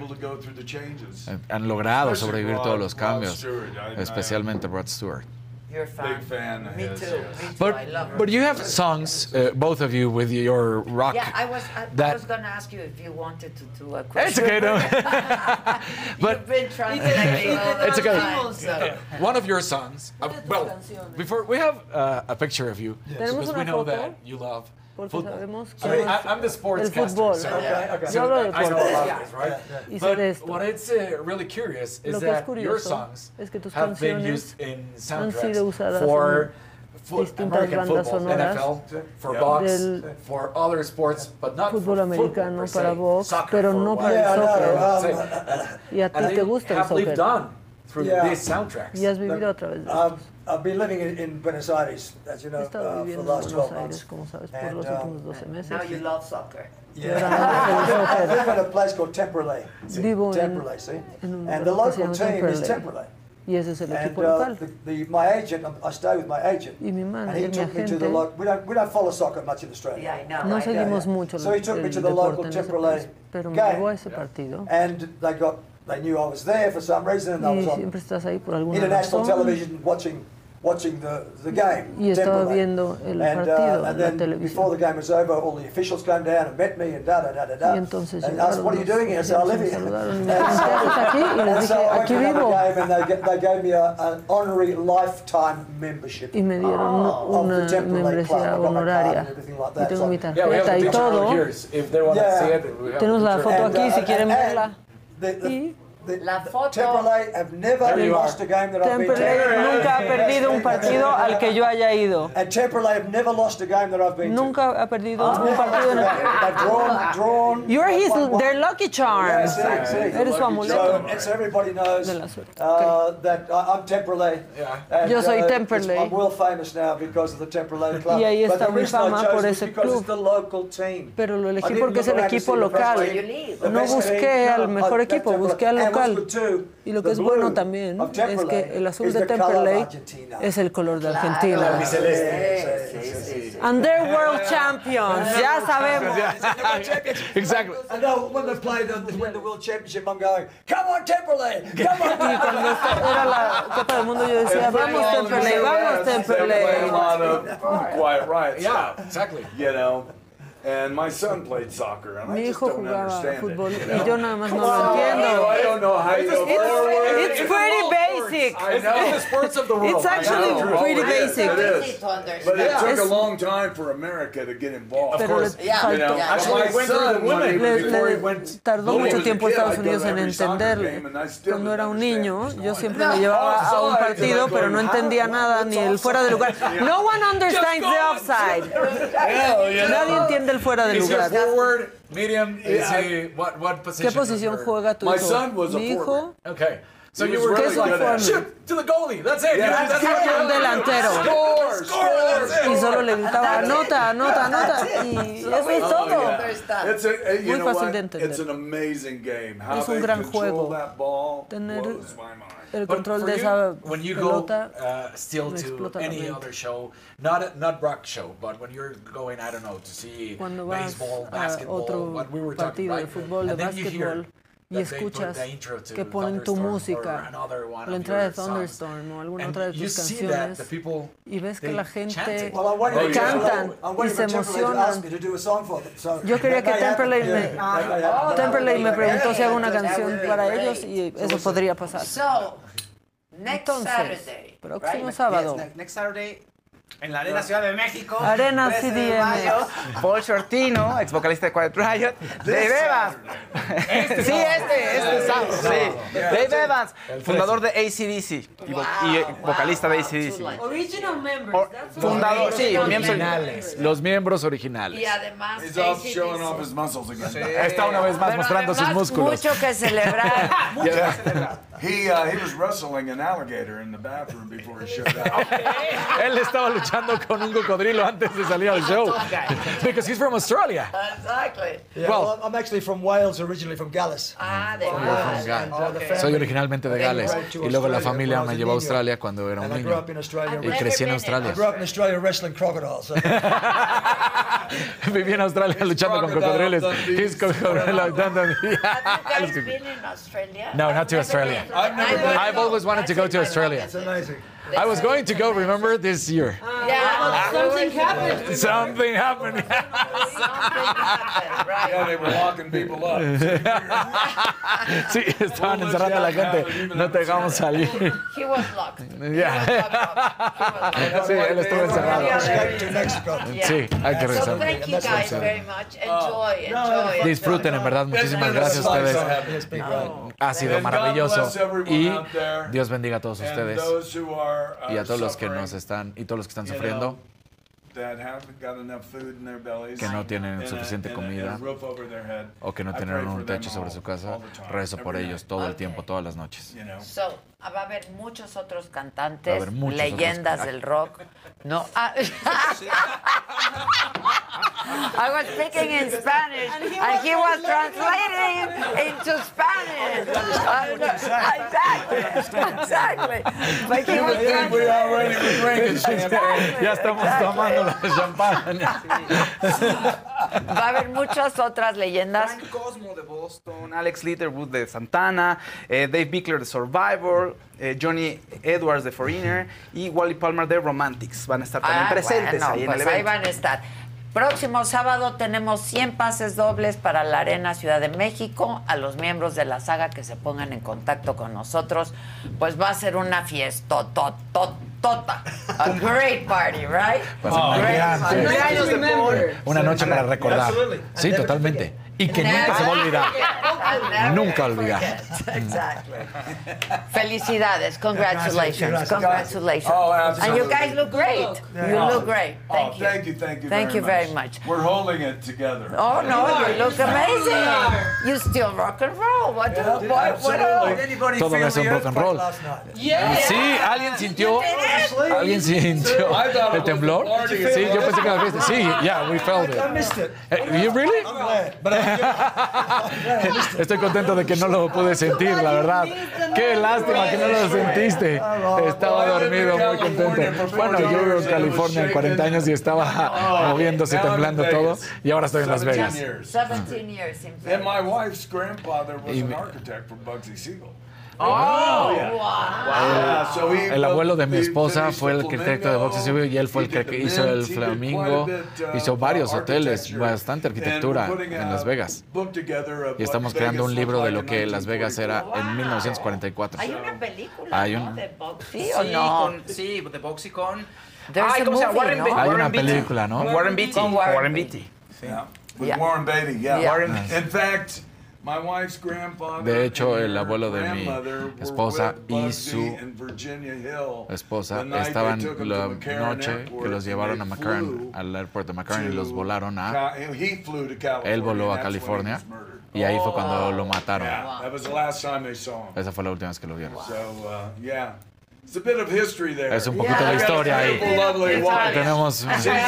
Han logrado sobrevivir todos los cambios, especialmente Rod Stewart.
You're a fan.
Big fan of
Me
his,
too.
yes.
Me too. I love
But you have songs, both of you, with your rock.
Yeah, I was
that
going to ask you if you wanted to do a question.
It's okay, no. But
you've been translating all the
it's okay.
time, so.
One of your songs. Well, before we have a picture of you, because we know that you love football. I mean, I'm the sportscaster, so, so I know a lot of this, right? But what it's really curious is that your songs have been used in soundtracks for American football, NFL, for box, for other sports, but not for
fútbol americano
football,
para box,
soccer,
pero
for
no
what-
para el soccer. Y a
And
ti
they
te gusta el
have lived
soccer.
on through these soundtracks.
Y has vivido a través de esto.
I've been living in Buenos Aires, as you
He
know,
estado
for the
viviendo en
last 12
Buenos Aires,
months.
como sabes, por
And,
los últimos 12 meses.
Now you love soccer.
Yeah, I live in a place called Temperley.
Vivo
Temperley, see?
en un
And the
lugar que se
local
llama
team is
Temperley.
Temperley.
Y ese es el
And
equipo local.
my agent, I stay with my agent.
Y mi
And he
manager, mi
took me to the
agente,
local. We don't follow soccer much in Australia.
Yeah, I know.
no seguimos mucho
So he took
el
me to the local
deporte en ese
Temperley
país, pero me llevó a ese partido.
And they knew I was there for some reason, and I
Y
was on
siempre estás ahí por alguna
international
razón.
television watching the game.
Y estaba
Temperley.
viendo el
And,
partido
and
en la
then
televisión.
before the game was over, all the officials came down and met me and
Y entonces
And asked, what are you doing here? I said, I live
me
here.
saludaron y me dijeron, ¿qué haces aquí? Y les
And so
dije,
I went
aquí
to another
vivo.
game and they gave me an honorary lifetime membership
Y me dieron
of
una
the Temperley Club.
membresía
I've got my card
honoraria.
and everything like
Y
that.
tengo mi
Yeah, we have
tarjeta
the
y
picture out
todo.
here. If they want to see it, we have
Tenemos
the
la
picture.
foto aquí si quieren verla.
La foto.
Temperley have never lost a game that I've been to.
Temperley nunca ha perdido un partido al que yo haya ido.
And Temperley have never lost a game that I've been to.
Nunca ha perdido un partido en el
They've drawn.
You're their lucky charm. Eres su amuleto.
So everybody knows that I'm Temperley. And,
Yo soy Temperley.
I'm world famous now because of the Temperley Club.
Y ahí
But
está
the
mi
reason I
fama
chose
por
was
ese
because
club.
it's the local team.
Pero lo
I
elegí
didn't
porque es el
look around to
equipo
see the best
local.
team, the
No
best
busqué
team.
al mejor
That's
equipo,
Temperley.
busqué al
And what's
local.
good too,
Y lo que
the
es bueno
blue
también
of
es
Temperley
que el azul
is
de
the color of
Temperley
Argentina.
es el color de Argentina.
Sí.
And they're world champions, ya sabemos.
Exactly.
I know when they played win the World Championship, I'm going, come on, Temperley, come on.
Y cuando era la Copa del Mundo yo decía, vamos Temperley, vamos
They play a lot
Temperley.
of quiet riots.
Yeah, exactly.
You know, and my son played soccer, and I
Mi
just
hijo
don't
jugaba
understand
fútbol
it.
y yo nada más no lo
I
entiendo.
don't know how you go forward.
It's pretty basic.
I know.
It's the sports of the world.
It's actually
I know.
pretty
It is,
basic.
it is. But it took
Es-
a long time for America to get involved.
Pero le
You know,
faltó-
actually, my son,
Le tardó mucho tiempo Estados Unidos en entenderle. Cuando era un niño, yo siempre lo llevaba a un partido, pero no entendía nada, ni el fuera de lugar. No one understands the offside. Nadie entiende el fuera de
Is he a
lugar.
forward, medium? Is he what position?
¿Qué posición juega tu
My
hijo?
son was a
Mi hijo
forward.
Okay. So
He
you
was
were
really good at it.
shoot to the goalie. That's it.
Yeah.
That's it.
un delantero.
Score, that's it.
Y solo le gritaba, anota, anota, anota. Y eso es todo.
It's a, you
Muy
know
fácil
what?
de entender.
It's an amazing game. How
Es un
they
gran
control
juego.
that ball
Tener
blows my mind.
el
But
control
for
de
you,
esa
when you
pelota.
go still
me
to
explota la
any
mente.
other show, not rock show, but when you're going, I don't know, to see
Cuando vas
baseball,
a
basketball,
otro
what we were talking
partido de
about,
fútbol, de
and then you hear
básquetbol, y
that they put
escuchas
the intro to
que ponen tu
Thunderstorm or
música,
another one
la
of
entrada
your
de
songs.
Thunderstorm o alguna otra de
And you
tus
see that the
canciones,
people,
y ves que
they
la
chant
gente
it.
Well, I'm waiting for
cantan
I'm
y
waiting
se
for Temperley to ask
emocionan.
me to do a song for them. So
Yo quería que
they have-
Temperley
yeah,
Temperley me preguntó si hago una canción para ellos y eso podría pasar.
So, next
Entonces,
Saturday,
próximo
right?
sábado,
Next Saturday, en la Arena Ciudad de México.
Arena
13 de
CDMX.
mayo, Paul Shortino, ex vocalista de Quiet Riot, Dave Evans. Sí, este sábado. Sí. Dave Evans, fundador de AC/DC y vocalista de AC/DC.
Original members.
Fundador, sí, miembros
Originales. Los miembros originales.
Y además,
He's off showing off his muscles again.
Está una vez más
pero
mostrando sus
además,
músculos.
mucho que celebrar.
He was wrestling an alligator in the bathroom before he showed up.
Él estaba luchando con un cocodrilo antes de salir al show. Because he's from Australia.
Exactly.
Yeah, well, I'm actually from Wales, originally from Gales.
De Wales.
Soy originalmente de Gales y luego la familia me llevó a Australia cuando era un
And I grew
niño
up in Australia.
y crecí en
I
Australia.
grew up in Australia wrestling crocodiles.
Viví en Australia luchando con cocodrilos. He's crocodile Dundee.
Have you guys been in Australia?
No, not to Australia. I've always wanted to go to Australia.
It's amazing.
I was going to go, remember, this year.
Yeah, something happened.
Something happened.
Right.
Yeah, they were locking people up.
Sí, estaban encerrando a la gente. No te dejamos salir.
He was locked.
Yeah. Sí, él estuvo encerrado. Sí, hay que
So
regresar.
thank you guys very much. Enjoy.
Disfruten, en verdad. Muchísimas gracias a ustedes. Ha sido maravilloso. Y Dios bendiga a todos ustedes y a todos los que nos están y todos los que están sufriendo, que no tienen suficiente comida o que no tienen un techo sobre su casa. Rezo por ellos todo el tiempo, todas las noches.
So, va a haber muchos otros cantantes, leyendas del rock. No. I was speaking in Spanish, and he was translating into Spanish. Exactly. Like he was
Ya estamos tomando la champán.
Va a haber muchas otras leyendas.
Frank Cosmo de Boston, Alex Litterwood de Santana, Dave Bickler de Survivor, Johnny Edwards de Foreigner y Wally Palmer de Romantics. Van a estar también presentes ahí en el evento.
Ahí van a estar. Próximo sábado tenemos 100 pases dobles para la Arena Ciudad de México. A los miembros de la saga que se pongan en contacto con nosotros, pues va a ser una fiesta tota. A great party, right?
Una noche para recordar. Sí, totalmente. Y que nunca se va a olvidar. Nunca olvidar.
Exactly. Felicidades. Congratulations. Congratulations.
Oh, absolutely.
And you guys look great. You look great. Thank you.
Thank you
very much.
We're holding it together.
Oh, no, you look amazing. You still rock and roll. What else?
Todo eso en rock and roll. Sí, alguien sintió el temblor. Sí, yo pensé que la fiesta. Sí, yeah, we felt it.
I missed it.
You really?
I'm glad, but
Estoy contento de que no lo pude sentir, la verdad. Qué lástima que no lo sentiste. Estaba dormido, muy contento. Bueno, yo vivo en California en 40 años y estaba moviéndose, temblando todo. Y ahora estoy en Las Vegas.
17 years in
And my wife's grandfather was an architect for Bugsy Siegel.
Oh,
El abuelo de mi esposa fue el arquitecto de Bugsy Siegel y él fue el que hizo el Flamingo. Hizo varios hoteles, bastante arquitectura en Las Vegas. Y estamos creando un libro de lo que Las Vegas era en 1944.
Hay una película,
Hay
¿no? ¿De Bugsy o no?
Sí, de Bugsy con...
There's a
¿cómo se llama?
movie, ¿no?
Hay una película, ¿no?
Warren Beatty. Warren Beatty.
With Warren Beatty, yeah. In fact, my wife's grandfather
De hecho,
and
el
her
abuelo de mi
grandmother were
esposa
with
y
Bugsy
su
in Virginia Hill
esposa
the night they
estaban
took 'em
la
to McCarran
noche
Airport
que los llevaron a
and they
McCarran,
flew
al aeropuerto de McCarran y los
to
volaron a...
he flew to California,
Él voló a
and that's when he
California
was murdered.
y ahí fue cuando lo mataron.
Yeah, that was the last time they saw him.
Esa fue la última vez que lo vieron.
So, yeah. It's a bit of history there.
Es un poquito de historia ahí. Tenemos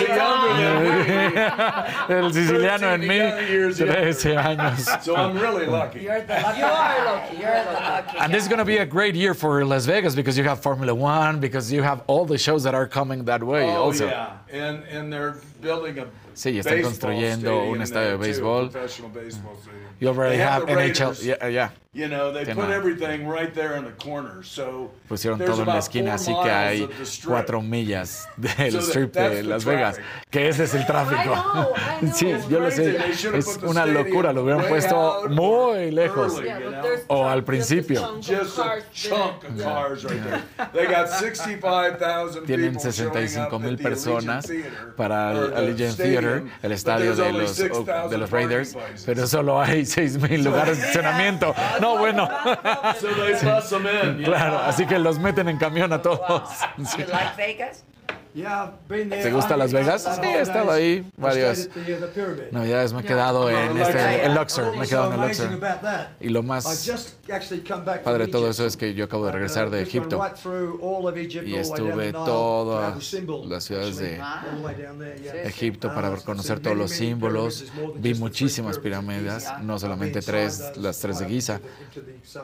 el siciliano en mí, 13 años.
So I'm really lucky.
You're the lucky. You are lucky. You're the lucky.
And this is going to be a great year for Las Vegas because you have Formula One, because you have all the shows that are coming that way also.
Yeah, and they're building a
Sí, están construyendo un estadio de béisbol. You already
They
have
the
NHL.
Raiders.
Yeah.
You know, they
Tiene-
put everything right there in the corner. So
Pusieron
there's
todo en la
about
esquina,
4
así que hay
miles of the strip.
4 millas del
So
strip
that's
de
the
Las Vegas,
traffic.
que ese es el tráfico.
I know.
Sí, yo lo sé.
They should have
Es
put the
una
stadium
locura, lo hubieran
way
puesto
out
muy lejos.
early, you know?
O al principio.
Just a chunk of cars right there. They got 65,000
Tienen
people showing up
65,000
at the
personas
Allegiant Theater,
para
or
el
the
Allegiant
stadium,
Theater, el
but
estadio
there's
de
only
los
6,000
Raiders,
parking places.
pero solo hay 6,000 lugares de estacionamiento. No, bueno.
So they bus them in. you
Claro,
know?
así que los meten en camión a todos. Sí.
You like Vegas?
Yeah, I've been there.
¿Te gusta Las Vegas? Sí, he estado ahí varias navidades. Me he quedado en Luxor. Me he quedado en el Luxor. Y lo más padre de todo eso es que yo acabo de regresar de Egipto. Y estuve todas las ciudades de Egipto para conocer todos los símbolos. Vi muchísimas pirámides, no solamente 3, las 3 de Giza.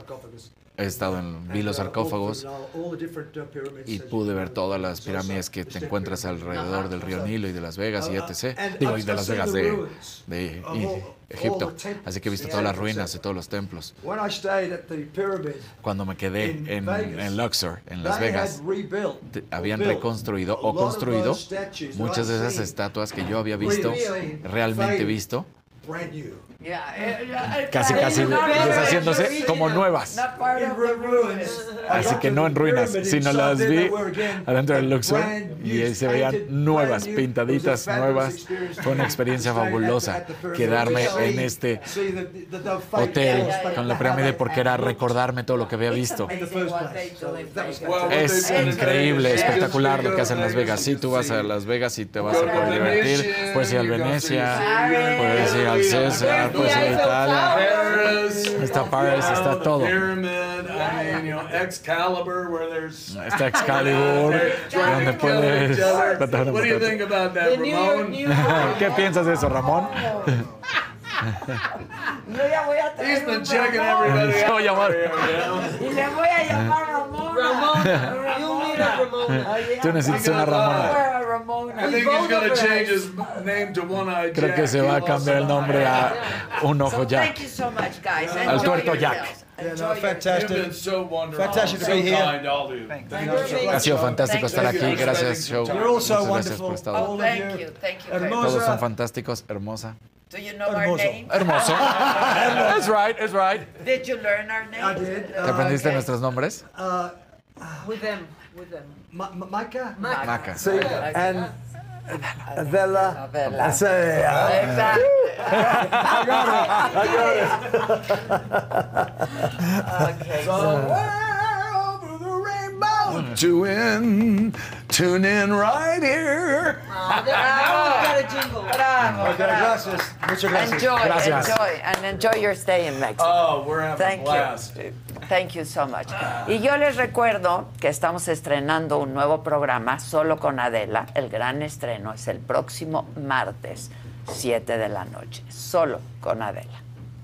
Vi los sarcófagos y pude ver todas las pirámides que te encuentras alrededor del río Nilo y de Las Vegas y etc. Digo, y de Las Vegas de Egipto. Así que he visto todas las ruinas y todos los templos. Cuando me quedé en Luxor, en Las Vegas, habían reconstruido o construido muchas de esas estatuas que yo había visto, realmente visto, casi deshaciéndose como nuevas. Así que no en ruinas, sino las vi adentro del Luxor y ahí se veían nuevas, pintaditas nuevas. Fue una experiencia fabulosa quedarme en este hotel con la pirámide porque era recordarme todo lo que había visto. Es increíble, espectacular lo que hacen Las Vegas. Sí, tú vas a Las Vegas y te vas a poder divertir. Puedes ir al Venecia, puedes ir al César, puedes ir a Italia. Está Paris, está todo. Está Excalibur, donde puedes tratar de matar. ¿Qué piensas de eso, Ramón?
Yo ya voy a traer
He's been checking everybody
Se va a llamar.
y le voy a llamar Ramona.
Tú necesitas una Ramona.
I think he's going to change his name to One-Eyed Jack.
Creo que se va a cambiar el nombre a Un Ojo Jack.
Thank you so much, guys.
Al Tuerto Jack.
Fantastic. Fantastic to be here.
Ha sido fantástico estar aquí. Gracias, show. Muchas gracias por estar.
Thank you very much.
Todos son fantásticos. Hermosa.
Do you know our name?
Hermoso. That's right, that's right.
Did you learn our name?
I did.
¿Te aprendiste nuestros nombres?
With them.
Micah?
Maca.
See, and Adela.
Adela.
Exactly.
Okay.
Over the rainbow. Tune in right here.
Okay, gracias. Muchas gracias.
Enjoy your stay in Mexico.
Oh, we're having a blast.
Thank you so much. Y yo les recuerdo que estamos estrenando un nuevo programa solo con Adela. El gran estreno es el próximo martes, 7 de la noche. Solo con Adela.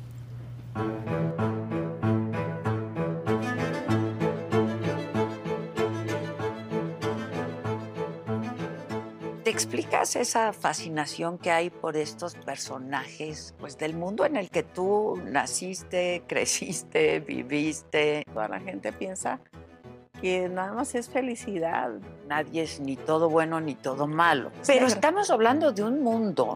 ¿Te explicas esa fascinación que hay por estos personajes, pues, del mundo en el que tú naciste, creciste, viviste?
Toda la gente piensa que nada más es felicidad.
Nadie es ni todo bueno ni todo malo. Pero estamos hablando de un mundo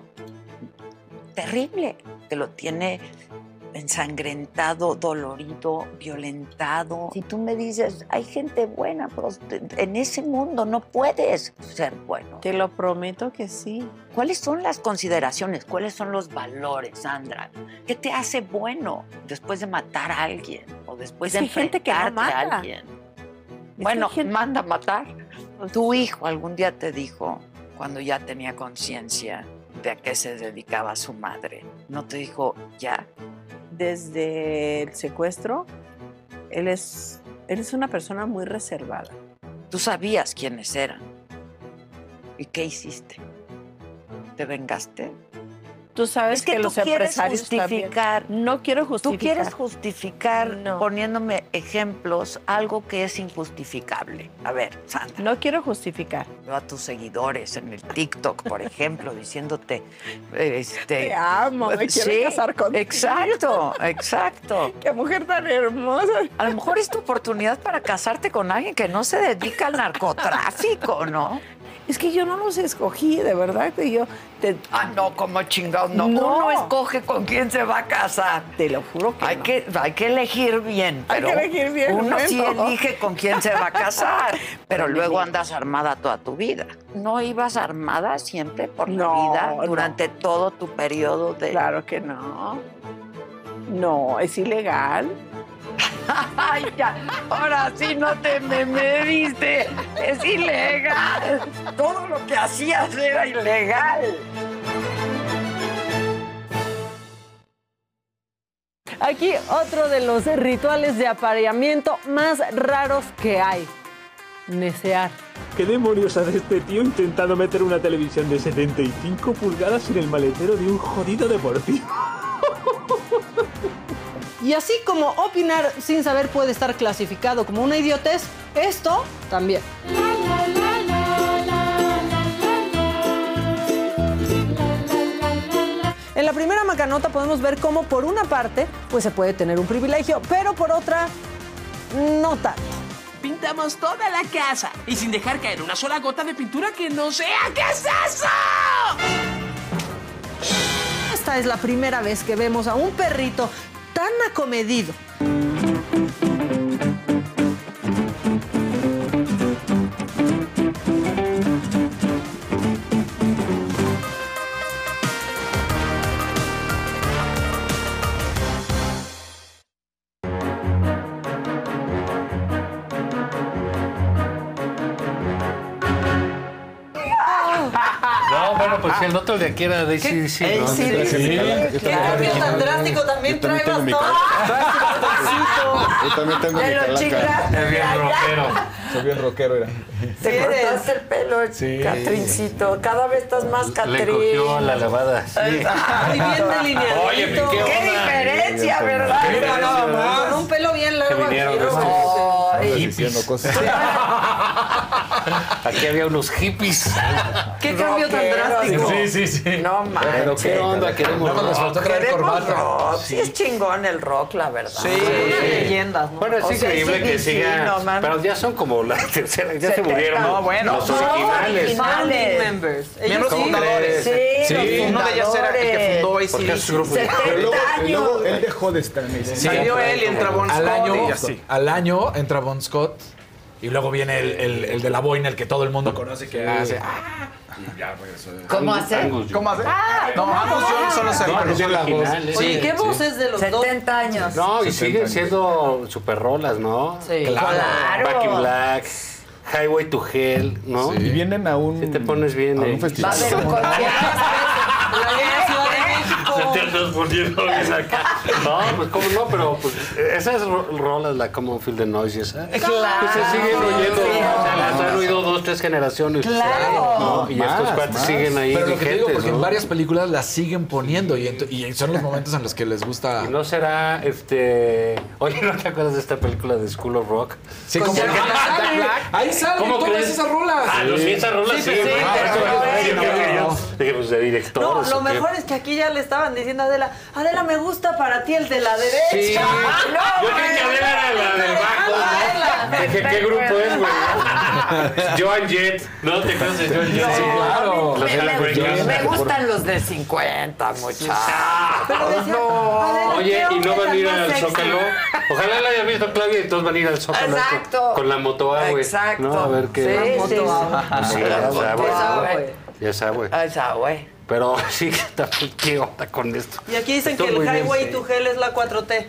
terrible que lo tiene ensangrentado, dolorido, violentado. Si tú me dices, hay gente buena, pero en ese mundo no puedes ser bueno.
Te lo prometo que sí.
¿Cuáles son las consideraciones? ¿Cuáles son los valores, Sandra? ¿Qué te hace bueno después de matar a alguien? O después de enfrentarte a alguien. Bueno, manda a matar. Tu hijo algún día te dijo, cuando ya tenía conciencia de a qué se dedicaba su madre, ¿no te dijo ya?
Desde el secuestro, él es una persona muy reservada.
Tú sabías quiénes eran. ¿Y qué hiciste? ¿Te vengaste?
Tú sabes que los empresarios
justificar.
También. No quiero justificar.
Tú quieres justificar poniéndome ejemplos, algo que es injustificable. A ver, Sandra.
No quiero justificar.
Veo a tus seguidores en el TikTok, por ejemplo, diciéndote...
Te amo, me quiero casar contigo.
Exacto.
Qué mujer tan hermosa.
A lo mejor es tu oportunidad para casarte con alguien que no se dedica al narcotráfico, ¿no?
Es que yo no los escogí, de verdad que yo...
no, como chingado, no. Uno escoge con quién se va a casar.
Te lo juro que
hay que elegir bien.
Hay que elegir bien.
Uno sí elige con quién se va a casar, pero luego andas armada toda tu vida. ¿No ibas armada siempre por la vida durante todo tu periodo de...?
Claro que no. No, es ilegal.
Ay, ya, ahora sí no te me diste. Es ilegal. Todo lo que hacías era ilegal.
Aquí otro de los rituales de apareamiento más raros que hay. Necear.
¿Qué demonios hace este tío intentando meter una televisión de 75 pulgadas en el maletero de un jodido deportivo?
Y así como opinar sin saber puede estar clasificado como una idiotez, esto también.
La, la, la, la, la.
En la primera macanota podemos ver cómo por una parte pues se puede tener un privilegio, pero por otra no tanto.
Pintamos toda la casa y sin dejar caer una sola gota de pintura que no sea. ¿Qué es eso?
Esta es la primera vez que vemos a un perrito tan acomedido.
No, bueno, pues el otro de aquí era de ACDC, ¿no?
¿Qué cambio tan drástico también trae bastón?
Yo también tengo mi calaca.
Es bien rockero.
Soy bien rockero, era.
Te cortaste el pelo, Catrincito. Cada vez estás más Catrín.
Le cogió la lavada. Sí.
Y bien delineadito.
Oye,
¡Qué diferencia, verdad!
Con un pelo bien largo.
Que vinieron
diciendo cosas.
Aquí había unos hippies.
¿Qué cambio tan drástico?
Sí.
No manches.
Pero qué onda, queremos
Nada más les faltó traer corbata.
Rock. Sí es chingón el rock, la verdad.
Sí.
Leyendas, ¿no?
Bueno, es increíble que siga. Pero ya son como la tercera, ya se murieron.
No, bueno.
Los originales.
Founding members.
Miembros fundadores.
Sí,
uno de ellos era el que fundó ACDC.
70 años.
Él dejó de estar en ese.
Salió él y entra Bon Scott.
Al año entra Bon Scott y luego viene el de la boina, el que todo el mundo conoce, que hace... Y ya regresó.
¿Cómo hace?
¿Cómo hace?
No,
Angus Young solo se reconoció la voz.
Oye, ¿qué voces de los
70 años.
No, y siguen siendo super rolas, ¿no?
Sí.
Claro.
Back in Black, Highway to Hell, ¿no?
Y vienen a un...
Si te pones bien...
a un festival.
Va a haber un concierto.
Ciudad de México.
Te andas poniendo bien acá. No, pues cómo no, pero pues esas rolas, la Common Field the Noise y esa, pues se siguen oyendo.
Sí,
O sea, las han oído 2, 3 generaciones.
Claro.
¿no? Y estos cuates siguen ahí
Pero lo que te digo,
vigentes,
porque
¿no?
en varias películas las siguen poniendo y son los momentos en los que les gusta...
Y no será, Oye, ¿no te acuerdas de esta película de School of Rock?
Sí, como
Jack Black.
ahí salen
¿Cómo
todas
crees?
esas rolas.
Ah, sí, esas rolas sí. Dije, pues de director.
No, lo mejor es que aquí ya le estaban diciendo a Adela, me gusta para ti el de la derecha.
Sí. Yo creí que Adela era la del bajo, ¿no? Dije, ¿qué grupo es, güey? Joan Jett. ¿No te acuerdas de Joan Jett?
Sí, claro.
Los Ella Breakers.
Me gustan los de 50, muchachos.
Oye, ¿y no van a ir al Zócalo? Ojalá la haya visto Claudia y todos van a ir al Zócalo.
Exacto.
Con la motoa, güey.
Exacto.
¿No? A ver qué...
Sí.
Sí, ya sabe.
Esa, güey.
Pero sí, ¿qué onda con esto?
Y aquí dicen
Estoy
que el
muy bien,
Highway
sí.
to Hell es la 4T.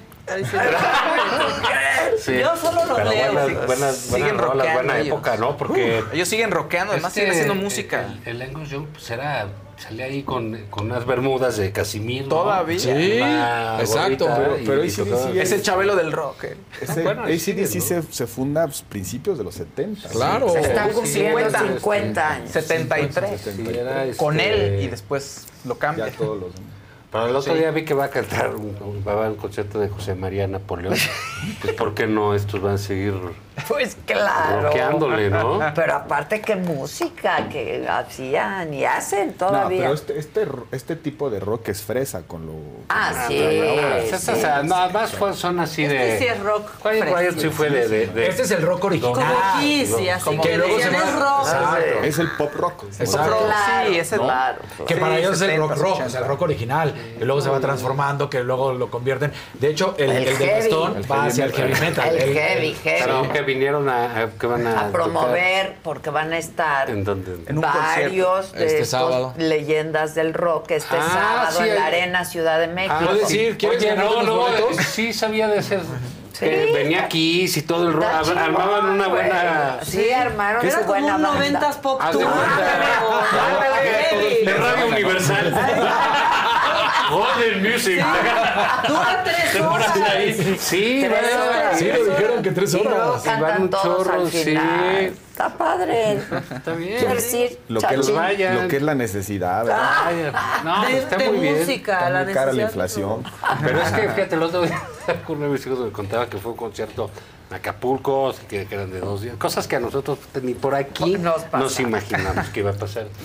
Sí.
Yo solo los
Pero
leo.
buenas
Siguen
rolas,
rockeando
buena
ellos.
época, ¿no? Porque
Ellos siguen rockeando, además siguen haciendo música.
El Angus Young pues salía ahí con unas bermudas de Casimir, ¿no?
Todavía.
Sí,
Una
exacto.
gorrita
Pero
y
AC/DC
tocaba-
es-
Es el Chabelo del rock.
AC/DC se funda a principios de los 70.
Claro.
Se están
Sí,
cumpliendo
50.
50 años.
73.
Sí, era,
Con él y después lo cambia.
Ya todos los...
Pero el otro día vi que va a cantar va a haber un concierto de José María Napoleón. Pues ¿por qué no estos van a seguir
Pues claro.
rockeándole, no?
Pero aparte, qué música que hacían y hacen
No,
todavía.
pero este tipo de rock es fresa con lo...
Sí.
O sea, no, más son así de...
Este sí es rock.
Quiet Riot sí fue de...
Este es el rock original.
Como Kiss y así
Como
que
que luego
decían
se
es
va-
rock.
Exacto.
Es el pop rock.
Exacto.
Claro,
Sí, ese
claro.
Que para
Sí,
ellos es el
70s,
rock rock, o
80s.
sea, el rock original, que luego se va transformando, que luego lo convierten. De hecho, el
El
de
heavy.
Gastón
El
va
heavy
hacia el heavy metal.
El heavy.
Pero que vinieron que van
A promover, porque van a estar
¿En dónde?
En un
varios de
Este
estos
sábado.
leyendas del rock este sábado
sí,
en la
hay-
Arena Ciudad de México.
¿Puedes ir? ¿Quieres
Oye,
ganar
no,
unos boletos?
sí sabía de ser.
Sí.
Que venía Kiss y todo el rock.
Está chingón,
Armaban una
güey.
buena...
Sí, armaron
Era
su
como
buena
un
banda.
90s pop
Haz de
tour.
cuenta. De Radio Universal. Golden Music.
Dura 3
Te pones
horas.
ahí. Sí,
3 horas.
Sí, lo dijeron que 3
Y luego
horas.
Y van
cantan
un
todos
chorro,
al
sí.
final. Está padre.
Está bien.
¿Quieres ir,
Lo que,
Chachín?
vayan.
lo que es la necesidad, ¿verdad?
Vaya. No, pues está
de
muy bien.
música,
Está
la
muy cara la
necesidad.
inflación.
Pero es que, fíjate, el otro día uno de mis hijos me contaba que fue un concierto en Acapulco, que eran de 2 días. Cosas que a nosotros ni por aquí
Nos pasa.
nos imaginamos que iba a pasar.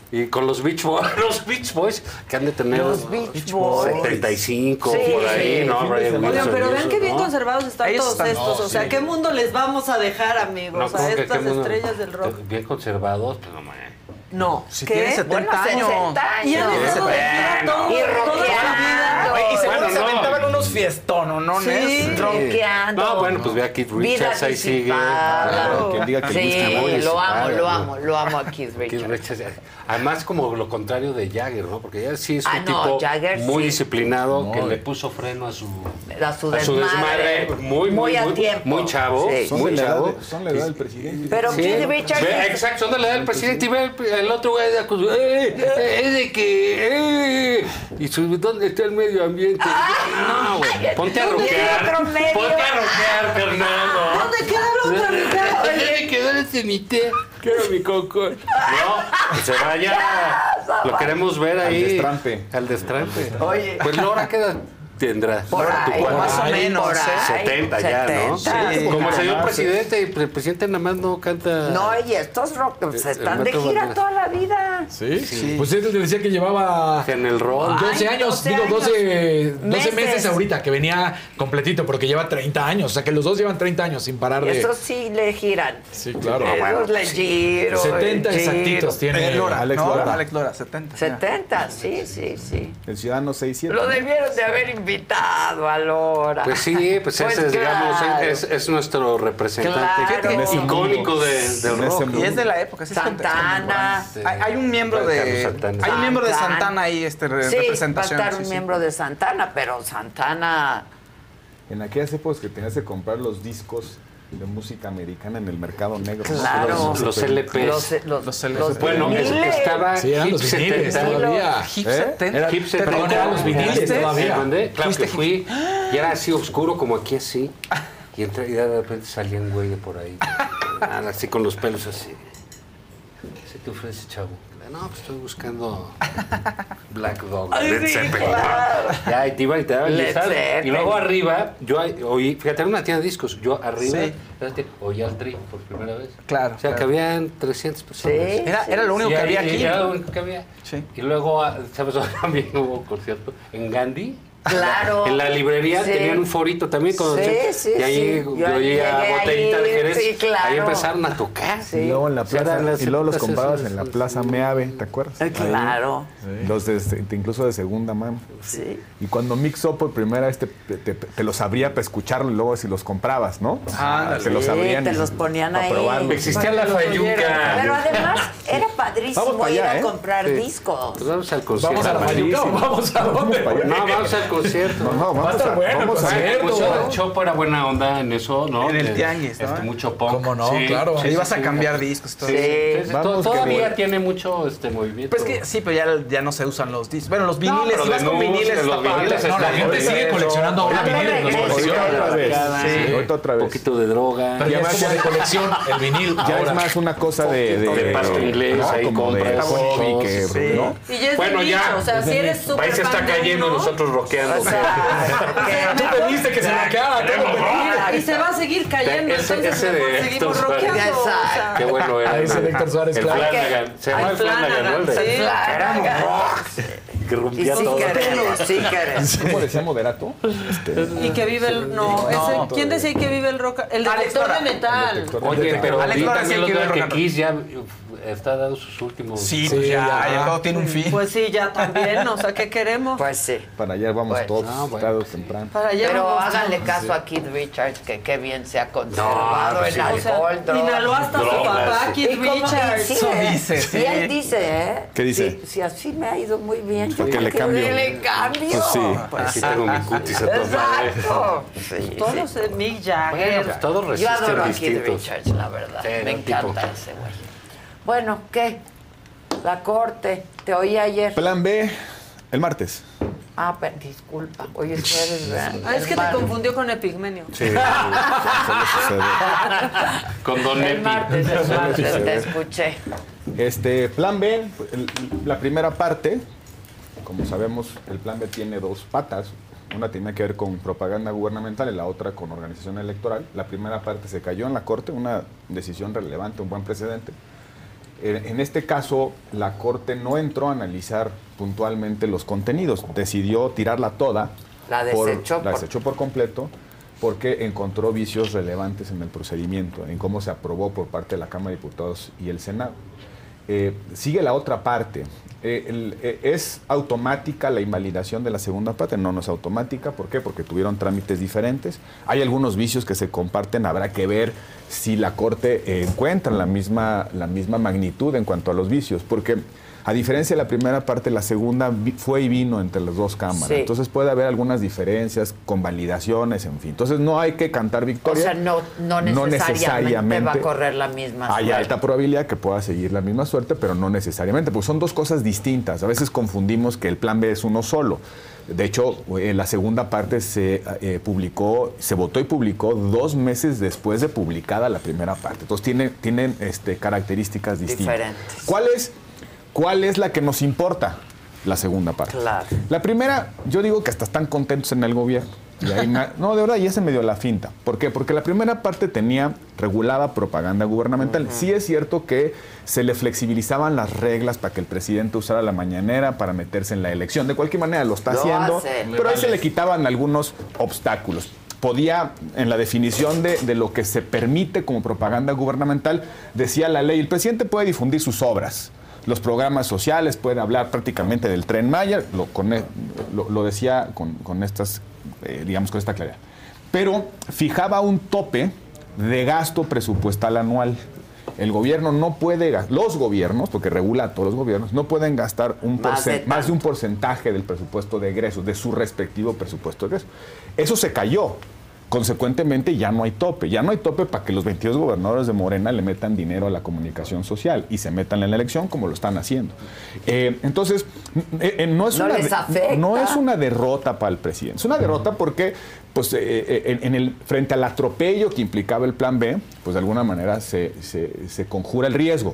Y con los Beach Boys, que han de tener
Los Beach Boys.
75,
Sí,
por ahí,
sí,
¿no? Brian
Oigan,
Wilson
pero
y
vean
eso,
qué bien
¿no?
conservados están
Ellos
todos
están-
estos.
no,
O sea,
sí.
¿qué mundo les vamos a dejar, amigos?
No, ¿cómo
a
que
estas
qué mundo?
estrellas del rock.
Bien conservados, pues no, man.
No.
Si
¿Qué?
tiene 70 años.
60 años.
Y han estado de gira todo-
Y
toda su vida.
Oye, y seguro
Bueno,
se
no.
aventaban unos fiestononones.
Sí.
Ronqueando.
No, bueno, pues ve a Keith
Vida
Richards, ahí sigue.
disipada.
Claro, quien diga que le gusta
Sí,
Boys,
lo amo a Keith
Keith
Richards.
Richards. Además, como lo contrario de Jagger, ¿no? Porque Jagger sí es un
Ah, no,
tipo
Jagger
muy
sí.
disciplinado, que le puso freno a su
desmadre.
muy
a tiempo.
muy chavo,
Sí.
muy chavo.
Son la edad del presidente.
Pero
Sí.
Keith Richards.
Ve, exacto, son de la edad del presidente y ve el otro güey es de que y ¿dónde está el medio ambiente? No, güey, ponte a
¿dónde queda
rockear.
otro medio?
Ponte a rockear, Fernando.
¿Dónde queda la otra mitad?
Oye, quedó ese mi té. Quiero mi coco. No, que se vaya. Lo queremos ver ahí.
Al destrampe.
Al destrampe.
Oye.
Pues Laura, ¿qué edad tendrá?
Por
Laura,
ahí,
¿tú
más o
por
menos,
ahí,
70 ya, ¿no?
70.
Sí, como el señor
Ah,
presidente, y el presidente nada más no canta.
No, y estos rockers están de
Metro
gira
Valderas.
toda la vida.
¿Sí? Pues él le decía que llevaba
En el rol.
12
Ay,
años,
12
digo, 12
meses.
meses ahorita, que venía completito, porque lleva 30 años. O sea, que los dos llevan 30 años sin parar de...
Esos sí le giran.
Sí, claro.
Esos le giro.
70
giro.
exactitos tiene
Lora,
Alex
¿no?
Lora.
Alex Lora, 70.
70, sí.
El Ciudadano 6-7.
Lo debieron de haber invitado a Lora.
Pues sí, pues ese es, digamos,
claro.
es nuestro representante
Claro.
icónico del
En ese
rock.
mundo.
Y es de la época, sí,
Santana.
Hay un miembro
Carlos
de
Santana.
hay un miembro de
Santana.
Santana ahí,
Sí, va a
representación.
estar
sí,
un
sí.
miembro de Santana, pero Santana...
En aquellas épocas que tenías que comprar los discos de música americana en el mercado negro.
Claro.
Los LPs.
Los
Bueno,
viniles.
estaba
Sí, eran
Hip
los viniles
70.
todavía.
Hip
¿Eh?
70.
Era Hip 70.
Perdón, eran los viniles
¿Fuiste?
todavía.
¿Dónde? Claro que
Fuiste
fui. Y era así oscuro como aquí así. Y de repente salía un güey de por ahí. Así con los pelos así. ¿Qué te ofrece, chavo? No, pues estoy buscando Black Dog,
Ay,
Led
sí,
Zeppelin.
claro.
Ya, y te iba y te daban
Led
listas.
Zeppelin.
Y luego arriba, yo oí, fíjate, era una tienda de discos. Yo arriba,
Sí.
fíjate, oí al Tri por primera vez.
Claro.
O sea, que
claro.
habían 300 personas.
Sí.
Era lo único
Y
que
ahí-
había aquí.
Era lo único que había.
Sí.
Y luego, ¿sabes? También hubo concierto en Gandhi.
Claro.
En la librería
Sí.
tenían un forito también con
Sí,
y ahí
sí.
yo oía
llegué
Botellita
ahí,
de Jerez.
sí, claro.
Ahí empezaron a tocar.
Sí.
Y luego en la
O sea,
plaza,
eran las
y luego los
épocas
comprabas
esas,
en la
sí,
Plaza
sí.
Meave, ¿te acuerdas?
Claro.
Los incluso de segunda mano.
Sí.
Y cuando Mixo por primera vez te los abría para escucharlo y luego si los comprabas, ¿no? Te los
Sí,
abrían.
te
y-
los ponían
para
ahí.
probarlos.
Existía la Fayuca.
Pero además era padrísimo
Vamos para
ir
allá,
a
¿eh?
comprar
Sí.
discos.
Pues vamos al concierto.
¿Vamos a la Fayuca o vamos a dónde?
No, vamos al concierto.
No,
Va a
vamos
estar bueno el
vamos a
concierto.
Pues el Chopo era buena onda en eso, ¿no?
En el tianguis, ¿no?
Mucho punk.
¿Cómo no? Claro.
Ahí vas a cambiar discos. Todo.
Sí,
Sí.
Vamos, que
todavía
voy.
tiene mucho movimiento.
Pues que sí, pero ya no se usan los discos. Bueno, los viniles,
pero
si vas
de
con
luz,
viniles,
de los
está padre.
viniles
No, la
está
gente
bien.
sigue coleccionando ahora
Ahora
viniles. Los
regreso.
colecciona.
Ahorita otra vez.
Sí.
Ahorita otra vez.
Un poquito de droga.
Pero ya es como de colección, el vinil.
Ya
ahora.
es más una cosa de
pasto inglés,
¿no?
ahí
como de
compras
hobby
cosas,
que,
sí.
¿no?
Y ya es
Bueno,
de
ya.
nicho, o sea, si eres súper
Ahí se está
fan de
cayendo y
uno,
nosotros rockeando.
O sea,
Tú pediste que se bloqueara.
y se va a seguir cayendo,
Ese-
entonces
ese de
mejor seguimos
Héctor Suárez.
rockeando. O sea,
Qué bueno era.
Ahí dice Héctor Suárez,
El
claro.
Flanagan. Se llama
Ay,
el Flanagan, ¿no? El de-
sí.
Que
y
rompía
sí
todo.
queremos, sí queremos.
¿Cómo decía Moderato?
y que vive el... No, ese, ¿quién decía que vive el rock? El
Alex
detector
Lora.
de metal.
Oye, pero
Alex
vi
Lora
también
sí
los
que
días
rock
que
and roll.
Kiss ya está dando sus últimos...
Sí,
Sí,
pues
ya.
ya todo tiene un fin.
Pues sí, ya también, o sea, ¿qué queremos?
Pues sí.
Para allá vamos
Bueno.
todos,
Ah, bueno.
tarde o temprano.
Para allá
Pero
vamos.
háganle caso a Keith Richards, que qué bien se ha conservado
No,
el
sí.
O sea,
alcohol, drogas.
inhaló hasta su
Drogas,
papá,
sí.
Keith
Y como
Richards.
Eso dice, sí.
Y él dice, ¿eh?
¿Qué dice?
Si así me ha ido muy bien,
¿Por qué le cambio?
le cambio?
Pues sí.
Así tengo mi cutis a toda madre.
Exacto. Sí,
Todos,
sí.
Mick Jagger.
Bueno, pues todos
Yo
resisten
adoro a Keith
distintos.
Richards, la verdad.
Sí,
Me
un
encanta
tipo.
ese güey. Bueno, ¿qué? La corte. Te oí ayer.
Plan B, el martes.
Ah, disculpa. Hoy es jueves, ¿verdad?
Ah, es que te confundió con Epigmenio.
Sí, suele suceder.
Con Don
El
Neti.
martes, te
suceder.
escuché.
Plan B, la primera parte, como sabemos, el plan B tiene dos patas. Una tiene que ver con propaganda gubernamental y la otra con organización electoral. La primera parte se cayó en la Corte, una decisión relevante, un buen precedente. En este caso, la Corte no entró a analizar puntualmente los contenidos, decidió tirarla toda.
La desechó
por completo porque encontró vicios relevantes en el procedimiento, en cómo se aprobó por parte de la Cámara de Diputados y el Senado. Sigue la otra parte. ¿Es automática la invalidación de la segunda parte? No, no es automática. ¿Por qué? Porque tuvieron trámites diferentes. Hay algunos vicios que se comparten. Habrá que ver si la Corte encuentra la misma magnitud en cuanto a los vicios. Porque a diferencia de la primera parte, la segunda fue y vino entre las dos cámaras. Sí. Entonces puede haber algunas diferencias, convalidaciones, en fin. Entonces no hay que cantar victoria.
O sea, no necesariamente va a correr la misma suerte.
Hay alta probabilidad que pueda seguir la misma suerte, pero no necesariamente, porque son dos cosas distintas. A veces confundimos que el plan B es uno solo. De hecho, la segunda parte se votó y publicó 2 meses después de publicada la primera parte. Entonces tienen características distintas.
Diferentes.
¿Cuál es la que nos importa? La segunda parte.
Claro.
La primera, yo digo que hasta están contentos en el gobierno. Y ahí no, de verdad, ya se me dio la finta. ¿Por qué? Porque la primera parte tenía regulada propaganda gubernamental. Sí es cierto que se le flexibilizaban las reglas para que el presidente usara la mañanera para meterse en la elección. De cualquier manera lo está haciendo, pero ahí se le quitaban algunos obstáculos. Podía, en la definición de lo que se permite como propaganda gubernamental, decía la ley, el presidente puede difundir sus obras. Los programas sociales, pueden hablar prácticamente del Tren Maya, lo decía con estas, digamos, con esta claridad. Pero fijaba un tope de gasto presupuestal anual. El gobierno no puede, los gobiernos, porque regula a todos los gobiernos, no pueden gastar más de un porcentaje del presupuesto de egresos, de su respectivo presupuesto de egresos. Eso se cayó. Consecuentemente, ya no hay tope. Ya no hay tope para que los 22 gobernadores de Morena le metan dinero a la comunicación social y se metan en la elección como lo están haciendo. Entonces, no es una derrota para el presidente. Es una derrota porque, pues, frente al atropello que implicaba el plan B, pues de alguna manera se conjura el riesgo.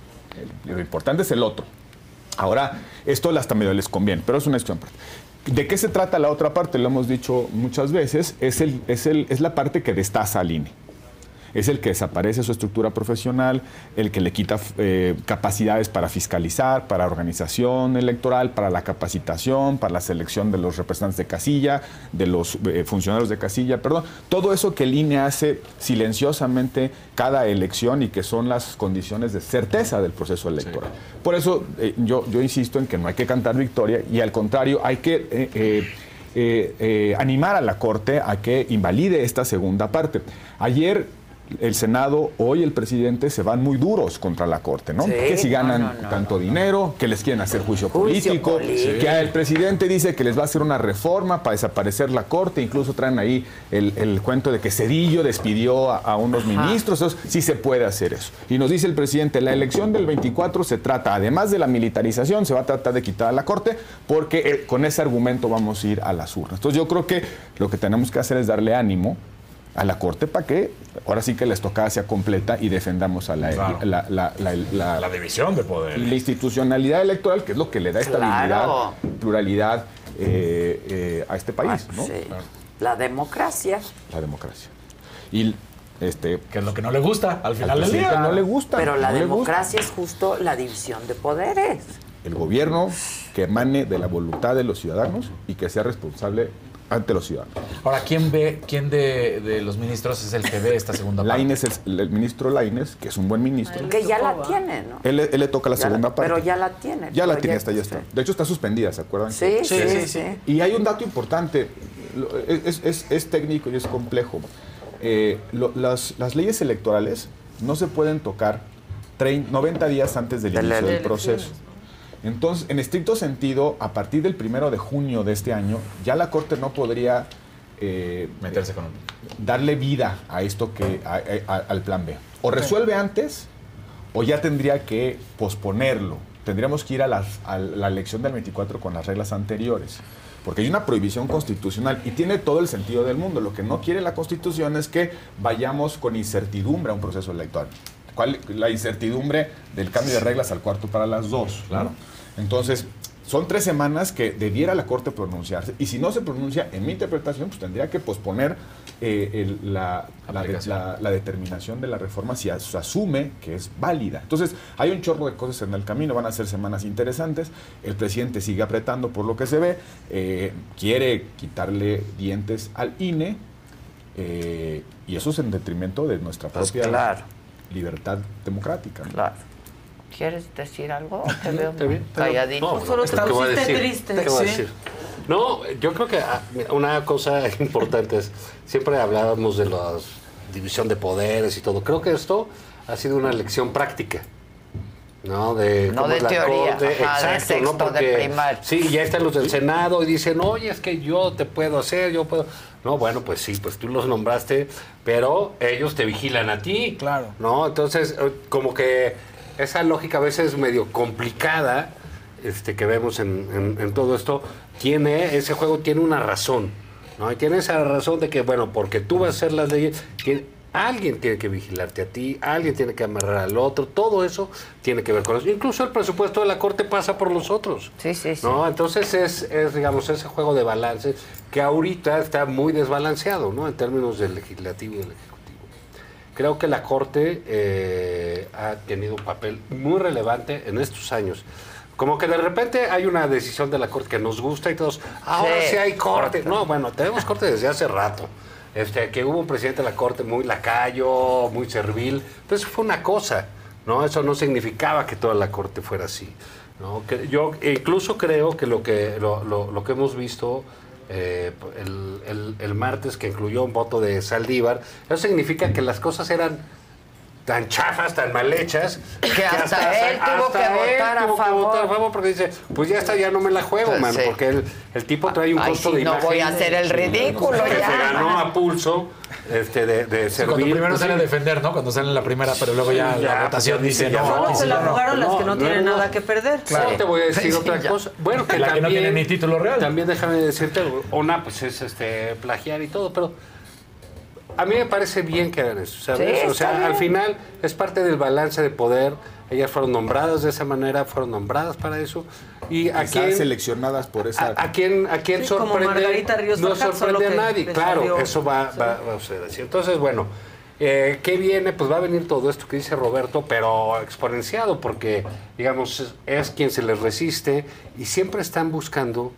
Lo importante es el otro. Ahora, esto hasta medio les conviene, pero es una cuestión. ¿De qué se trata la otra parte? Lo hemos dicho muchas veces, es la parte que destaza al INE. Es el que desaparece su estructura profesional, el que le quita capacidades para fiscalizar, para organización electoral, para la capacitación, para la selección de los representantes de casilla, de los funcionarios de casilla, perdón. Todo eso que el INE hace silenciosamente cada elección y que son las condiciones de certeza del proceso electoral. Sí. Por eso yo insisto en que no hay que cantar victoria y al contrario hay que animar a la Corte a que invalide esta segunda parte. Ayer el Senado, hoy el presidente se van muy duros contra la Corte, ¿no? Sí, que si ganan tanto dinero, que les quieren hacer juicio político, que el presidente dice que les va a hacer una reforma para desaparecer la Corte, incluso traen ahí el cuento de que Zedillo despidió a unos ministros, entonces sí se puede hacer eso. Y nos dice el presidente, la elección del 24 se trata, además de la militarización, se va a tratar de quitar a la Corte, porque con ese argumento vamos a ir a las urnas. Entonces yo creo que lo que tenemos que hacer es darle ánimo a la Corte para que ahora sí que la estocada sea completa y defendamos a la
división de poder.
La institucionalidad electoral, que es lo que le da estabilidad, pluralidad a este país, ¿no?
Sí. La democracia.
La democracia. Y
que es lo que no le gusta al final del día.
No le gusta.
Pero la democracia es justo la división de poderes.
El gobierno que emane de la voluntad de los ciudadanos y que sea responsable ante los ciudadanos.
Ahora, ¿quién de los ministros es el que ve esta segunda parte?
Lainez es el ministro Lainez, que es un buen ministro.
Que ya la tiene, ¿no?
Él le toca la segunda parte.
Pero ya la tiene.
Ya la tiene, ya está. De hecho, está suspendida, ¿se acuerdan?
Sí.
Y hay un dato importante, es técnico y es complejo. Las leyes electorales no se pueden tocar 90 días antes del inicio del proceso. Entonces, en estricto sentido, a partir del 1 de junio de este año, ya la Corte no podría
meterse con
darle vida a esto al plan B. O resuelve antes, o ya tendría que posponerlo. Tendríamos que ir a la elección del 24 con las reglas anteriores. Porque hay una prohibición constitucional y tiene todo el sentido del mundo. Lo que no quiere la Constitución es que vayamos con incertidumbre a un proceso electoral. La incertidumbre del cambio de reglas al cuarto para las 2. Claro. Entonces, son 3 semanas que debiera la Corte pronunciarse, y si no se pronuncia, en mi interpretación, pues tendría que posponer la determinación de la reforma si se asume que es válida. Entonces, hay un chorro de cosas en el camino, van a ser semanas interesantes, el presidente sigue apretando por lo que se ve, quiere quitarle dientes al INE, y eso es en detrimento de nuestra propia libertad democrática, ¿no?
Claro. ¿Quieres decir algo? Te veo
bien.
calladito.
No,
Solo te
¿qué voy a
pusiste
decir?
triste.
¿Qué voy a decir? No, yo creo que una cosa importante es, siempre hablábamos de la división de poderes y todo. Creo que esto ha sido una lección práctica. No de
teoría,
Corte,
ajá, de
exacto,
sexto,
¿no? Porque,
de primaria.
sí, ya están los del Senado y dicen, oye, es que yo te puedo hacer, yo puedo. No, bueno, pues sí, pues tú los nombraste, pero ellos te vigilan a ti.
Claro.
¿No? Entonces, como que esa lógica a veces medio complicada que vemos en todo esto, ese juego tiene una razón, ¿no? Y tiene esa razón de que, bueno, porque tú vas a hacer las leyes, alguien tiene que vigilarte a ti, alguien tiene que amarrar al otro, todo eso tiene que ver con eso. Incluso el presupuesto de la Corte pasa por los otros.
Sí, sí, sí.
¿No? Entonces es, digamos, ese juego de balance que ahorita está muy desbalanceado, ¿no? En términos del legislativo y del ejecutivo. Creo que la Corte ha tenido un papel muy relevante en estos años. Como que de repente hay una decisión de la Corte que nos gusta y todos, ahora sí hay Corte. No, bueno, tenemos Corte desde hace rato. Que hubo un presidente de la Corte muy lacayo, muy servil, pero eso fue una cosa, ¿no? Eso no significaba que toda la Corte fuera así, ¿no? Que yo incluso creo que lo que hemos visto el martes, que incluyó un voto de Saldívar, eso significa que las cosas eran tan chafas, tan mal hechas,
que hasta él tuvo que votar a favor.
Porque dice, pues ya está, ya no me la juego, man, porque el tipo trae un costo de imagen.
No voy a hacer el ridículo
que
ya.
se ganó a pulso de servir.
Cuando primero
pues,
sale a defender, ¿no? Cuando sale en la primera, pero luego ya la votación dice no.
Solo se la jugaron las que no tienen nada que perder.
Claro. Te voy a decir otra cosa. Bueno, que
la
también,
que no tiene ni título real.
También déjame decirte, una pues es plagiar y todo, pero a mí me parece bien que hagan eso, ¿sabes?
Sí,
o sea, al final es parte del balance de poder. Ellas fueron nombradas de esa manera, fueron nombradas para eso. Y a quién
seleccionadas por esa.
¿A quién
sí,
sorprende?
Como Margarita Ríos
no
Farjat,
sorprende a
solo
nadie.
que
Claro,
salió.
eso va a suceder así. Entonces, bueno, ¿qué viene? Pues va a venir todo esto que dice Roberto, pero exponenciado, porque, digamos, es quien se les resiste y siempre están buscando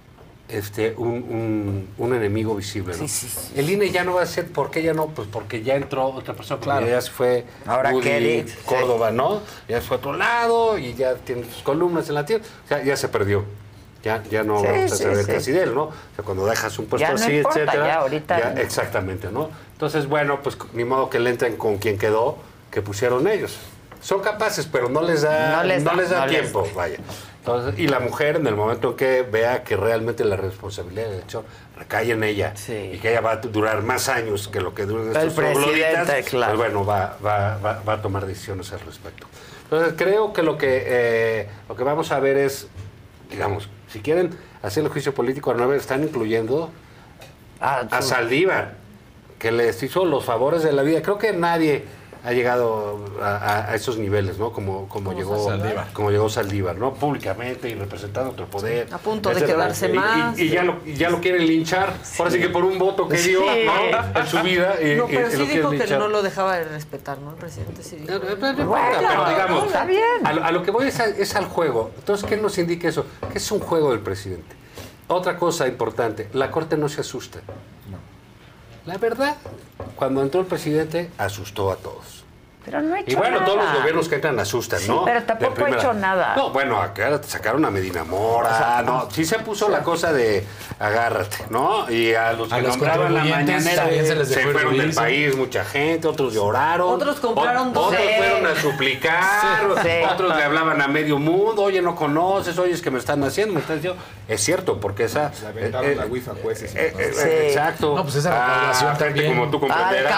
un enemigo visible, ¿no?
Sí.
El INE ya no va a ser, ¿por qué ya no? Pues porque ya entró otra persona,
Claro.
ya se fue
Ahora
Woody
Kelly,
Córdoba, ¿no? Ya se fue a otro lado y ya tiene sus columnas en la tierra, ya se perdió. Ya no vamos a saber casi de él, ¿no? O sea, cuando dejas un puesto
Ya no
así,
importa,
etcétera.
ya ahorita no.
Exactamente, ¿no? Entonces, bueno, pues ni modo que le entren con quien quedó, que pusieron ellos. Son capaces, pero no les da tiempo, vaya. Entonces, y la mujer, en el momento en que vea que realmente la responsabilidad del hecho recae en ella y que ella va a durar más años que lo que duran estos trogloditas,
claro.
pues bueno, va a tomar decisiones al respecto. Entonces, creo que lo que vamos a ver es, digamos, si quieren hacer el juicio político a 9, están incluyendo a Saldívar, que les hizo los favores de la vida. Creo que nadie ha llegado a esos niveles, ¿no? Como llegó Saldívar, ¿no? Públicamente y representando otro poder.
A punto de quedarse más.
Y ya lo quieren linchar. Ahora sí que por un voto que dio, ¿no? En su vida.
No, pero sí
lo
dijo
quieren
que
linchar.
no lo dejaba de respetar, ¿no? El presidente sí dijo.
Pero digamos,
está bien.
A lo que voy es al juego. Entonces, ¿qué nos indica eso? Que es un juego del presidente. Otra cosa importante, la Corte no se asusta. La verdad, cuando entró el presidente, asustó a todos.
Pero no ha hecho
Y bueno,
nada.
todos los gobiernos que entran asustan, ¿no?
Pero tampoco
De
ha
primera.
hecho nada.
No, bueno, acá sacaron a Medina Mora, no, sí se puso la cosa de agárrate, ¿no? Y a los que nombraban la mañanera
también se les
se
dejó
fueron del
juicio.
país, mucha gente, otros lloraron.
Otros compraron
Otros
dos.
fueron a suplicar, otros le hablaban a medio mundo, oye, no conoces, oye, es que me están haciendo, me están diciendo. Es cierto, porque esa...
Se aventaron la wifi a jueces.
Exacto.
No, pues esa recaudación
gente
también.
como tú comprenderás.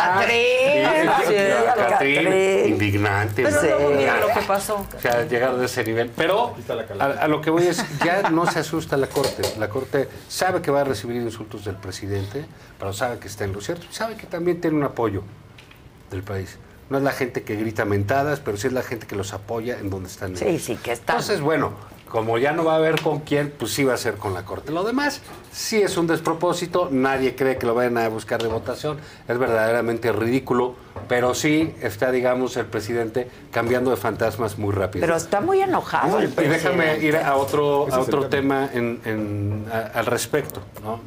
Catrín, indignante.
Pero luego mira lo que pasó.
O sea, llegar de ese nivel. Pero a lo que voy es, ya no se asusta la Corte. La Corte sabe que va a recibir insultos del presidente, pero sabe que está en lo cierto. Sabe que también tiene un apoyo del país. No es la gente que grita mentadas, pero sí es la gente que los apoya en donde están.
Sí, que está.
Entonces, bueno, como ya no va a haber con quién, pues sí va a ser con la Corte. Lo demás sí es un despropósito, nadie cree que lo vayan a buscar de votación, es verdaderamente ridículo, pero sí está, digamos, el presidente cambiando de fantasmas muy rápido.
Pero está muy enojado el
Y
presidente.
déjame ir a otro tema al respecto, ¿no?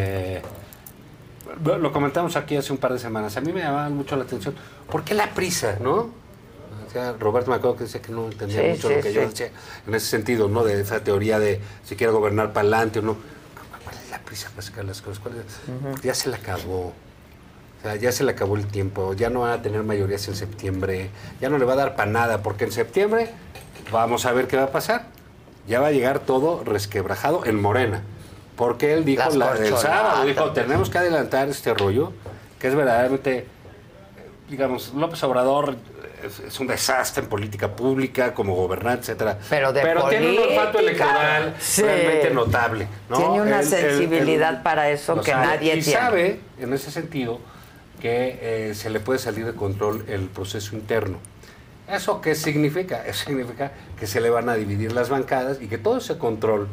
Lo comentamos aquí hace un par de semanas. A mí me llamaba mucho la atención. ¿Por qué la prisa, no? O sea, Roberto me acuerdo que decía que no entendía mucho lo que yo decía en ese sentido, ¿no? De esa teoría de si quiere gobernar para adelante o no. ¿Cuál es la prisa para sacar las cosas? Ya se le acabó. O sea, ya se le acabó el tiempo. Ya no van a tener mayorías en septiembre. Ya no le va a dar para nada, porque en septiembre vamos a ver qué va a pasar. Ya va a llegar todo resquebrajado en Morena. Porque él dijo el sábado, dijo, tenemos que adelantar este rollo, que es verdaderamente, digamos, López Obrador es un desastre en política pública, como gobernante, etcétera.
Pero
tiene un olfato electoral realmente notable, ¿no?
Tiene una sensibilidad para eso que nadie tiene.
Y sabe, en ese sentido, que se le puede salir de control el proceso interno. ¿Eso qué significa? Eso significa que se le van a dividir las bancadas y que todo ese control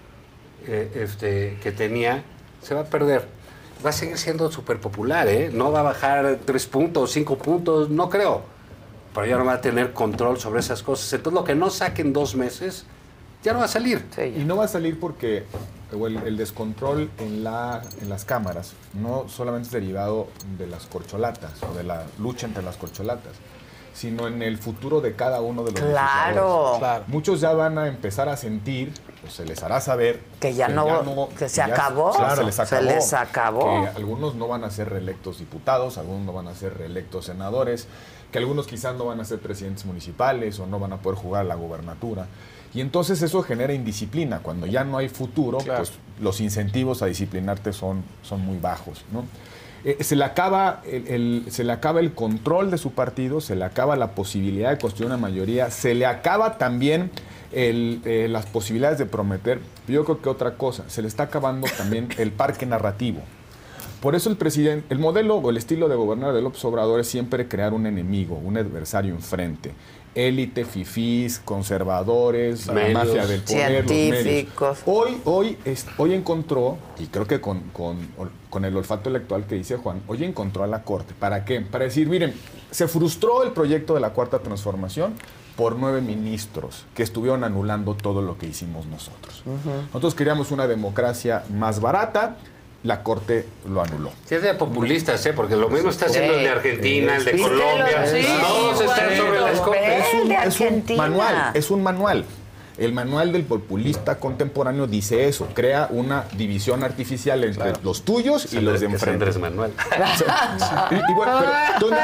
que tenía se va a perder. Va a seguir siendo súper popular, ¿eh? No va a bajar 3 puntos, 5 puntos, no creo. Pero ya no va a tener control sobre esas cosas. Entonces lo que no saquen 2 meses ya no va a salir.
Y no va a salir porque el descontrol en las cámaras no solamente es derivado de las corcholatas o de la lucha entre las corcholatas, sino en el futuro de cada uno de los legisladores. Muchos ya van a empezar a sentir, o se les hará saber
que se acabó.
Se les acabó. Que algunos no van a ser reelectos diputados, algunos no van a ser reelectos senadores, que algunos quizás no van a ser presidentes municipales o no van a poder jugar a la gobernatura. Y entonces eso genera indisciplina. Cuando ya no hay futuro, pues los incentivos a disciplinarte son muy bajos, ¿no? Se le acaba el control de su partido, se le acaba la posibilidad de construir una mayoría, se le acaba también las posibilidades de prometer. Yo creo que otra cosa, se le está acabando también el parque narrativo. Por eso el modelo o el estilo de gobernar de López Obrador es siempre crear un enemigo, un adversario enfrente. Élite, fifís, conservadores, la mafia del poder,
científicos.
Los medios. Hoy encontró, y creo que con el olfato electoral que dice Juan, hoy encontró a la Corte. ¿Para qué? Para decir, miren, se frustró el proyecto de la Cuarta Transformación por 9 ministros que estuvieron anulando todo lo que hicimos nosotros. Nosotros queríamos una democracia más barata. La Corte lo anuló.
Sí, es de populistas, porque lo mismo está haciendo el de Argentina, el de Colombia. Todos están sobre las Cortes.
Es un manual. El manual del populista contemporáneo dice eso, crea una división artificial entre los tuyos y los de enfrente.
Andrés Manuel.
Y bueno, pero tú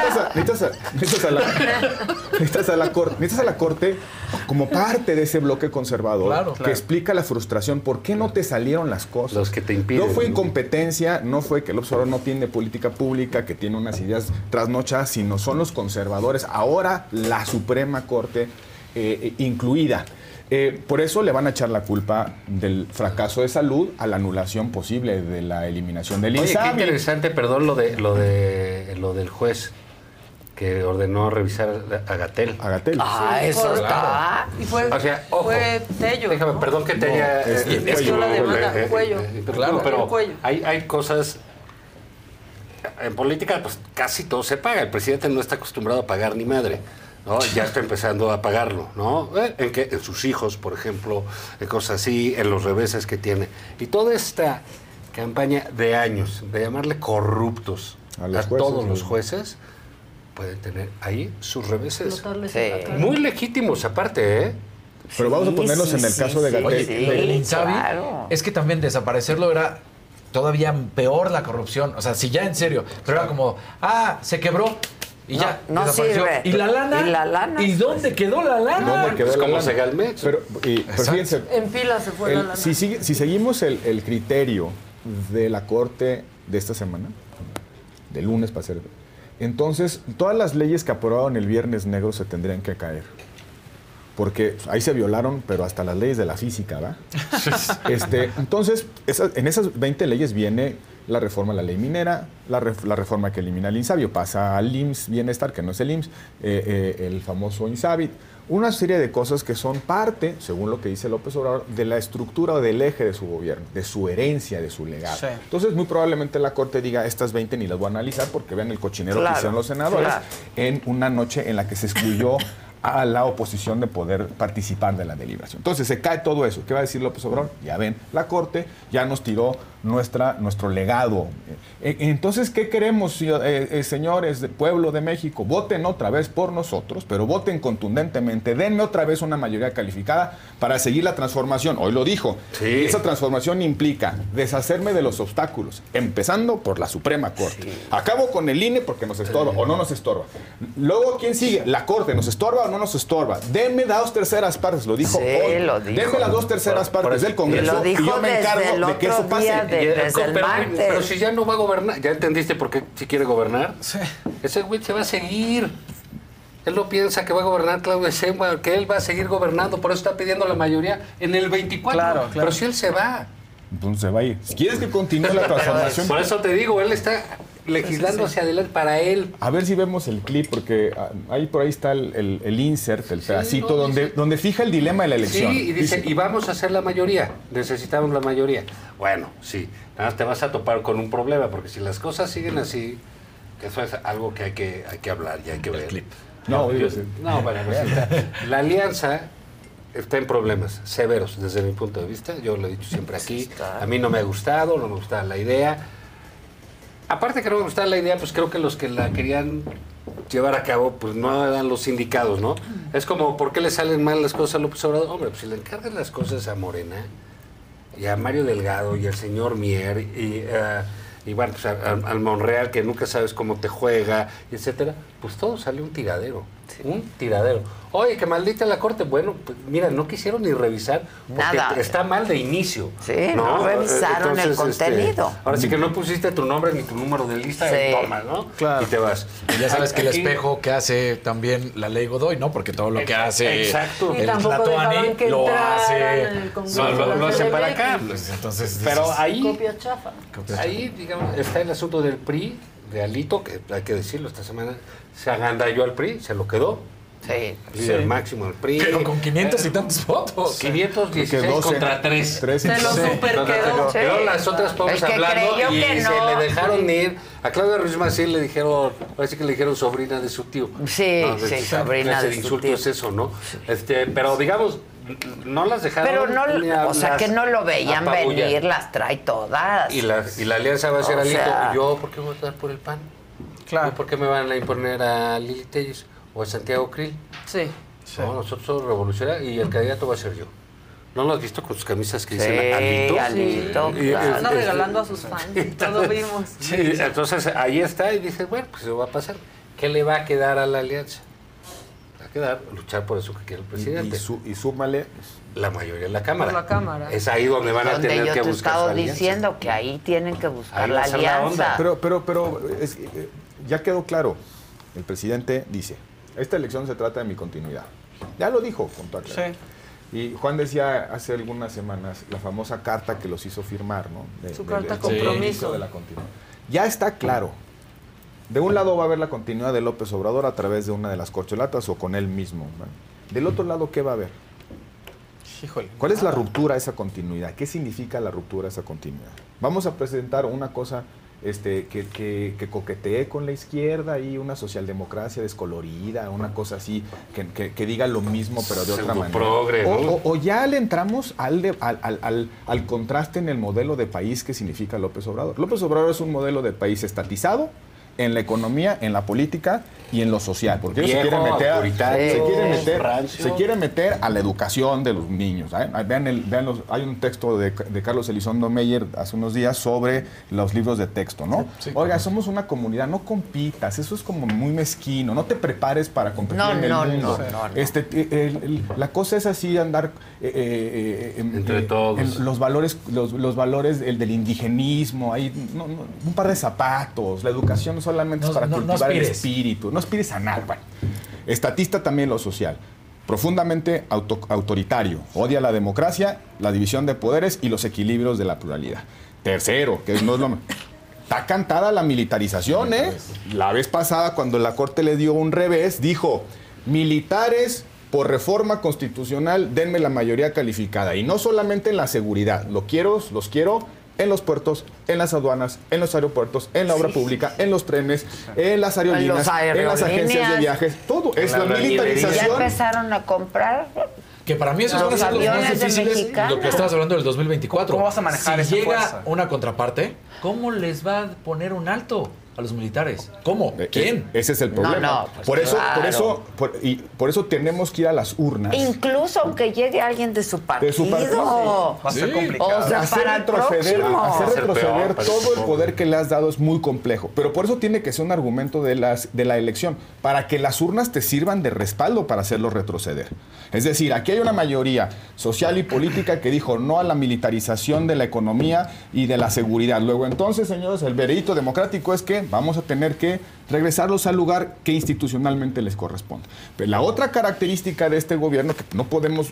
necesitas a la Corte como parte de ese bloque conservador que explica la frustración, por qué no te salieron las cosas.
Los que te impiden.
No fue incompetencia, no fue que el López Obrador no tiene política pública, que tiene unas ideas trasnochadas, sino son los conservadores, ahora la Suprema Corte incluida. Por eso le van a echar la culpa del fracaso de salud a la anulación posible de la eliminación del INSABI.
Oye, qué interesante, perdón, lo del juez que ordenó revisar a Gatell.
Eso está.
Y fue,
ojo,
fue Tello.
Déjame,
¿no?
perdón que te haya...
la demanda, cuello.
Claro, pero
cuello.
hay cosas... En política, pues casi todo se paga. El presidente no está acostumbrado a pagar ni madre, ¿no? Ya está empezando a pagarlo, ¿no? En sus hijos, por ejemplo, en cosas así, en los reveses que tiene. Y toda esta campaña de años de llamarle corruptos a todos los jueces, pueden tener ahí sus reveses. Muy legítimos aparte, ¿eh?
Pero vamos a ponerlos en el caso de Gatell.
El INSABI, es que también desaparecerlo era todavía peor la corrupción. O sea, si ya en serio, pero era como, se quebró. Y ya,
no
desapareció.
sirve.
¿Y la lana? ¿Y dónde quedó la lana?
¿Cómo se galme?
Pero fíjense,
En pila se fue la lana.
Si seguimos el criterio de la Corte de esta semana, de lunes para ser, entonces todas las leyes que aprobaron el Viernes Negro se tendrían que caer. Porque ahí se violaron, pero hasta las leyes de la física, ¿va? Entonces, en esas 20 leyes viene la reforma a la ley minera, la reforma que elimina el Insabio, pasa al IMSS Bienestar, que no es el IMSS, el famoso Insabit, una serie de cosas que son parte, según lo que dice López Obrador, de la estructura o del eje de su gobierno, de su herencia, de su legado.
Sí.
Entonces, muy probablemente la Corte diga, estas 20 ni las voy a analizar porque vean el cochinero que hicieron los senadores en una noche en la que se excluyó a la oposición de poder participar de la deliberación. Entonces se cae todo eso. ¿Qué va a decir López Obrador? Ya ven, la Corte ya nos tiró nuestro legado. Entonces, ¿qué queremos, señores del pueblo de México? Voten otra vez por nosotros, pero voten contundentemente. Denme otra vez una mayoría calificada para seguir la transformación. Hoy lo dijo. Sí. Esa transformación implica deshacerme de los obstáculos, empezando por la Suprema Corte. Sí. Acabo con el INE porque nos estorba o no nos estorba. Luego, ¿quién sigue? La Corte. ¿Nos estorba o no nos estorba? Denme 2/3 partes. Lo dijo hoy.
Lo dijo.
Denme las 2/3 partes del Congreso y yo me encargo de que eso pase.
Pero si ya no va a gobernar, ¿ya entendiste por qué si quiere gobernar? Sí. Ese güey se va a seguir. Él no piensa que va a gobernar Claudia Sheinbaum, que él va a seguir gobernando, por eso está pidiendo la mayoría en el 24. Claro. Pero si él se va.
Entonces se va a ir. ¿Quieres que continúe la transformación?
Por eso te digo, él está legislando hacia adelante para él.
A ver si vemos el clip, porque ahí por ahí está el insert, el pedacito, donde fija el dilema de la elección.
Sí, y dice, y vamos a hacer la mayoría, necesitamos la mayoría. Bueno, sí, nada más te vas a topar con un problema, porque si las cosas siguen así, eso es algo que hay que hablar y hay que ver. El clip. La alianza está en problemas severos desde mi punto de vista, yo lo he dicho siempre aquí, a mí no me ha gustado, no me gustaba la idea. Aparte que no me gustaba la idea, pues creo que los que la querían llevar a cabo, pues no eran los indicados, ¿no? Es como, ¿por qué le salen mal las cosas a López Obrador? Hombre, pues si le encargan las cosas a Morena, y a Mario Delgado, y al señor Mier, y bueno, pues al Monreal, que nunca sabes cómo te juega, etcétera, pues todo salió un tiradero, un tiradero. Oye, que maldita la Corte. Bueno, pues mira, no quisieron ni revisar porque está mal de inicio.
Sí, no revisaron el contenido.
Ahora sí que no pusiste tu nombre ni tu número de lista, toma, ¿no?
Claro.
Y te vas.
Y ya sabes que el espejo que hace también la ley Godoy, ¿no? Porque todo lo que hace el Tlatoani lo hace.
Lo hace para acá.
Entonces,
pero ahí,
copia chafa.
Ahí, digamos, está el asunto del PRI, de Alito, que hay que decirlo, esta semana se agandalló al PRI, se lo quedó.
Sí.
Líder máximo del PRI.
Pero con 500 y tantos votos.
516 contra 3.
Se lo super quedó.
Pero las otras pobres hablando y se le dejaron ir. A Claudia Ruiz Massieu le dijeron, parece que le dijeron sobrina de su tío.
Sí, sobrina de su tío.
El insulto es eso, ¿no? Pero digamos, no las dejaron.
Pero no, o sea, que no lo veían venir, las trae todas.
Y la alianza va a ser Alito. ¿Yo por qué voy a votar por el PAN? Claro. ¿Por qué me van a imponer a Lili Telles o a Santiago Krill?
Sí.
No, nosotros somos revolucionarios y el candidato va a ser yo. ¿No lo has visto con sus camisas que dicen Alito?
Alito, claro.
Están regalando a sus fans, todo vimos.
Sí, entonces ahí está y dices, bueno, pues eso va a pasar. ¿Qué le va a quedar a la alianza? Va a quedar luchar por eso que quiere el presidente.
Y súmale
la mayoría de la Cámara.
Por la Cámara.
Es ahí donde van a tener que buscar su alianza.
Yo te he estado diciendo que ahí tienen que buscar la alianza.
Pero ya quedó claro. El presidente dice, esta elección se trata de mi continuidad. Ya lo dijo con toda claridad. Sí. Y Juan decía hace algunas semanas la famosa carta que los hizo firmar, ¿no?
Su carta compromiso.
De la continuidad. Ya está claro. De un lado va a haber la continuidad de López Obrador a través de una de las corcholatas o con él mismo, ¿no? Del otro lado, ¿qué va a haber?
Híjole.
¿Cuál es la ruptura a esa continuidad? ¿Qué significa la ruptura a esa continuidad? Vamos a presentar una cosa que coquetee con la izquierda y una socialdemocracia descolorida, una cosa así, que diga lo mismo pero de otra manera. O ya le entramos al contraste en el modelo de país que significa López Obrador. López Obrador es un modelo de país estatizado en la economía, en la política y en lo social, porque ellos se quieren meter a la educación de los niños. Hay un texto de Carlos Elizondo Meyer hace unos días sobre los libros de texto, ¿no? Sí, oiga, somos una comunidad, no compitas, eso es como muy mezquino, no te prepares para competir en el mundo. No. La cosa es así, andar
entre todos.
Los valores del indigenismo, un par de zapatos, la educación solamente es para cultivar el espíritu. No aspires a nada. Bueno, estatista también lo social. Profundamente autoritario. Odia la democracia, la división de poderes y los equilibrios de la pluralidad. Tercero, que no es lo está cantada la militarización, ¿eh? La vez pasada, cuando la Corte le dio un revés, dijo, militares por reforma constitucional, denme la mayoría calificada. Y no solamente en la seguridad, los quiero en los puertos, en las aduanas, en los aeropuertos, en la obra pública, en los trenes, en las aerolíneas, en las agencias de viajes, todo. Es la militarización.
Ya empezaron a comprar.
Que para mí esos son los más difíciles, lo que estabas hablando del 2024.
¿Cómo vas a manejar esa
Si llega
fuerza?
una contraparte, ¿cómo les va a poner un alto a los militares? ¿Cómo? ¿Quién?
Ese es el problema.
Pues
por eso tenemos que ir a las urnas.
Incluso aunque llegue alguien de su partido.
Va
a ser complicado.
O sea, para el próximo.
Hacer retroceder todo el poder que le has dado es muy complejo. Pero por eso tiene que ser un argumento de la elección, para que las urnas te sirvan de respaldo para hacerlo retroceder. Es decir, aquí hay una mayoría social y política que dijo no a la militarización de la economía y de la seguridad. Luego entonces, señores, el veredicto democrático es que vamos a tener que regresarlos al lugar que institucionalmente les corresponde. Pero la otra característica de este gobierno que no podemos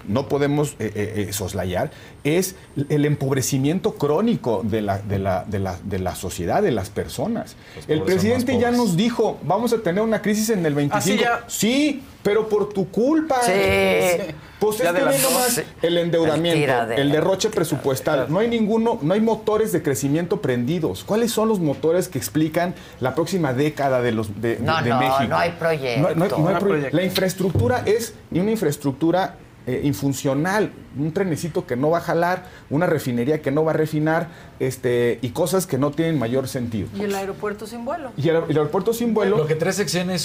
soslayar es el empobrecimiento crónico de la sociedad, de las personas. El presidente ya nos dijo, vamos a tener una crisis en el 25. Sí, pero por tu culpa.
Sí.
Pues es que ve nomás el endeudamiento, el derroche presupuestal. No hay motores de crecimiento prendidos. ¿Cuáles son los motores que explican la próxima década de México?
No hay proyecto.
No hay proyecto. La infraestructura es una infraestructura infuncional, un trenecito que no va a jalar, una refinería que no va a refinar, y cosas que no tienen mayor sentido.
Y el aeropuerto sin vuelo.
Y el aeropuerto sin vuelo.
Lo que 3 sexenios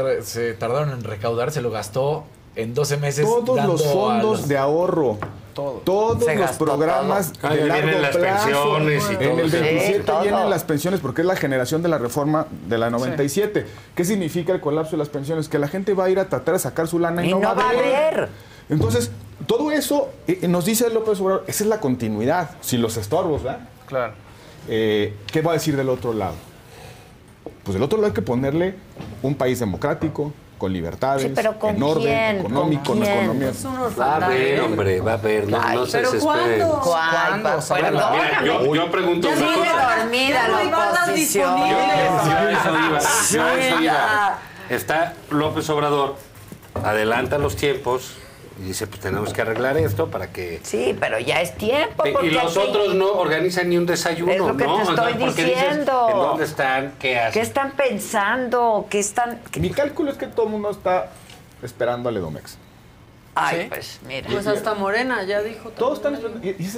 se tardaron en recaudar, se lo gastó en 12 meses.
Todos los fondos de ahorro. Todos los programas de largo
las
plazo.
pensiones y todo.
En el 27
Sí,
vienen
todo.
las pensiones porque es la generación de la reforma de la 97. ¿Qué significa el colapso de las pensiones? Que la gente va a ir a tratar de sacar su lana y no va a haber. Entonces, todo eso nos dice López Obrador, esa es la continuidad, sin los estorbos, ¿verdad?
Claro.
¿Qué va a decir del otro lado? Pues del otro lado hay que ponerle un país democrático, con libertades,
Sí, pero ¿con
en orden,
quién?
económico,
¿Con
en
quién?
economía.
Es un
Va a
orfanato.
ver, hombre, va a ver. No se
¿pero
desesperen.
cuándo?
¿Cuándo?
Mira, yo pregunto una
Sigue
cosa.
dormida
No hay
la
balas
oposición.
disponibles.
Yo a eso iba. Está López Obrador, adelanta los tiempos y dice, pues tenemos que arreglar esto para que...
Sí, pero ya es tiempo.
Y
porque
los
aquí-
otros no organizan ni un desayuno,
Es lo que
¿no?
te estoy
Porque dices,
diciendo.
¿en dónde están? ¿Qué hacen?
¿Qué están pensando? ¿Qué están...?
Mi cálculo es que todo el mundo está esperando al Edomex.
Ay, pues mira.
Pues hasta Morena ya dijo.
Todos están esperando. Y es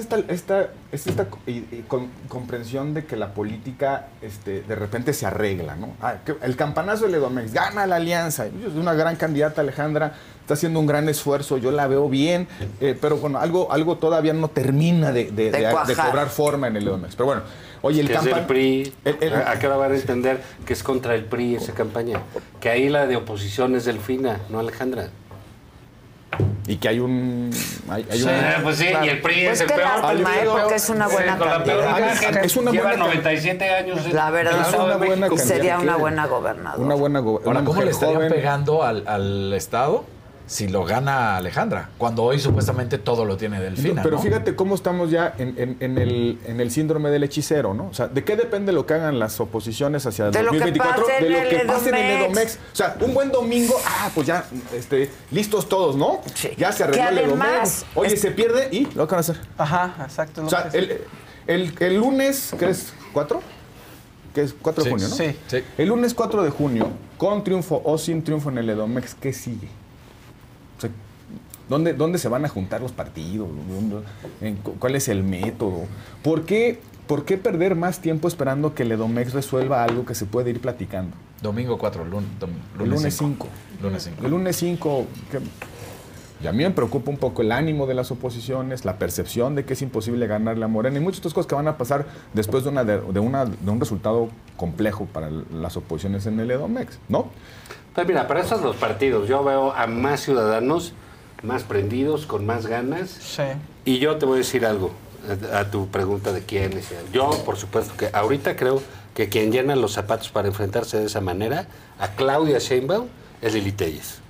esta comprensión de que la política de repente se arregla, ¿no? El campanazo del Edomex, gana la alianza. Es una gran candidata, Alejandra, está haciendo un gran esfuerzo, yo la veo bien, pero bueno, algo todavía no termina de cobrar forma en el Edomex. Pero bueno, oye, el
que es el
campanazo...
PRI, ¿a qué hora van a entender que es contra el PRI esa campaña? Que ahí la de oposición es Delfina, no Alejandra.
Y que hay un...
Pues sí, y el PRI
Pues
es el
qué
peor.
lástima, porque es una buena
con la peor
candidata.
imagen.
Es una
Lleva
buena
97 años.
La verdad,
Es una buena candidata.
sería una buena gobernadora.
Una buena
Ahora,
una
¿cómo
mujer
le estarían
joven.
pegando al Estado si lo gana Alejandra? Cuando hoy supuestamente todo lo tiene Delfina,
Pero
¿no?
fíjate cómo estamos ya en el síndrome del hechicero, ¿no? O sea, ¿de qué depende lo que hagan las oposiciones hacia el
De lo que
2024?
pase en
De lo
el
que pase en el
Edomex.
Edomex. O sea, un buen domingo, pues ya, listos todos, ¿no?
Sí.
Ya se arregló
Que
el
además
Edomex. Oye, se pierde y lo van a hacer.
Ajá, exacto.
O sea, el lunes, ¿qué es? ¿4? Que es 4 de junio, ¿no?
Sí.
El lunes 4 de junio, con triunfo o sin triunfo en el Edomex, ¿qué sigue? O sea, ¿dónde se van a juntar los partidos? ¿Cuál es el método? ¿Por qué perder más tiempo esperando que el Edomex resuelva algo que se puede ir platicando?
Domingo 4,
El lunes 5. El lunes 5. Y a mí me preocupa un poco el ánimo de las oposiciones, la percepción de que es imposible ganarle a Morena y muchas otras cosas que van a pasar después de un resultado complejo para las oposiciones en el Edomex, ¿no?
Pues mira, para esos dos partidos yo veo a más ciudadanos más prendidos, con más ganas.
Sí.
Y yo te voy a decir algo a tu pregunta de quién es. Yo, por supuesto, que ahorita creo que quien llena los zapatos para enfrentarse de esa manera a Claudia Sheinbaum es Lili Telles.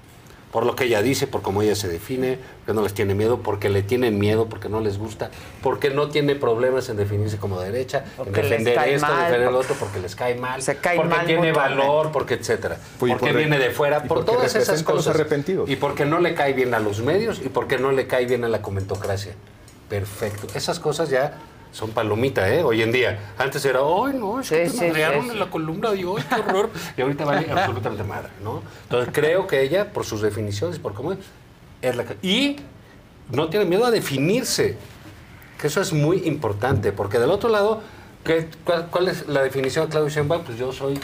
por lo que ella dice, por cómo ella se define, porque no les tiene miedo, porque le tienen miedo, porque no les gusta, porque no tiene problemas en definirse como derecha,
porque
en defender esto,
mal,
defender lo otro, porque les cae mal,
se cae
porque
mal
tiene
mutuamente.
valor, porque etcétera, porque viene de fuera, por todas esas cosas.
Arrepentidos.
Y porque no le cae bien a los medios y porque no le cae bien a la comentocracia. Perfecto. Esas cosas ya son palomita, hoy en día. Antes era, ¡ay, no! Es que te madrearon en la columna de hoy, qué horror. Y ahorita vale absolutamente madre, ¿no? Entonces creo que ella, por sus definiciones, por cómo es la... Y no tiene miedo a definirse, que eso es muy importante, porque del otro lado, ¿cuál es la definición de Claudia Sheinbaum? Pues yo soy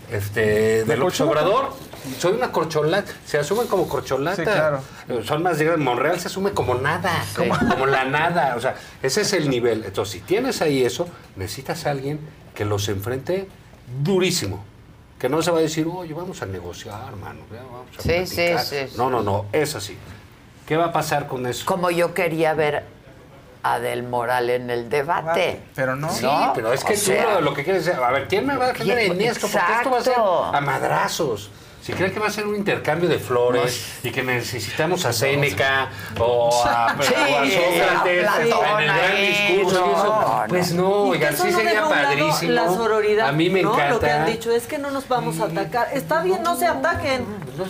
de López Obrador, soy una corcholata, se asumen como corcholata.
Sí, claro.
Son más, Monreal se asume como nada, como la nada, o sea, ese es el nivel. Entonces, si tienes ahí eso, necesitas a alguien que los enfrente durísimo, que no se va a decir, oye, vamos a negociar, hermano, vamos a platicar.
Sí.
No, es así. ¿Qué va a pasar con eso?
Como yo quería ver a Del Moral en el debate.
Pero no.
Sí, pero es que tú lo que quieres decir, a ver, ¿quién me va a defender en esto? Porque esto va a ser a madrazos. Si creen que va a ser un intercambio de flores y que necesitamos a Séneca o a Sócrates en el gran discurso y eso, pues no, oigan, sí sería padrísimo.
La sororidad,
a mí me encanta.
Lo que han dicho es que no nos vamos a atacar. Está bien, no se ataquen,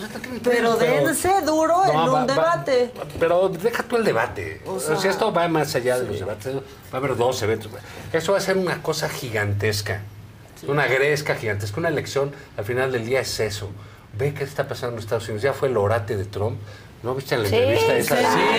pero dense duro en un debate.
Pero deja tú el debate. O sea, esto va más allá de los debates. Va a haber 2 eventos. Eso va a ser una cosa gigantesca. Una gresca gigantesca. Una elección, al final del día, es eso. Ve qué está pasando en Estados Unidos. Ya fue el orate de Trump. ¿No viste en la entrevista esa?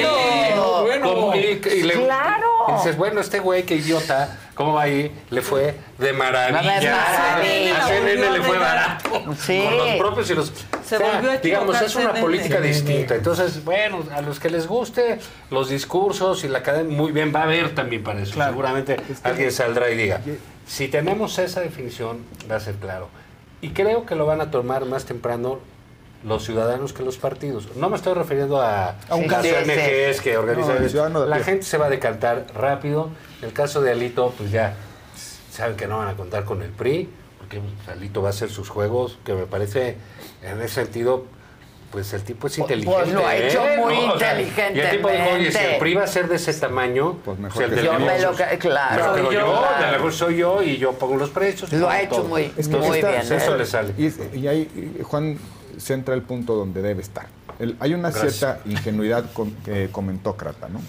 Claro.
Bueno, y
Claro.
Y dices, bueno, este güey, qué idiota, ¿cómo va ahí? Le fue de maravilla. A CNN le fue barato.
Sí.
Con los propios y los...
Se volvió a
digamos, es una
CNN.
política distinta. Entonces, bueno, a los que les guste los discursos y la academia, muy bien, va a haber también para eso.
Claro.
Seguramente alguien saldrá y diga, si tenemos esa definición, va a ser claro. Y creo que lo van a tomar más temprano los ciudadanos que los partidos. No me estoy refiriendo a
un caso
ONGs que organizan
ciudadano de
la
pie.
gente se va a decantar rápido. En el caso de Alito, pues ya saben que no van a contar con el PRI, porque Alito va a hacer sus juegos, que me parece, en ese sentido, pues el tipo es inteligente.
Pues lo ha hecho muy
¿no? O sea,
inteligentemente.
y el tipo dijo, oye, si el PRI va a ser de ese tamaño,
Pues mejor
el
que
del
Yo me lo
negocio,
claro.
pero yo,
Claro.
de la soy yo y yo pongo los precios.
Lo
pongo
ha hecho
todo.
muy
Entonces,
bien.
Eso le sale.
Y ahí Juan centra el punto donde debe estar. Hay una
Gracias.
cierta ingenuidad comentócrata, ¿no?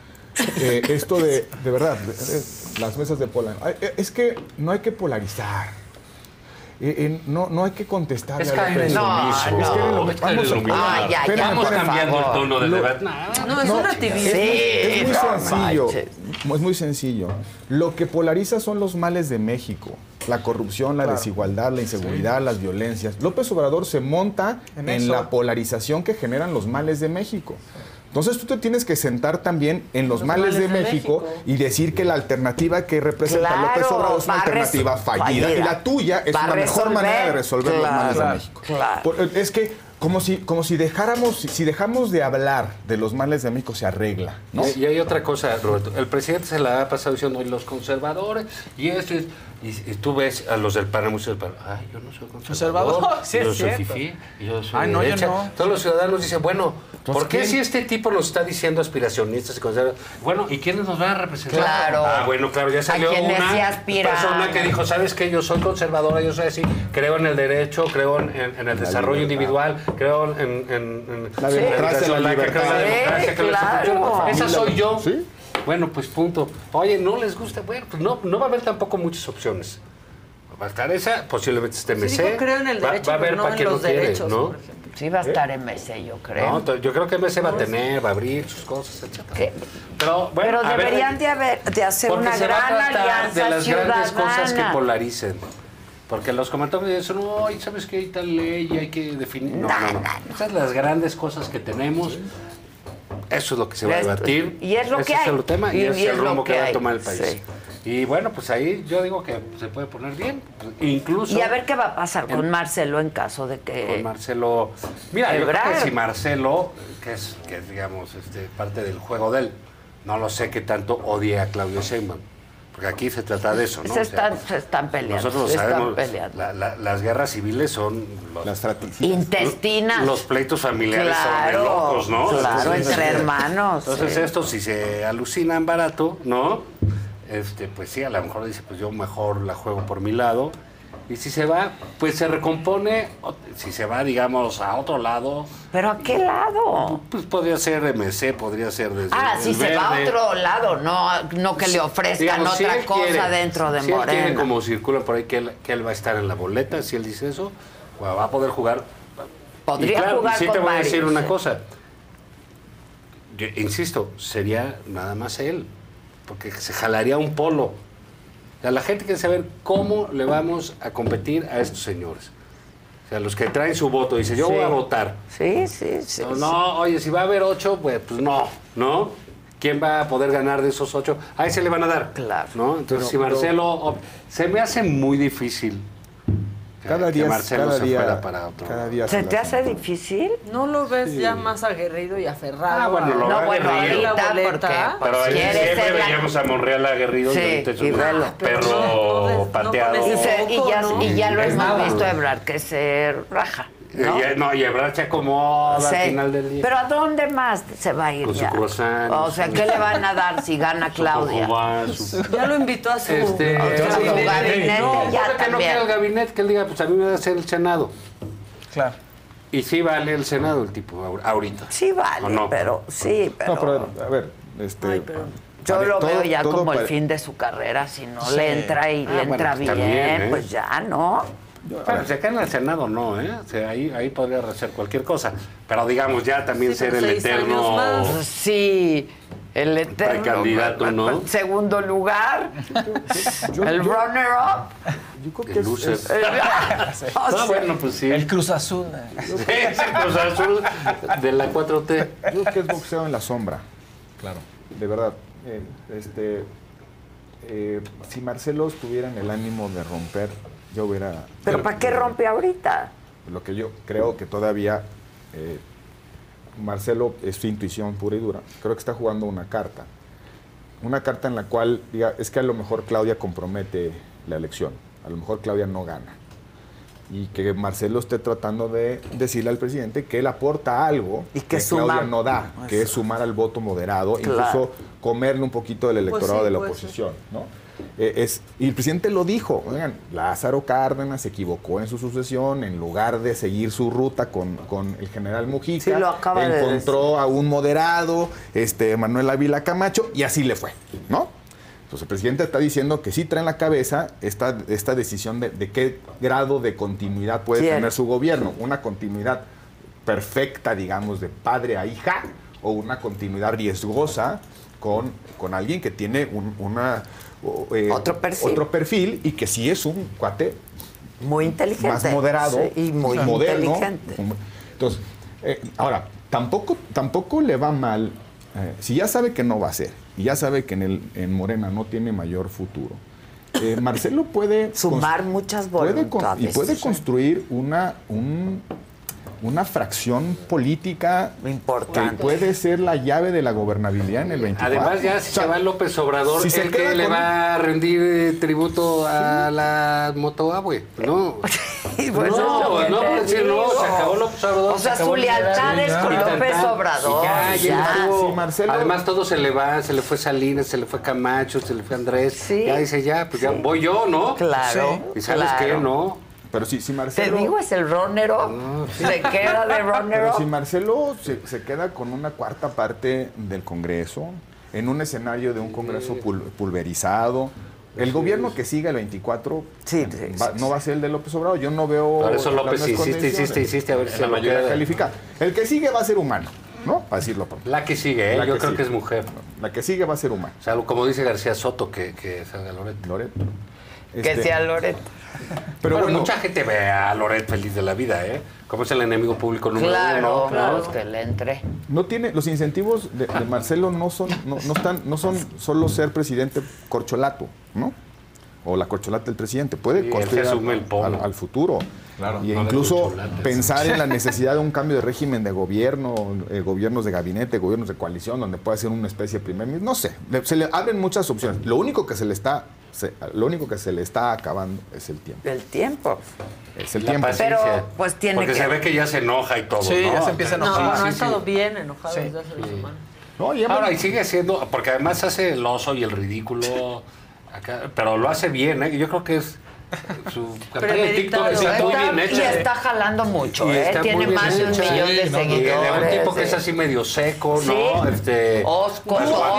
Esto de verdad, las mesas de polarización. Es que no hay que polarizar. No hay que contestar.
Es caer en lo mismo. Es caer en lo mismo. Vamos cambiando el tono del debate.
No, es una actividad.
Es muy sencillo. Es muy sencillo. Lo que polariza son los males de México. La corrupción, la desigualdad, la inseguridad, las violencias. López Obrador se monta en la polarización que generan los males de México. Entonces tú te tienes que sentar también en los males de México y decir que la alternativa que representa López Obrador es una alternativa fallida. Y la tuya es una mejor manera de resolver los males de México. Es que como si dejamos de hablar de los males de México se arregla, ¿no?
Y hay otra cosa, Roberto. El presidente se la ha pasado diciendo, y los conservadores, y esto es... Y tú ves a los del PAN, muchos del PAN, ay, yo no soy conservador,
Sí,
yo
es
soy
cierto.
fifí, yo soy
Ay, no, yo
derecha.
no.
Todos los ciudadanos dicen, bueno, ¿por qué
¿quién?
si este tipo nos está diciendo aspiracionistas y conservadores? Bueno, ¿y quiénes nos van a representar?
Claro.
Ah, bueno, claro, ya salió
quienes se
una
aspiran.
persona que dijo, ¿sabes qué? Yo soy conservadora, yo soy así, creo en el derecho, creo en el desarrollo individual, creo en
La democracia, la libertad.
claro.
Esa soy yo.
¿Sí?
Bueno, pues punto. Oye, ¿no les gusta? Bueno, pues no va a haber tampoco muchas opciones. Va a estar esa, posiblemente este MC.
Sí, digo, creo en el derecho,
va a haber
pero no
para
en
quien
los
no quiere,
derechos,
¿no?
por ejemplo.
Sí va a estar MC, yo creo.
No, yo creo que MC va a tener, va a abrir sus cosas, etc. Pero, bueno,
Pero
a ver,
deberían de hacer
porque
una
se va a
gran
tratar
alianza
de las grandes cosas que
ciudadana.
polaricen. Porque los comentarios dicen, ay, ¿sabes qué? Hay tal ley, hay que definir. No. Esas son las grandes cosas que tenemos. Eso es lo que se va a debatir.
Y es lo
Ese
que hay.
es el tema y
Y
es
es
el
lo
rumbo
que
que va a
hay.
tomar el país.
Sí.
Y bueno, pues ahí yo digo que se puede poner bien. Incluso
Y a ver qué va a pasar con Marcelo en caso de que...
con Marcelo. Mira, yo creo
Ebrard.
que si Marcelo, que es digamos parte del juego de él, no lo sé qué tanto odie a Claudio Sheinbaum. Porque aquí se trata de eso, ¿no?
Se están peleando.
Nosotros lo
se
sabemos.
están peleando.
Las guerras civiles son
las fratricidas.
Intestinas.
Los pleitos familiares son de locos, ¿no?
Claro, entre hermanos.
Entonces estos, si se alucinan barato, ¿no? Pues sí, a lo mejor dice, pues yo mejor la juego por mi lado. Y si se va, pues se recompone. Si se va, digamos, a otro lado.
¿Pero a qué lado?
Pues podría ser MC, podría ser desde
si se va a otro lado, no que le ofrezcan
digamos,
otra
si
cosa
quiere,
dentro de
si
Morena.
Él quiere, como circula por ahí, que él va a estar en la boleta, si él dice eso, pues va a poder jugar.
Podría jugar
sí
con
te voy a
varios,
decir una cosa. Yo insisto, sería nada más él, porque se jalaría un polo. O sea, la gente quiere saber cómo le vamos a competir a estos señores. O sea, los que traen su voto, dice, yo voy a votar.
Sí.
No, oye, si va a haber 8, pues no. ¿Quién va a poder ganar de esos 8? A ese le van a dar.
Claro.
¿No? Entonces, si Marcelo... Se me hace muy difícil que Marcelo se fuera para otro.
¿Se te hace difícil?
¿No lo ves ya más aguerrido y aferrado?
Bueno, lo
ahorita
boleta,
porque
pero siempre veíamos a Monreal aguerrido y ahorita es un perro pateado.
Y ya lo hemos visto Ebrard, que se raja.
Y Ebrard se acomoda al final del día.
Pero ¿a dónde más se va a ir?
Con su croissant.
O sea, ¿qué le van a dar si gana Claudia?
Ya lo invitó a su
gabinete.
Que no quiera el gabinete, que él diga, pues a mí me va a hacer el Senado.
Claro.
Y sí vale el Senado el tipo ahorita.
Sí vale,
no?
pero...
No, pero a ver,
yo lo veo ya como el fin de su carrera. Si no le entra y le entra bien, pues ya, ¿no?
Bueno, si acá en el Senado no, ¿eh? O sea, ahí podría hacer cualquier cosa. Pero digamos, ya también ser el eterno...
Sí, el eterno...
candidato, ¿no?
Segundo lugar, el runner-up.
Yo creo que
el loser.
bueno,
pues sí.
El Cruz Azul.
Sí, es el Cruz Azul de la 4T.
Yo creo que es boxeo en la sombra. Claro. De verdad. Si Marcelo estuviera en el ánimo de romper, yo hubiera...
¿Pero para qué rompe ahorita?
Lo que yo creo que todavía Marcelo es su intuición pura y dura. Creo que está jugando una carta. Una carta en la cual diga, es que a lo mejor Claudia compromete la elección. A lo mejor Claudia no gana. Y que Marcelo esté tratando de decirle al presidente que él aporta algo
y que
Claudia no da, que es sumar al voto moderado, incluso comerle un poquito del electorado de la oposición, ¿no? Y el presidente lo dijo, oigan, Lázaro Cárdenas se equivocó en su sucesión, en lugar de seguir su ruta con el general Mujica, encontró a un moderado, Manuel Ávila Camacho, y así le fue, ¿no? Entonces el presidente está diciendo que sí trae en la cabeza esta decisión de qué grado de continuidad puede tener su gobierno, una continuidad perfecta, digamos, de padre a hija, o una continuidad riesgosa con alguien que tiene otro perfil y que sí es un cuate
muy inteligente,
más moderado
y muy
moderno.
Inteligente.
Entonces, ahora, tampoco le va mal, si ya sabe que no va a ser, y ya sabe que en Morena no tiene mayor futuro, Marcelo puede
sumar muchas voluntades.
Y puede construir una fracción política
importante
que puede ser la llave de la gobernabilidad en el 24.
Además, ya si se va López Obrador,
si
¿el que le va a rendir tributo a la motoabue? No.
Pues
no, se acabó López Obrador.
O sea, su lealtad es con López Obrador.
Ya. Sí, Marcelo.
Además, todo se le fue Salinas, se le fue Camacho, se le fue Andrés.
Sí.
Ya dice, pues ya voy yo, ¿no?
Claro.
¿Y sabes qué? No.
Pero si Marcelo...
Te digo, es el runner-up. Se queda de runner-up.
Pero si Marcelo se queda con una cuarta parte del Congreso, en un escenario de un Congreso pulverizado, el gobierno que siga el 24 no va a ser el de López Obrador. Yo no veo...
Por eso López insiste a ver si
la mayoría califica. El que sigue va a ser humano, ¿no? Para decirlo pronto.
La que sigue, yo creo que es mujer.
La que sigue va a ser humano.
O sea, como dice García Soto, que salga Loret.
Que sea Loret.
Pero
bueno, mucha gente ve a Loret feliz de la vida, ¿eh? Como es el enemigo público número uno.
Claro, que le entre.
No tiene, los incentivos de Marcelo no son solo ser presidente corcholato, ¿no? O la corcholata del presidente. Puede construir al futuro. Claro. Y incluso pensar en la necesidad de un cambio de régimen de gobierno, gobiernos de gabinete, gobiernos de coalición, donde pueda ser una especie de primer ministro. No sé, se le abren muchas opciones. Lo único que se le está acabando es el tiempo.
El tiempo.
Es el
La
tiempo.
paciencia.
Pero pues tiene
Porque
que...
se ve que ya se enoja y todo.
Sí,
¿no?
ya se empieza a enojar.
No,
Sí,
ha
sí,
estado
sí.
bien enojado desde hace 2 semanas.
No, ya
Ahora, y sigue siendo, porque además hace el oso y el ridículo, acá, pero lo hace bien, ¿eh? Yo creo que es su campaña de TikTok está muy bien hecha.
Y está jalando mucho,
Y está
tiene
muy
más de
bien
1
hecha.
millón de
Sí, no,
seguidores.
Y de un tipo que es así medio seco,
Sí.
¿no?
Osco,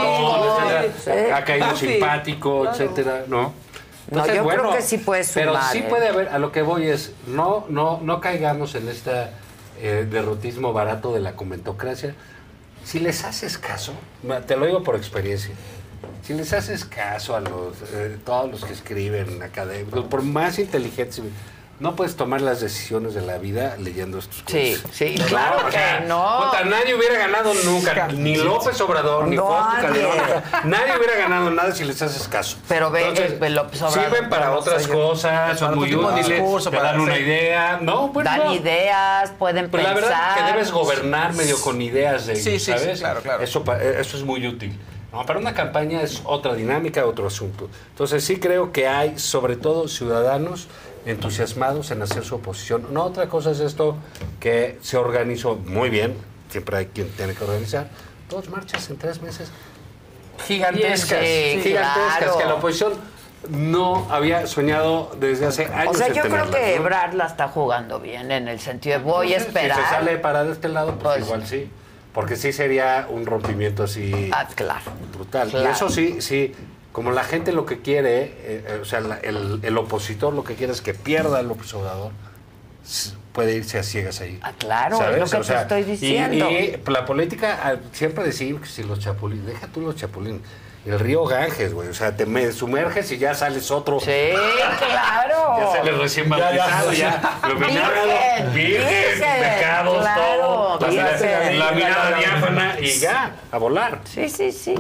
ha caído
sí.
simpático,
Claro.
etcétera, ¿no?
No,
Entonces,
yo
bueno,
creo que sí puede sumar.
Pero sí puede haber, a lo que voy es, no caigamos en este derrotismo barato de la comentocracia. Si les haces caso, te lo digo por experiencia, si les haces caso a todos los que escriben académicos, por más inteligentes, no puedes tomar las decisiones de la vida leyendo estos cosas.
Sí, claro que no.
Puta, nadie hubiera ganado nunca, ni López Obrador, ni Fausto Calderón. Nadie hubiera ganado nada si les haces caso.
Pero ve,
Entonces,
López Obrador,
sirven para
no
otras
sé yo.
cosas, son
Para
muy
otro tipo de
útiles,
discurso,
te
para
dan una
hacer-
idea. No, bueno,
Dan
no.
ideas, pueden
Pues la
pensar.
verdad es que debes gobernar medio con ideas de ellos,
Sí, sí,
¿sabes?
sí, claro.
Eso es muy útil. No, para una campaña es otra dinámica, otro asunto. Entonces sí creo que hay, sobre todo, ciudadanos entusiasmados en hacer su oposición. No, otra cosa es esto que se organizó muy bien, siempre hay quien tiene que organizar, 2 marchas en 3 meses gigantescas,
Sí,
gigantescas,
claro.
que la oposición no había soñado desde hace años.
O sea,
en
yo creo
tenerlas,
que
¿no?
Ebrard la está jugando bien en el sentido de voy a esperar.
Si se sale para de este lado, pues
Pues-
igual sí. Porque sí sería un rompimiento así
claro.
brutal.
Claro.
Y eso sí, como la gente lo que quiere, o sea, el opositor lo que quiere es que pierda el López Obrador, puede irse a ciegas ahí.
Claro, es lo que te estoy diciendo.
Y la política, siempre decimos que si los chapulines, deja tú los chapulines. El río Ganges, güey. O sea, te sumerges y ya sales otro.
Sí, claro.
Ya sales recién bautizado, ya. Iluminado, virgen, pecados,
claro,
todo.
virgen.
La mirada diáfana y ya, a volar.
Sí.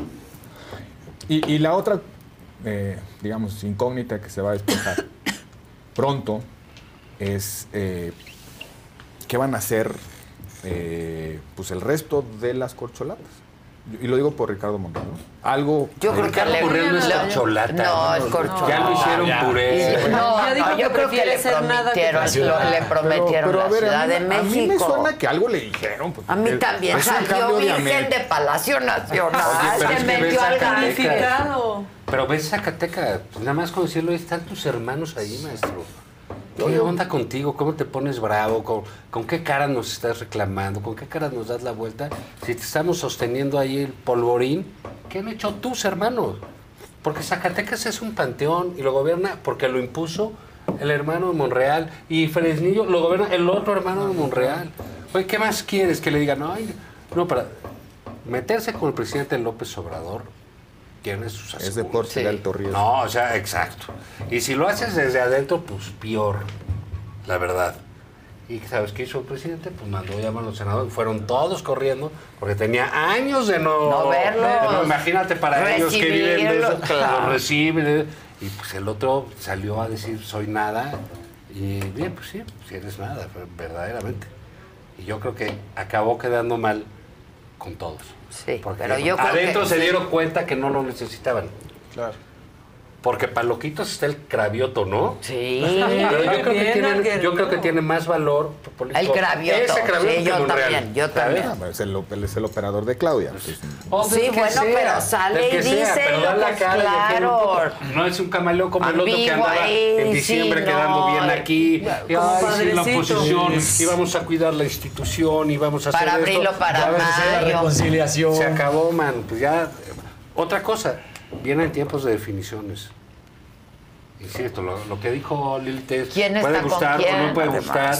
Y la otra, digamos, incógnita que se va a despejar pronto es qué van a hacer pues el resto de las corcholatas. Y lo digo por Ricardo Monreal, ¿no? Algo...
Yo creo que
Ricardo Monreal no es corcholata.
No, es corcholata.
Ya lo hicieron puré.
No, yo creo que le prometieron la Ciudad de México.
A mí me suena que algo le dijeron. Pues,
A mí también
es un
salió
cambio de
Virgen de Palacio Nacional.
Oye, pero
Se
es que
metió
ves
al
Zacatecas.
calificado.
Pero ves Zacatecas, pues nada más con decirlo, ahí están tus hermanos ahí, maestro. ¿Qué onda contigo? ¿Cómo te pones bravo? ¿Con qué cara nos estás reclamando? ¿Con qué cara nos das la vuelta? Si te estamos sosteniendo ahí el polvorín, ¿qué han hecho tus hermanos? Porque Zacatecas es un panteón y lo gobierna porque lo impuso el hermano de Monreal y Fresnillo lo gobierna el otro hermano de Monreal. Oye, ¿qué más quieres? Que le digan, no, para meterse con el presidente López Obrador tiene sus aseguros.
Es deporte de alto riesgo.
No, o sea, exacto. Y si lo haces desde adentro, pues peor, la verdad. ¿Y sabes qué hizo el presidente? Pues mandó llamar a los senadores, fueron todos corriendo, porque tenía años de no
verlos.
Imagínate para ellos que viven de eso,
claro.
lo reciben. Y pues el otro salió a decir, soy nada. Y bien, pues sí, si eres nada, verdaderamente. Y yo creo que acabó quedando mal con todos.
Sí,
porque
pero yo creo
adentro
que
se
sí.
dieron cuenta que no lo necesitaban.
Claro.
Porque para loquitos está el cravioto, ¿no?
Sí.
Pero
Bien,
yo creo que tiene más valor político.
El cravioto.
Ese cravioto
Sí,
que
yo
Monreal,
también, yo
¿sabes?
también.
Es el operador de Claudia. Pues,
Sí,
del que
bueno,
sea,
pero sale
del
y
que sea,
dice
pero
lo
da la
que
cara y defiende un
claro.
poco. No es un camaleón como el otro que
Ambiguo
andaba
ahí,
en diciembre
sí,
quedando
no,
bien aquí. Y,
como
ay, sí, la
padrecito.
oposición.
Sí.
Y vamos a cuidar la institución y vamos a
Para
hacer
abril
esto.
o para
Ya ves,
mayo.
la
reconciliación.
Se acabó, man. Pues ya. Otra cosa. Vienen tiempos de definiciones. Insisto, lo que dijo Lilith es,
¿Quién
puede
está con
gustar
quién,
o no puede
además?
gustar,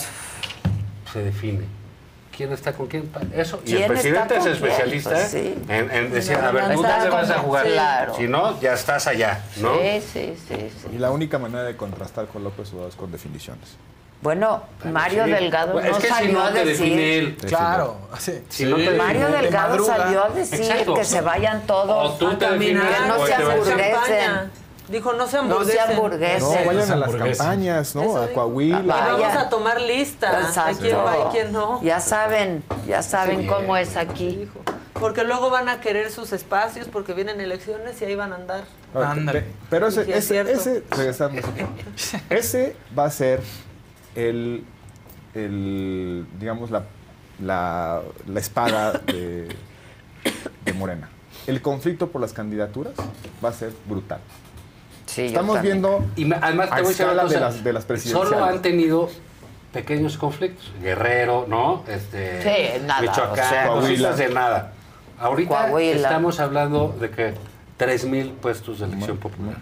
se define. ¿Quién está con quién? Eso. Y el
¿Quién
presidente
está
es
con
especialista
quién? Pues sí.
en decir,
No,
a ver,
no
tú
está
dónde vas a
como-
jugar.
claro.
Si no, ya estás allá, ¿no?
Sí.
Y la única manera de contrastar con López Obrador es con definiciones.
Bueno, Mario
sí.
Delgado
Es
no
que si
salió
no
a
te define
decir.
él.
Claro.
Si no te
Mario
define, te
Delgado
madruga.
salió a decir
Exacto.
que se vayan todos
O tú
a
te
caminar,
defines,
que no
o
se
te vas a
hamburguesen.
campaña.
Dijo, no se
No se hamburguesen.
No, vayan a las campañas, ¿no? A Coahuila.
Y vamos a tomar lista.
Exacto.
¿A quién va y quién no?
Ya saben cómo es aquí.
Porque luego van a querer sus espacios porque vienen elecciones y ahí van a andar.
Pero
Sí, es cierto.
regresamos. Ese va a ser el digamos, la espada de Morena. El conflicto por las candidaturas va a ser brutal.
Sí,
estamos viendo
y además te voy a decir una cosa,
de las presidenciales.
Solo han tenido pequeños conflictos. Guerrero, ¿no?
Sí, nada,
Michoacán,
o sea,
cositas de nada. Ahorita
Coahuila.
estamos hablando de que 3,000 puestos de elección popular.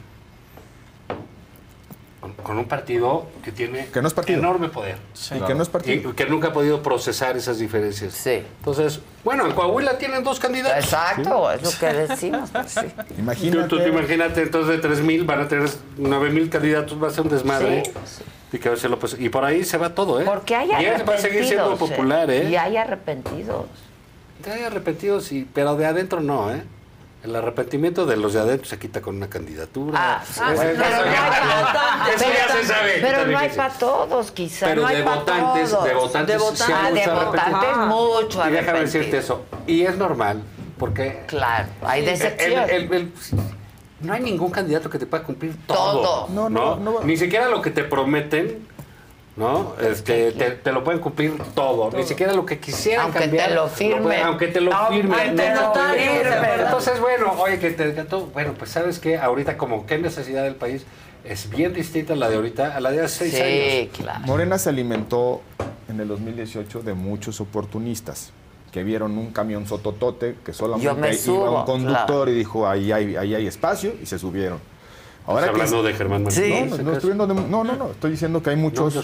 Con un partido que tiene
no es partido.
enorme poder.
Sí. Y que no es partido.
Y que nunca ha podido procesar esas diferencias.
Sí.
Entonces, bueno, en Coahuila tienen 2 candidatos.
Exacto, es lo que decimos. Pues, sí.
Imagínate.
Tú imagínate, entonces de 3,000 van a tener 9,000 candidatos, va a ser un desmadre.
Sí.
Y, que va a ser López, y por ahí se va todo, ¿eh?
Porque hay
y
arrepentidos.
va a seguir siendo popular, ¿eh?
Y hay arrepentidos.
Hay arrepentidos, sí, pero de adentro no, ¿eh? El arrepentimiento de los de adentro se quita con una candidatura.
Pero no hay para todos, quizás.
Pero
no hay
de
para
votantes,
todos.
de votantes, sí hay mucho
votantes mucho
Y déjame
arrepentido.
decirte eso. Y es normal, porque...
Claro, hay decepción.
No hay ningún candidato que te pueda cumplir todo.
Todo.
No.
Ni siquiera lo que te prometen, ¿no? Te lo pueden cumplir todo. Ni siquiera lo que quisieran
aunque
cambiar.
Te lo firme.
Aunque te lo firme. Entonces, bueno, oye, que te encantó. Bueno, pues sabes que ahorita como qué necesidad del país es bien distinta a la de ahorita, a la de hace 6 años.
Sí, claro.
Morena se alimentó en el 2018 de muchos oportunistas que vieron un camión sototote que solamente iba un conductor y dijo, ahí hay espacio, y se subieron. Ahora
hablando de Germán Martínez.
Sí. No, estoy diciendo que hay muchos,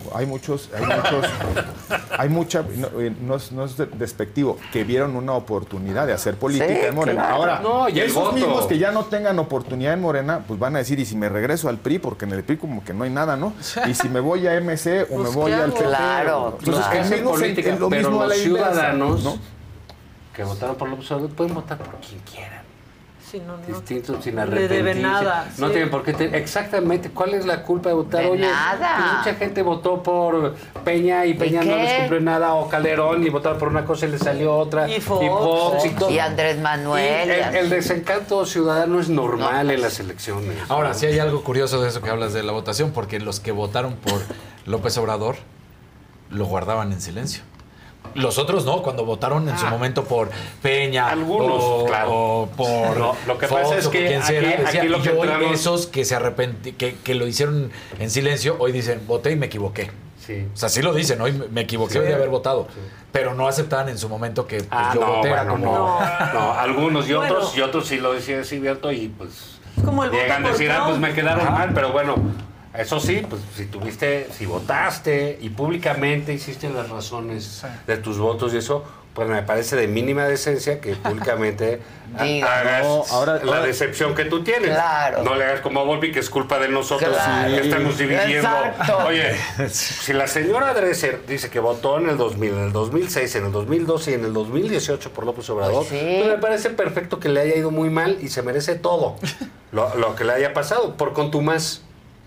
no es despectivo, que vieron una oportunidad de hacer política en Morena.
Claro.
Ahora,
y
esos mismos que ya no tengan oportunidad en Morena, pues van a decir, y si me regreso al PRI, porque en el PRI como que no hay nada, ¿no? Y si me voy a MC o me voy al PP.
Claro,
entonces,
es política,
lo
pero
mismo a la
los
inversa,
ciudadanos
¿no?
que votaron por López Obrador pueden votar por quien quieran.
Sí, no,
Distintos, sin
le
arrepentirse.
debe nada.
No
sí.
tienen por qué. Exactamente. ¿Cuál es la culpa de votar?
De
Oye,
nada.
mucha gente votó por Peña y Peña no les cumplió nada, o Calderón y votaron por una cosa y le salió otra.
Y Fox.
Y todo.
Y Andrés Manuel.
Y el desencanto ciudadano es normal en las elecciones.
Ahora, sí hay algo curioso de eso que hablas de la votación, porque los que votaron por López Obrador lo guardaban en silencio. Los otros no, cuando votaron en su momento por Peña,
algunos, claro.
o por
lo que
Fox,
pasa es
o por
que
quien sea, decía,
aquí lo que
y hoy
entramos...
esos que se que lo hicieron en silencio, hoy dicen, voté y me equivoqué.
Sí.
O sea, sí lo dicen, hoy me equivoqué de haber votado. Sí. Pero no aceptaban en su momento que pues, yo voté. Era como...
No, algunos y otros sí lo decían cierto y pues
como el
llegan a decir, pues me quedaron mal, pero bueno, eso sí, pues si votaste y públicamente hiciste las razones de tus votos y eso, pues me parece de mínima decencia que públicamente hagas la decepción que tú tienes.
Claro.
No le hagas como a Volpi, que es culpa de nosotros, que estamos dividiendo.
Exacto.
Oye, si la señora Dresser dice que votó en el 2000, en el 2006, en el 2012 y en el 2018 por López Obrador, pues me parece perfecto que le haya ido muy mal y se merece todo lo que le haya pasado por contumaz.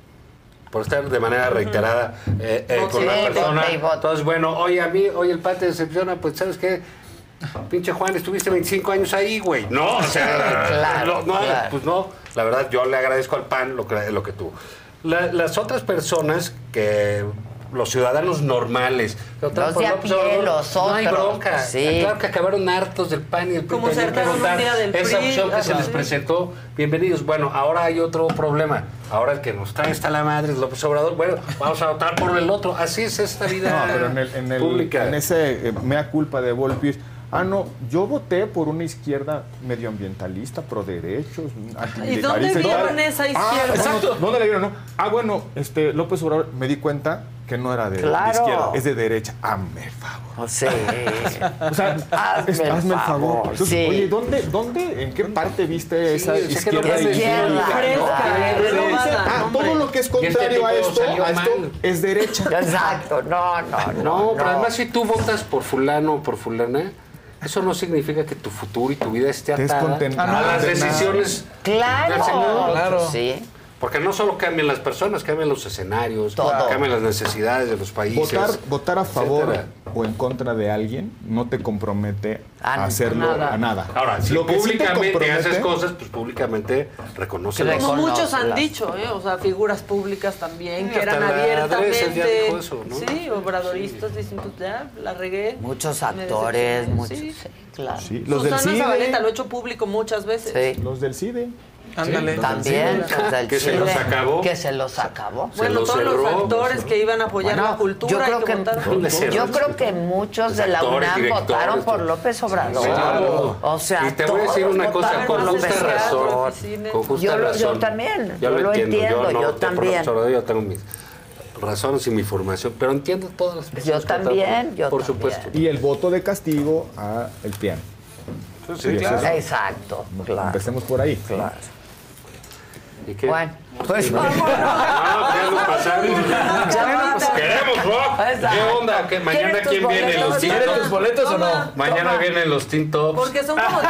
Por estar de manera reiterada con la persona. Entonces, bueno, oye, el PAN te decepciona, pues, ¿sabes qué? Pinche Juan, estuviste 25 años ahí, güey. No, o sea, claro. Pues no. La verdad, yo le agradezco al PAN lo que tuvo. Las otras personas que... Los ciudadanos normales.
Los de a pie, los otros.
No hay bronca.
Sí.
Claro que acabaron hartos del PAN y el PRI.
Como cercaron un día del
esa
PRI,
opción que se les presentó, bienvenidos. Bueno, ahora hay otro problema. Ahora el que nos trae hasta la madre es López Obrador. Bueno, vamos a votar por el otro. Así es esta vida pública.
En ese mea culpa de Volpi, no, yo voté por una izquierda medioambientalista, pro derechos,
¿Y dónde vieron esa izquierda?
Exacto. ¿Dónde la vieron? No. López Obrador, me di cuenta que no era de izquierda, es de derecha. Hazme el favor.
Sí.
O sea, hazme el favor. Entonces, sí. Oye, ¿dónde, en qué parte viste esa izquierda? Todo lo que es contrario a esto es derecha.
Exacto. No.
Pero además si tú votas por fulano o por fulana, eso no significa que tu futuro y tu vida esté
Te es
atada a las decisiones
Claro,
del Señor.
claro. Sí.
Porque no solo cambian las personas, cambian los escenarios,
Todo.
cambian las necesidades de los países.
Votar a favor
etcétera.
o en contra de alguien no te compromete
A
a hacerlo
nada.
a nada.
Ahora, si
Lo que sí te
públicamente
compromete-
haces cosas, pues públicamente reconoce
Como muchos han dicho, o sea, figuras públicas también,
Sí,
que eran
hasta la Andrés ya
abiertamente,
dijo eso, ¿no?
sí, obradoristas, dicen, pues ya, la regué.
Muchos
Me
actores,
decepcioné.
muchos.
Sí.
Sí, claro.
Sí, los del
Susana
CIDE.
Zabaleta lo ha hecho público muchas veces.
Sí.
Los del CIDE.
Ándale.
También, los del
Que se
Chile,
los acabó.
Que se los acabó.
Bueno, todos los actores que iban a apoyar
Bueno,
la cultura
yo creo
y que votaron.
yo creo que muchos de la
actores,
UNAM
directores,
votaron por López Obrador.
Claro.
O sea,
Y te voy a decir
todos
una cosa,
votaron
con
por
justa
López
razón.
Obrador.
Con justa
Yo
razón.
también,
Yo
lo entiendo,
no
yo
voté por
también.
López Obrador, yo tengo mis razones y mi formación, pero entiendo todas las personas.
Yo
que votaron
también, yo
por
también.
supuesto.
Y el voto de castigo a el PIAN.
Sí,
claro.
Exacto, claro.
Empecemos por ahí.
Claro.
¿Y qué?
Bueno, pues
Sí.
vamos.
No, ya lo pasaron. Queremos rock.
Exacto.
¿Qué onda? ¿Qué mañana
¿Quieres tus
quién viene?
boletos?
¿Los
¿Quieres
Teen
tus boletos o no?
Mañana
Toma.
vienen los Teen Tops.
Porque son como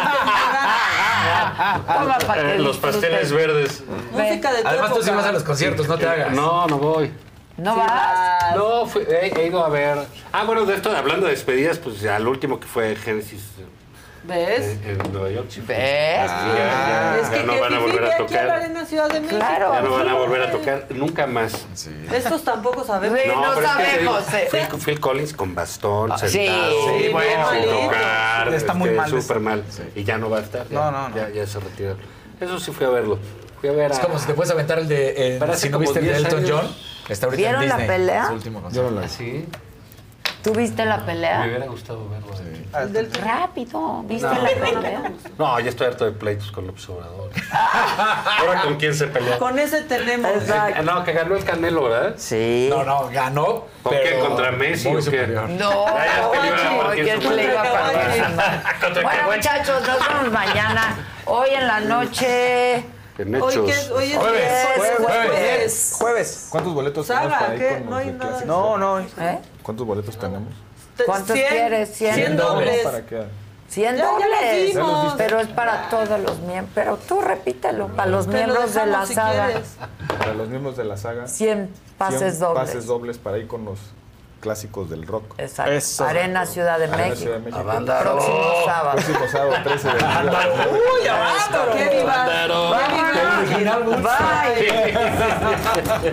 Toma para que
Los pasteles verdes.
música de tu
Además, tú sí
época.
vas a los conciertos, no te hagas.
No, no voy.
¿No vas?
No, he ido a ver. Ah, bueno, de esto, hablando de despedidas, pues al último que fue Génesis
¿Ves?
en Nueva York. Sí,
¿Ves?
Es que
ya no van a volver a
aquí a la
tocar.
Arena Ciudad de México.
Claro.
Ya no van a volver a tocar nunca más.
Estos tampoco sabemos.
Sí, no
pero es que te digo,
sabemos.
Phil Collins con bastón,
Sí,
sentado,
sí, bueno.
sin tocar.
Está muy mal
Súper mal. Y ya no va a estar. Ya,
No.
Ya se retiraron. Eso sí fui a verlo. Fui a ver
Es
a...
como si te puedes aventar el de.
Pero hace
Si no
como
viste el de
10
Elton
años.
John, está ahorita
¿Vieron
en
la
Disney.
pelea?
Su último
Yo
concierto.
no la vi.
¿Sí?
¿Tú viste la pelea?
Me hubiera gustado verlo.
Rápido, ¿viste la pelea?
No, ya estoy harto de pleitos con López Obrador. ¿Ahora con quién se pelea?
Con ese tenemos.
No, que ganó el Canelo, ¿verdad?
Sí.
No, ganó.
¿Con qué?
pero
¿Contra Messi
muy
o qué?
superior.
No,
Ya es que le iban a partir
¿quién
su
le iba a
madre.
partir? Bueno, muchachos, nos vemos mañana. Hoy en la noche.
En
Hoy,
hechos.
hoy es
Jueves.
¿Cuántos boletos tenemos
Saga,
para ir
¿qué?
con
No
los
hay
de
nada.
Clásico?
No.
¿Eh?
¿Cuántos boletos tenemos?
¿Cuántos
100,
quieres?
100 dobles.
¿Para qué?
100
Ya los
dobles.
dimos.
Pero es para todos los miembros. Pero tú repítelo, para los
Te lo
miembros de la
dejamos si
saga.
quieres.
Para los miembros de la saga.
100 pases
100
dobles.
pases dobles para ir con los clásicos del rock.
Exacto.
Eso.
Arena Ciudad de
Arena
México.
Ciudad de México.
Próximo sábado.
Próximo sábado, 13 de mayo.
¡Uy, abajo! ¡Qué viva!
Bye.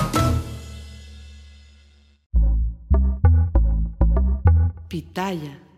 Pitaya.